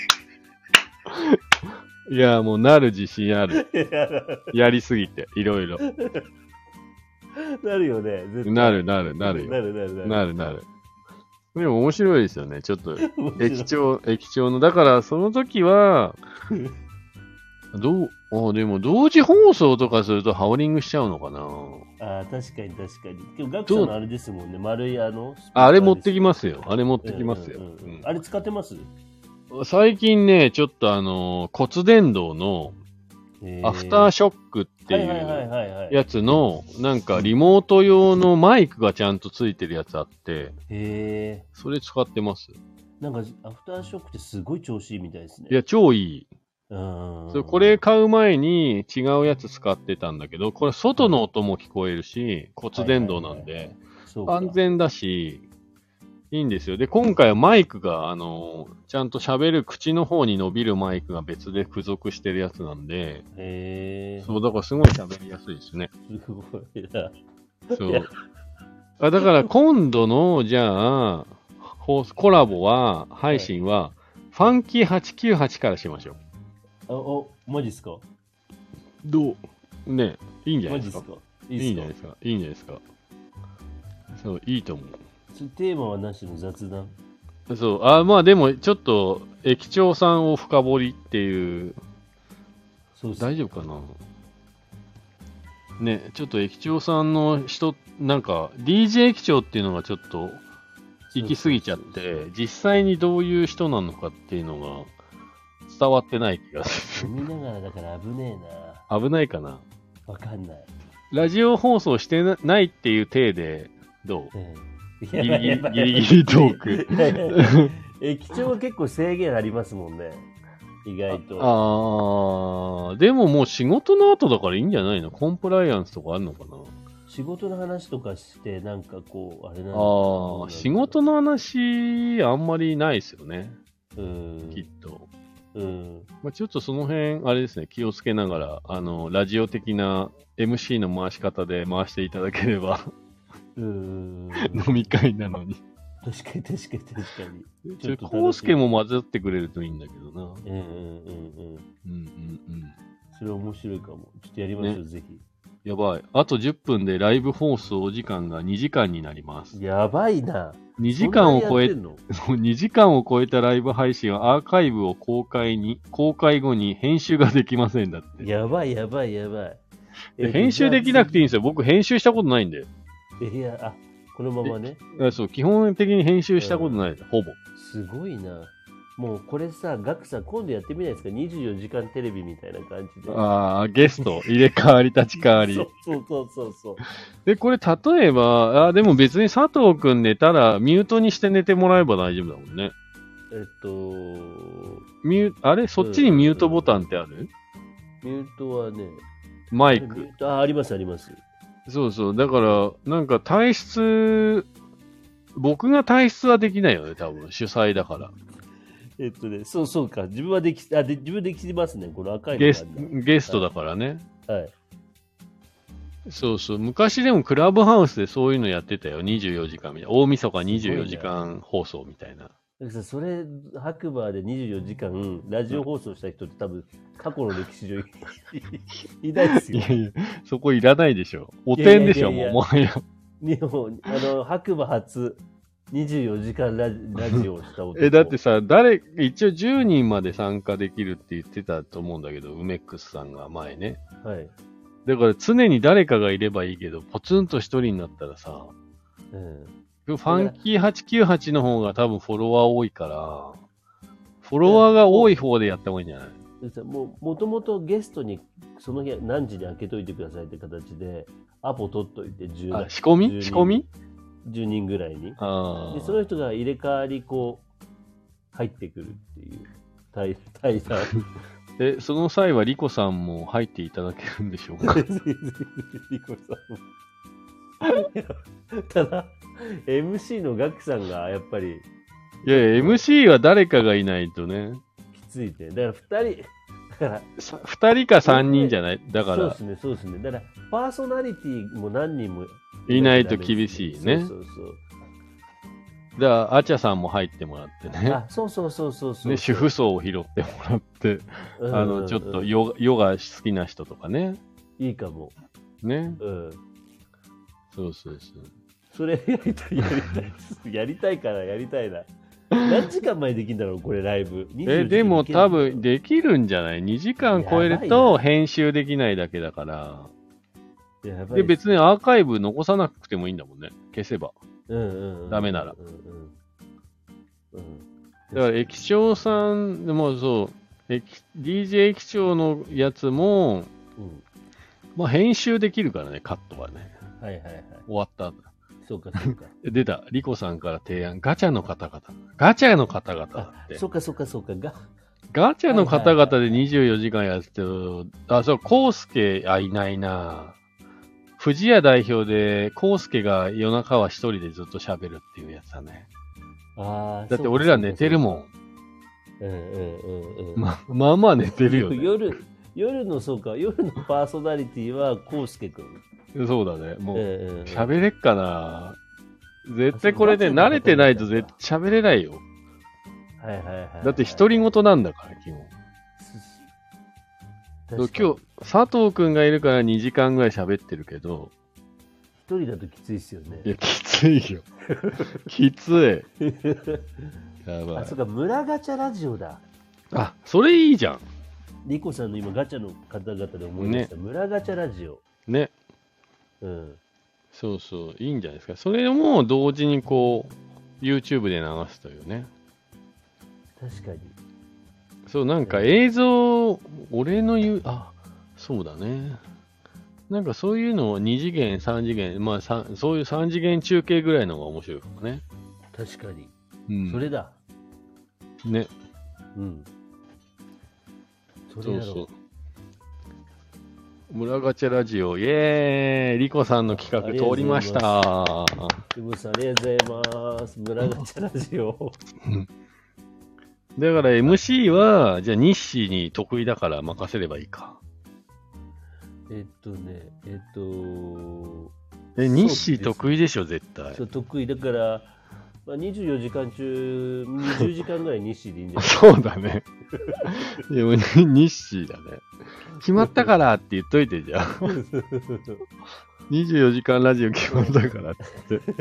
いや、もうなる自信ある。やりすぎて、いろいろ。 なるよね。 なるなるなるよ。 なるなるなる。 なるなる。でも面白いですよね。ちょっと、駅長、駅長の。だからその時は、どう、あ、でも同時放送とかするとハウリングしちゃうのかな。 ああ、確かに確かに。今日ガクさんのあれですもんね。丸いあの。 あれ持ってきますよ。あれ持ってきますよ。 あれ使ってます？ 最近ね、ちょっとあの、骨伝導のアフターショックっていうやつの、なんかリモート用のマイクがちゃんとついてるやつあって、へそれ使ってます。 なんかアフターショックってすごい調子いいみたいですね。 いや、超いい。それこれ買う前に違うやつ使ってたんだけど、これ外の音も聞こえるし、骨伝導なんで、安全だし、いいんですよ。で、今回はマイクが、あの、ちゃんと喋る口の方に伸びるマイクが別で付属してるやつなんで、へー。そう、だからすごい喋りやすいですね。 すごいな。 そう。あ、だから今度の、じゃあ、コラボは、配信は、ファンキーはちきゅうはちからしましょう。 あ、お、マジっすか？ どうね、いいんじゃないですか？ マジっすか？ いいんじゃないですか？いいんじゃないですか？そう、いいと思う。 テーマはなしの雑談。 そう。あ、まあでも、ちょっと、駅長さんを深掘りっていう。そうです。大丈夫かな？ ね、ちょっと駅長さんの人、なんか ディージェー 駅長っていうのがちょっと行き過ぎちゃって、実際にどういう人なのかっていうのが伝わってない気がす飲みながらだから危ねえる。危ないかな。 な。わかんない。 ラジオ放送してなないっていう体で、どう、 うん、 ギリギリ、ギリギリトーク。 駅長は結構制限ありますもんね。意外と。 ああ、でももう仕事の後だからいいんじゃないの？コンプライアンスとかあるのかな？ 仕事の話とかして、なんかこう、あれなんだああ、仕事の話、あんまりないですよね。 うん。 きっと。 うん。 まあ、ちょっとその辺、あれですね、気をつけながら、あの、ラジオ的な エムシー の回し方で回していただければ、 うん。 飲み会なのに。 確かに確かに確かに。 ちょっと、コウスケも混ざってくれるといいんだけどな。 うんうんうんうん。 うんうんうん。 それ面白いかも。ちょっとやりましょう、ね、ぜひ。 やばい。あとじゅっぷんでライブ放送時間がにじかんになります。 やばいな。 にじかんを超え、にじかんを超えたライブ配信はアーカイブを公開に、公開後に編集ができませんだって。 やばいやばいやばい。 え編集できなくていいんですよ。僕編集したことないんで。 いや、あ、このままね。 そう、基本的に編集したことないです、うん、ほぼ。 すごいな。もうこれさ、ガクさん、今度やってみないですか？ にじゅうよじかんテレビみたいな感じで。 ああ、ゲスト、入れ替わり立ち替わり。 そうそうそうそう。 で、これ例えば、あでも別に佐藤くん寝たらミュートにして寝てもらえば大丈夫だもんね。 えっと、 ミュあれそっちにミュートボタンってある？ ミュートはね、 マイク。 あ、ありますあります。 そうそう。だから、なんか体質、僕が体質はできないよね、多分。主催だから。 えっとね、そうそうか。自分はでき、あ、で自分できますね。この赤いのゲスゲストだからね。 はい。はい、 そうそう。昔でもクラブハウスでそういうのやってたよ。にじゅうよじかんみたいな。大晦日にじゅうよじかん放送みたいな。 それ、白馬でにじゅうよじかんラジオ放送した人って多分過去の歴史上いないですよ。 いやいや、そこいらないでしょ。お点でしょ、もう。もはや。 日本、あの、白馬初にじゅうよじかんラジラジオをした男。 え、だってさ、誰、一応じゅうにんまで参加できるって言ってたと思うんだけど、ウメックスさんが前ね。 はい。 だから常に誰かがいればいいけど、ポツンと一人になったらさ、うん。ファンキーはちきゅうはちの方が多分フォロワー多いから、フォロワーが多い方でやった方がいいんじゃない？ もう、もともとゲストにその日何時に開けといてくださいって形で、アポ取っといてじゅう、 あ、仕込み仕込み ? じゅう 人ぐらいに。 あで、その人が入れ替わりこう、入ってくるっていう対対談。 え、その際はリコさんも入っていただけるんでしょうか？リコさんも。ただ、エムシー のガクさんがやっぱり。 いやいや、エムシー は誰かがいないとね。 きついて。だからふたり、だから。 ふたりかさんにんじゃない？だから。 そうですね、そうですね。だから、パーソナリティも何人もいないと厳しいね。 そうそうそう。 だから、アチャさんも入ってもらってね。 あ、そうそうそうそうそう。 ね、主婦層を拾ってもらって、うんうんうん、あの、ちょっとヨ、ヨガ好きな人とかね。 いいかも。 ね。 うん。 そうそうそう。 それやりたい、やりたい。やりたいからやりたいな。何時間前できるんだろう、これライブ。 え、でも多分できるんじゃない ?に 時間超えると編集できないだけだから。 やばいで、別にアーカイブ残さなくてもいいんだもんね。消せば。 うんうんうん、 ダメなら。 うんうんうん、だから駅長さんでもそう、ディージェー 駅長のやつも、うん、まあ編集できるからね、カットはね。 はいはいはい。 終わった後。 そうかそうか。 出た。リコさんから提案。ガチャの方々。ガチャの方々だって。 そうかそうかそうか。ガガチャの方々でにじゅうよじかんやってる。あ、そう、コウスケ、あ、いないな。藤谷代表で、コウスケが夜中は一人でずっと喋るっていうやつだね。 ああ。 だって俺ら寝てるもん。 うんうんうんうん。 ま、まあまあ寝てるよね。 夜、夜のそうか、夜のパーソナリティはコウスケくん。 そうだね。もう、 喋、 えー、れっかな。絶対これね、慣れてないと絶対喋れないよ。 はいはいはい、はい。 だって独り言なんだから、基本。今日、佐藤くんがいるからにじかんぐらい喋ってるけど。 一人だときついっすよね。 いや、きついよ。きつい。やばい。 あ、そうか、村ガチャラジオだ。 あ、それいいじゃん。 リコさんの今ガチャの方々で思い出した、ね、村ガチャラジオ。 ね。 うん。 そうそう、いいんじゃないですか。それも同時にこう、YouTube で流すというね。 確かに。 そう、なんか映像、俺の言う、あ、そうだね。なんかそういうのをに次元、さん次元、まあさそういうさん次元中継ぐらいの方が面白いかもね。 確かに。 うん。 それだ。 ね。 うん。それそうやろう。 そう。村ガチャラジオ、イエーイリコさんの企画通りました。 キムさん、ありがとうございます。村ガチャラジオ。 だから エムシー は、じゃあ日誌に得意だから任せればいいか。 えっとね、えっと、 え、日誌得意でしょ、絶対。 そう、得意。だから、まあ、にじゅうよじかん中、にじゅうじかんぐらい日誌でいいんじゃないそうだね。でも日誌だね。決まったからって言っといてじゃん。にじゅうよじかんラジオ決まったからって。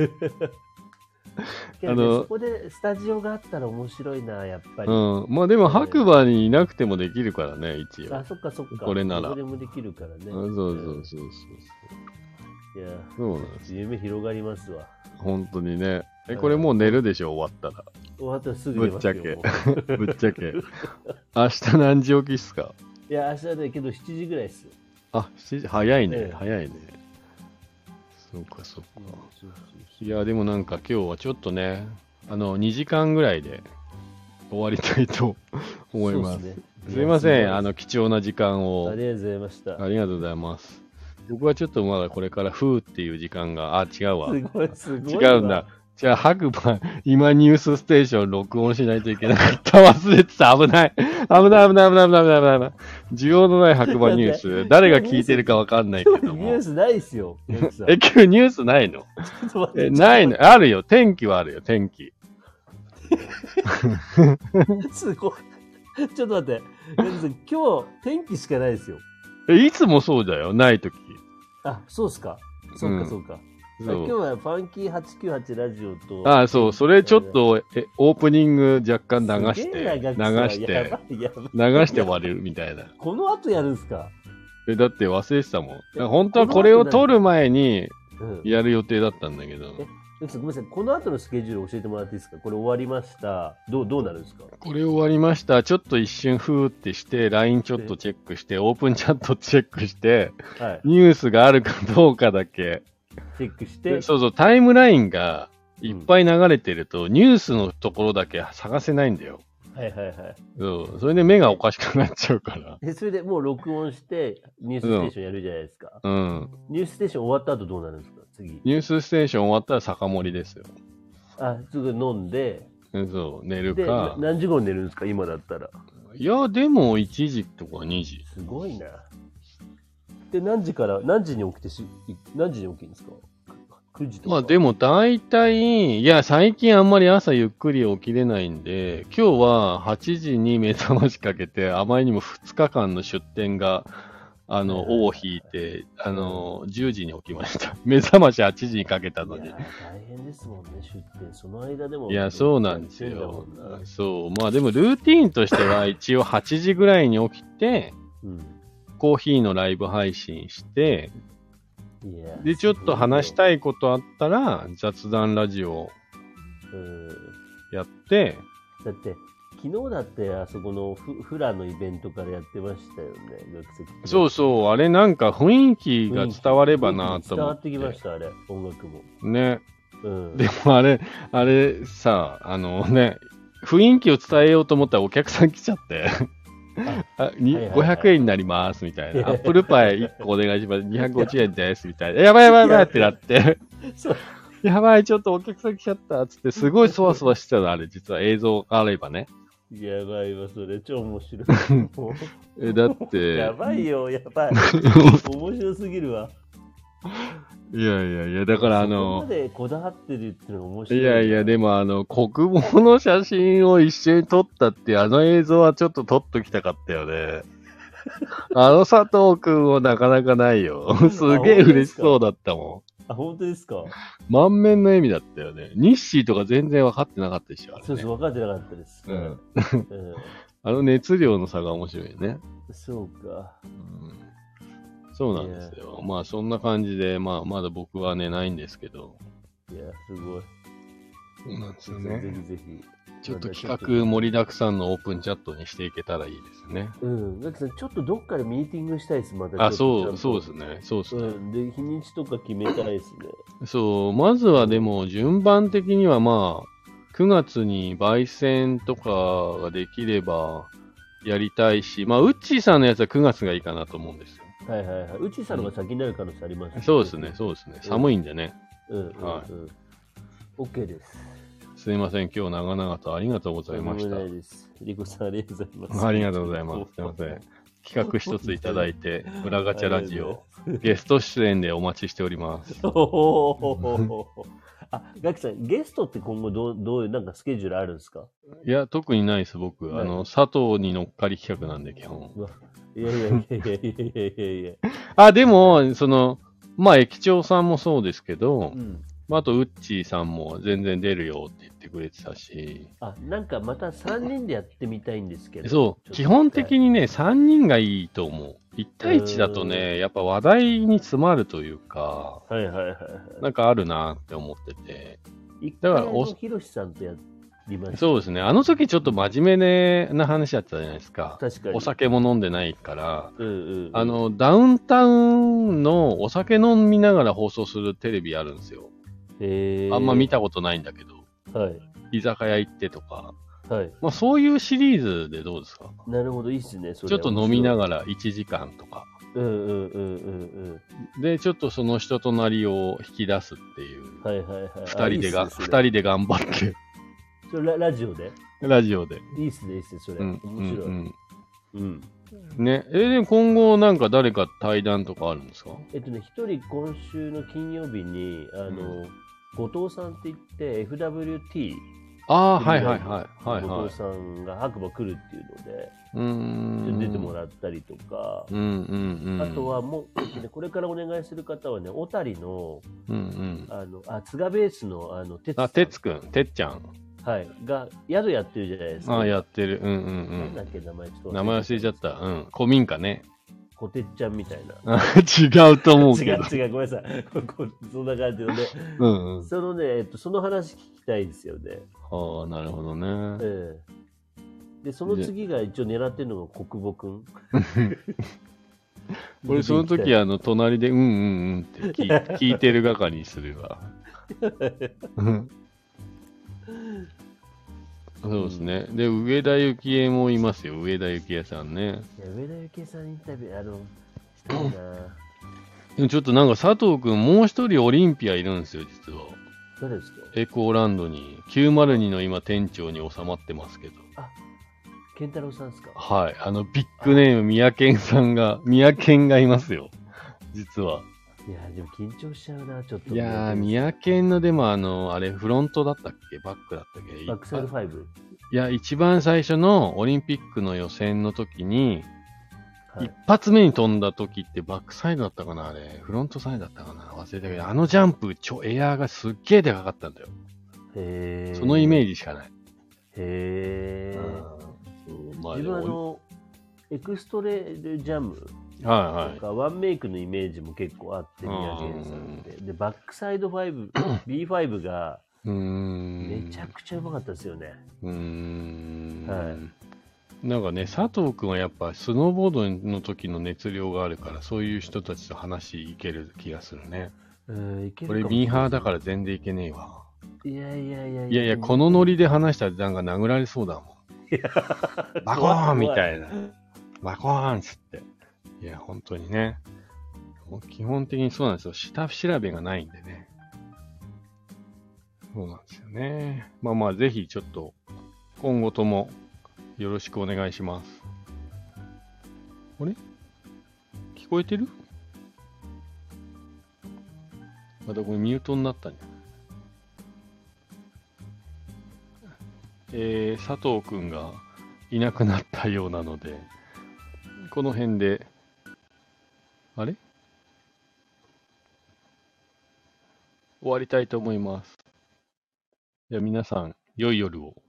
あの、そこでスタジオがあったら面白いな、やっぱり。 うん。まあでも白馬にいなくてもできるからね、一応。 あ、そっかそっか。 これなら。 どこでもできるからね。 そうそうそうそうそう。 いや、 そうなんです。 夢広がりますわ。 本当にね。え、これもう寝るでしょ、終わったら。 終わったらすぐ寝ますよ。 ぶっちゃけ。ぶっちゃけ。明日何時起きっすか？ いや、明日だけどしちじぐらいっすよ。 あ、しちじ、早いね、 ええ、 早いね。そうか、そうか。いや、でもなんか今日はちょっとね、あの、にじかんぐらいで終わりたいと思います。すね、すいません、あの、貴重な時間を。 ありがとうございました。 ありがとうございます。僕はちょっとまだこれからふーっていう時間が、あ、違うわ。 すごい、すごい。 違うんだ。じゃあ、白馬、今ニュースステーション録音しないといけなかった。忘れてた。危ない。危ない、危ない、危ない、危ない、危ない、危ない。需要のない白馬ニュース。誰が聞いてるかわかんないけども。 ニュースないっすよ。 え、今日ニュースないの？え、ないの？あるよ。天気はあるよ、天気。 すごい。ちょっと待って。今日、天気しかないですよ。 え、いつもそうだよ。ないとき。 あ、そうっすか。そうか、そうか。今日はファンキーはちきゅうはちラジオと。 ああ、そう、それちょっと、え、オープニング若干流して、流して、流して終わるみたいな。 この後やるんすか？ え、だって忘れてたもん。本当はこれを撮る前にやる予定だったんだけど。 え、ごめんなさい、この後のスケジュール教えてもらっていいですか？これ終わりました。どう、どうなるんですか？ これ終わりました。ちょっと一瞬ふーってして、ライン ちょっとチェックして、オープンチャットチェックして、はい、ニュースがあるかどうかだけ。 チェックして。 そうそう、タイムラインがいっぱい流れてると、うん、ニュースのところだけ探せないんだよ。 はいはいはい。 そう、それで目がおかしくなっちゃうから。 え、それでもう録音して、ニュースステーションやるじゃないですか。 うん。 ニュースステーション終わった後どうなるんですか？次。 ニュースステーション終わったら酒盛りですよ。 あ、すぐ飲んで。 そう、寝るか。 何時頃寝るんですか？今だったら。 いや、でもいちじとかにじ。 すごいな。で、何時から、何時に起きてし、何時に起きるんですか？くじとか。 まあでも大体、いや、最近あんまり朝ゆっくり起きれないんで、今日ははちじに目覚ましかけて、あまりにもふつかかんの出店が、あの、尾を引いて、あの、じゅうじに起きました。目覚ましはちじにかけたのに。いや、 大変ですもんね、出店。その間でも。 いや、そうなんですよ。そう。まあでもルーティーンとしては一応はちじぐらいに起きて、うん、コーヒーのライブ配信して、で、ちょっと話したいことあったら、雑談ラジオやって、 だって、昨日だってあそこのフフラのイベントからやってましたよね、学籍。 そうそう、あれなんか雰囲気が伝わればなと思って。 伝わってきました、あれ、音楽も。 ね。うん、でもあれ、あれさ、あのね、雰囲気を伝えようと思ったらお客さん来ちゃって。あにはいはいはい、ごひゃくえんになりますみたいな。アップルパイいっこお願いします。にひゃくごじゅうえんですみたいな。やばいやばいやばいってなって。やばい、ちょっとお客さん来ちゃったっつって、すごいそわそわしてたの、あれ、実は映像があればね。 やばいわ、それ、超面白い。 え、だって。 やばいよ、やばい。面白すぎるわ。 いやいやいや、だからあの。 そこまでこだわってるっていうのが面白い。 いやいや、でもあの、国防の写真を一緒に撮ったってあの映像はちょっと撮っときたかったよね。あの佐藤くんはなかなかないよ。すげえ嬉しそうだったもん。あ、本当ですか？ 満面の笑みだったよね。ニッシーとか全然分かってなかったでしょ。ね、 そうそう、分かってなかったです。うん。うん、 あの熱量の差が面白いね。 そうか。うんそうなんですよ。まあそんな感じで、まあまだ僕はね、ないんですけど。 いや、すごい。 そうなんですよぜね。 ひぜひ。 ちょっと企またちょっ画盛りだくさんのオープンチャットにしていけたらいいですね。 とうん。だってさ、ちょっとどっかでミーティングしたいです、またちょっあ、 とそう、 ちゃんとそうですね。そうですね。 うん。で、日にちとか決めたいですね。 そう、まずはでも順番的にはまあ、くがつに焙煎とかができればやりたいし、まあ、ウッチーさんのやつはくがつがいいかなと思うんですよ。 はいはいはい。うちさんの方が先になる可能性ありますね。 そうですね、そうですね。寒いんでね。 うんうんうん。 は OK です。 すいません、今日長々とありがとうございました。 とんでもないです。リコさんありがとうございます。 ありがとうございます。すいません。企画一ついただいて、裏ガチャラジオ、ゲスト出演でお待ちしております。 おーあ、ガキさん、ゲストって今後どう、どういう、なんかスケジュールあるんですか？ いや、特にないです、僕。 ないあの、佐藤に乗っかり企画なんで、基本。 うわいやいやいやいやいやいやいやいや。 あ、でも、その、まあ、駅長さんもそうですけどう、ん。 まあ、あと、ウッチーさんも全然出るよって言ってくれてたし、 あ、なんかまたさんにんでやってみたいんですけど。 そう、基本的にね、さんにんがいいと思う。いち対いちだとね、やっぱ話題に詰まるというか、 はいはいはいはい。 なんかあるなって思ってて。 一だからお回あの、ヒロシさんとやりました。 そうですね。あの時ちょっと真面目な話だったじゃないですか。 確かに。 お酒も飲んでないから。 うんうんうん、 あの、ダウンタウンのお酒飲みながら放送するテレビあるんですよ。 へーあんま見たことないんだけど。 はい。 居酒屋行ってとか。 はい。 まあそういうシリーズでどうですか？ なるほど、いいっすね。それちょっと飲みなら。 がらいちじかんとか。 うんうんうんうんで、ちょっとその人となりを引き出すっていう。 うん。はいはいはい。 二人でが、 あいいっすねそれ二人で頑張って、 それララジオでラジオで。 いいっすね、いいっすね、それ。 うん。 面白い。 うんうん。 うん。ね。え、でも今後なんか誰か対談とかあるんですか？ えっとね、一人今週の金曜日に、あの、後藤さんって言って、エフダブリューティー、 ああ、はいはいはい。はいはい後藤。さんが白馬来るっていうので、 うーん。 出てもらったりとか、 うんうんうん。 あと、はもう、えっとね、これからお願いする方はね、小谷の、 うんうん。 あの、あ、津賀ベースの、あの、てつさんあ、てつくん、てっちゃん。 はい、が、宿やってるじゃないですか。 ああ、やってる。うんうんうん。 なんだっけ、名前ちょっと名前忘れちゃった。うん。古民家ね。 こてっちゃんみたいな。 あ違うと思うけど。 違う違う、ごめんなさい。こそんな感じのね。 うんうん。 そのね、えっと、その話聞きたいですよね。 ああ、なるほどね。 ええで、その次が一応狙ってるのが国母くん。 俺その時あの、隣でうんうんうんって聞い聞いてる係にするわ。うんそうですね。で、上田幸恵もいますよ。上田幸恵さんね。 いや上田幸恵さんインタビュー、あの、したいな。 でもちょっとなんか佐藤くんもう一人オリンピアいるんですよ、実は。 誰ですか？ エコーランドに。きゅうまるにの今店長に収まってますけど。 あ、健太郎さんですか？ はい。あの、ビッグネーム、宮健さんが、宮健がいますよ。実は。 いや、でも緊張しちゃうな、ちょっと。 いやー、宮健のでもあの、あれ、フロントだったっけバックだったっけバックサイドファイブ。 いや、一番最初のオリンピックの予選の時に、 はい一発目に飛んだ時ってバックサイドだったかなあれ。フロントサイドだったかな忘れたけど、あのジャンプ、ちょ、エアーがすっげーでかかったんだよ。 へーそのイメージしかない。 へうんまあー自分あでもの、エクストレルジャムはいはい。 とか、ワンメイクのイメージも結構あって、宮源さんって。で、バックサイドファイブ、ビーファイブ がうーん。 めちゃくちゃうまかったですよね。 うーん。 はなんかね、佐藤くんはやっぱスノーボードの時の熱量があるから、そういう人たちと話いける気がするね。 うん、いけるこれかもしれないミーハーだから全然いけねえわ。 いやいやいやいやいや、このノリで話したらなんか殴られそうだもん。バコーンみたいな。バコーンっつって。いや、本当にね。もう基本的にそうなんですよ。下調べがないんでね。そうなんですよね。まあまあ、ぜひちょっと、今後ともよろしくお願いします。あれ聞こえてる？またこれミュートになったんじゃない？えー、佐藤くんがいなくなったようなので、この辺で、あれ終わりたいと思います。では皆さん、良い夜を。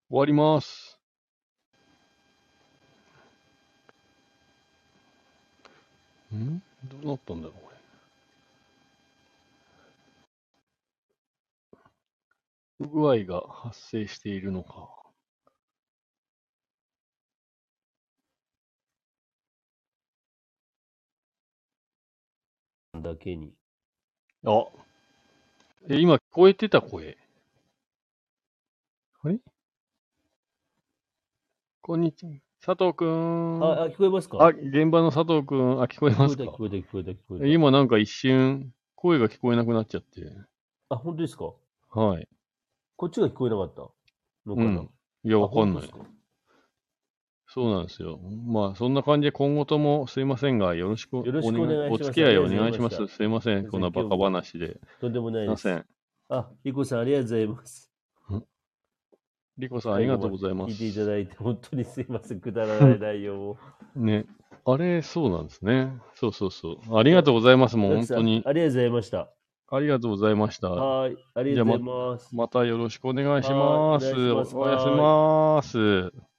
終わります。んどうなったんだろう、これ。不具合が発生しているのか。 だけに。 あ、え、今聞こえてた声。あれこんにちは。佐藤くーん。 あ、あ、聞こえますあ、 か？ 現場の佐藤くん。あ、聞こえ聞こえた、 ますか？ 聞こえた、聞こえた、聞こえた。 今なんか一瞬、声が聞こえなくなっちゃって。 あ、本当ですか？ はい。 こっちが聞こえなかったのかな？ うん。いや、 あ、 わかんない。 本当ですか？ そうなんですよ。まあ、そんな感じで今後ともすいませんが、よろしくよろしくおお願い、 願いします。 お付き合いをおありがとうご願いします。 ざいました。 すいません。 先生、 こんなバカ今日も話で。 とんでもないです。 すいません。 あ、リコさん、ありがとうございます。 んリコさん、あり最後までがとうございま聞いていたす。 だいて、本当にすいません。くだらない内容を。 ね。あれ、そうなんですね。そうそうそう。ありがとうございます。もうガクさん、 本当に。 ありがとうございました。 ありがとうございました。 はい、ありじゃあま、 がとうございます。 またよろしくお願いしはい、おます。 願いします。 お、おやすみはい。 ます。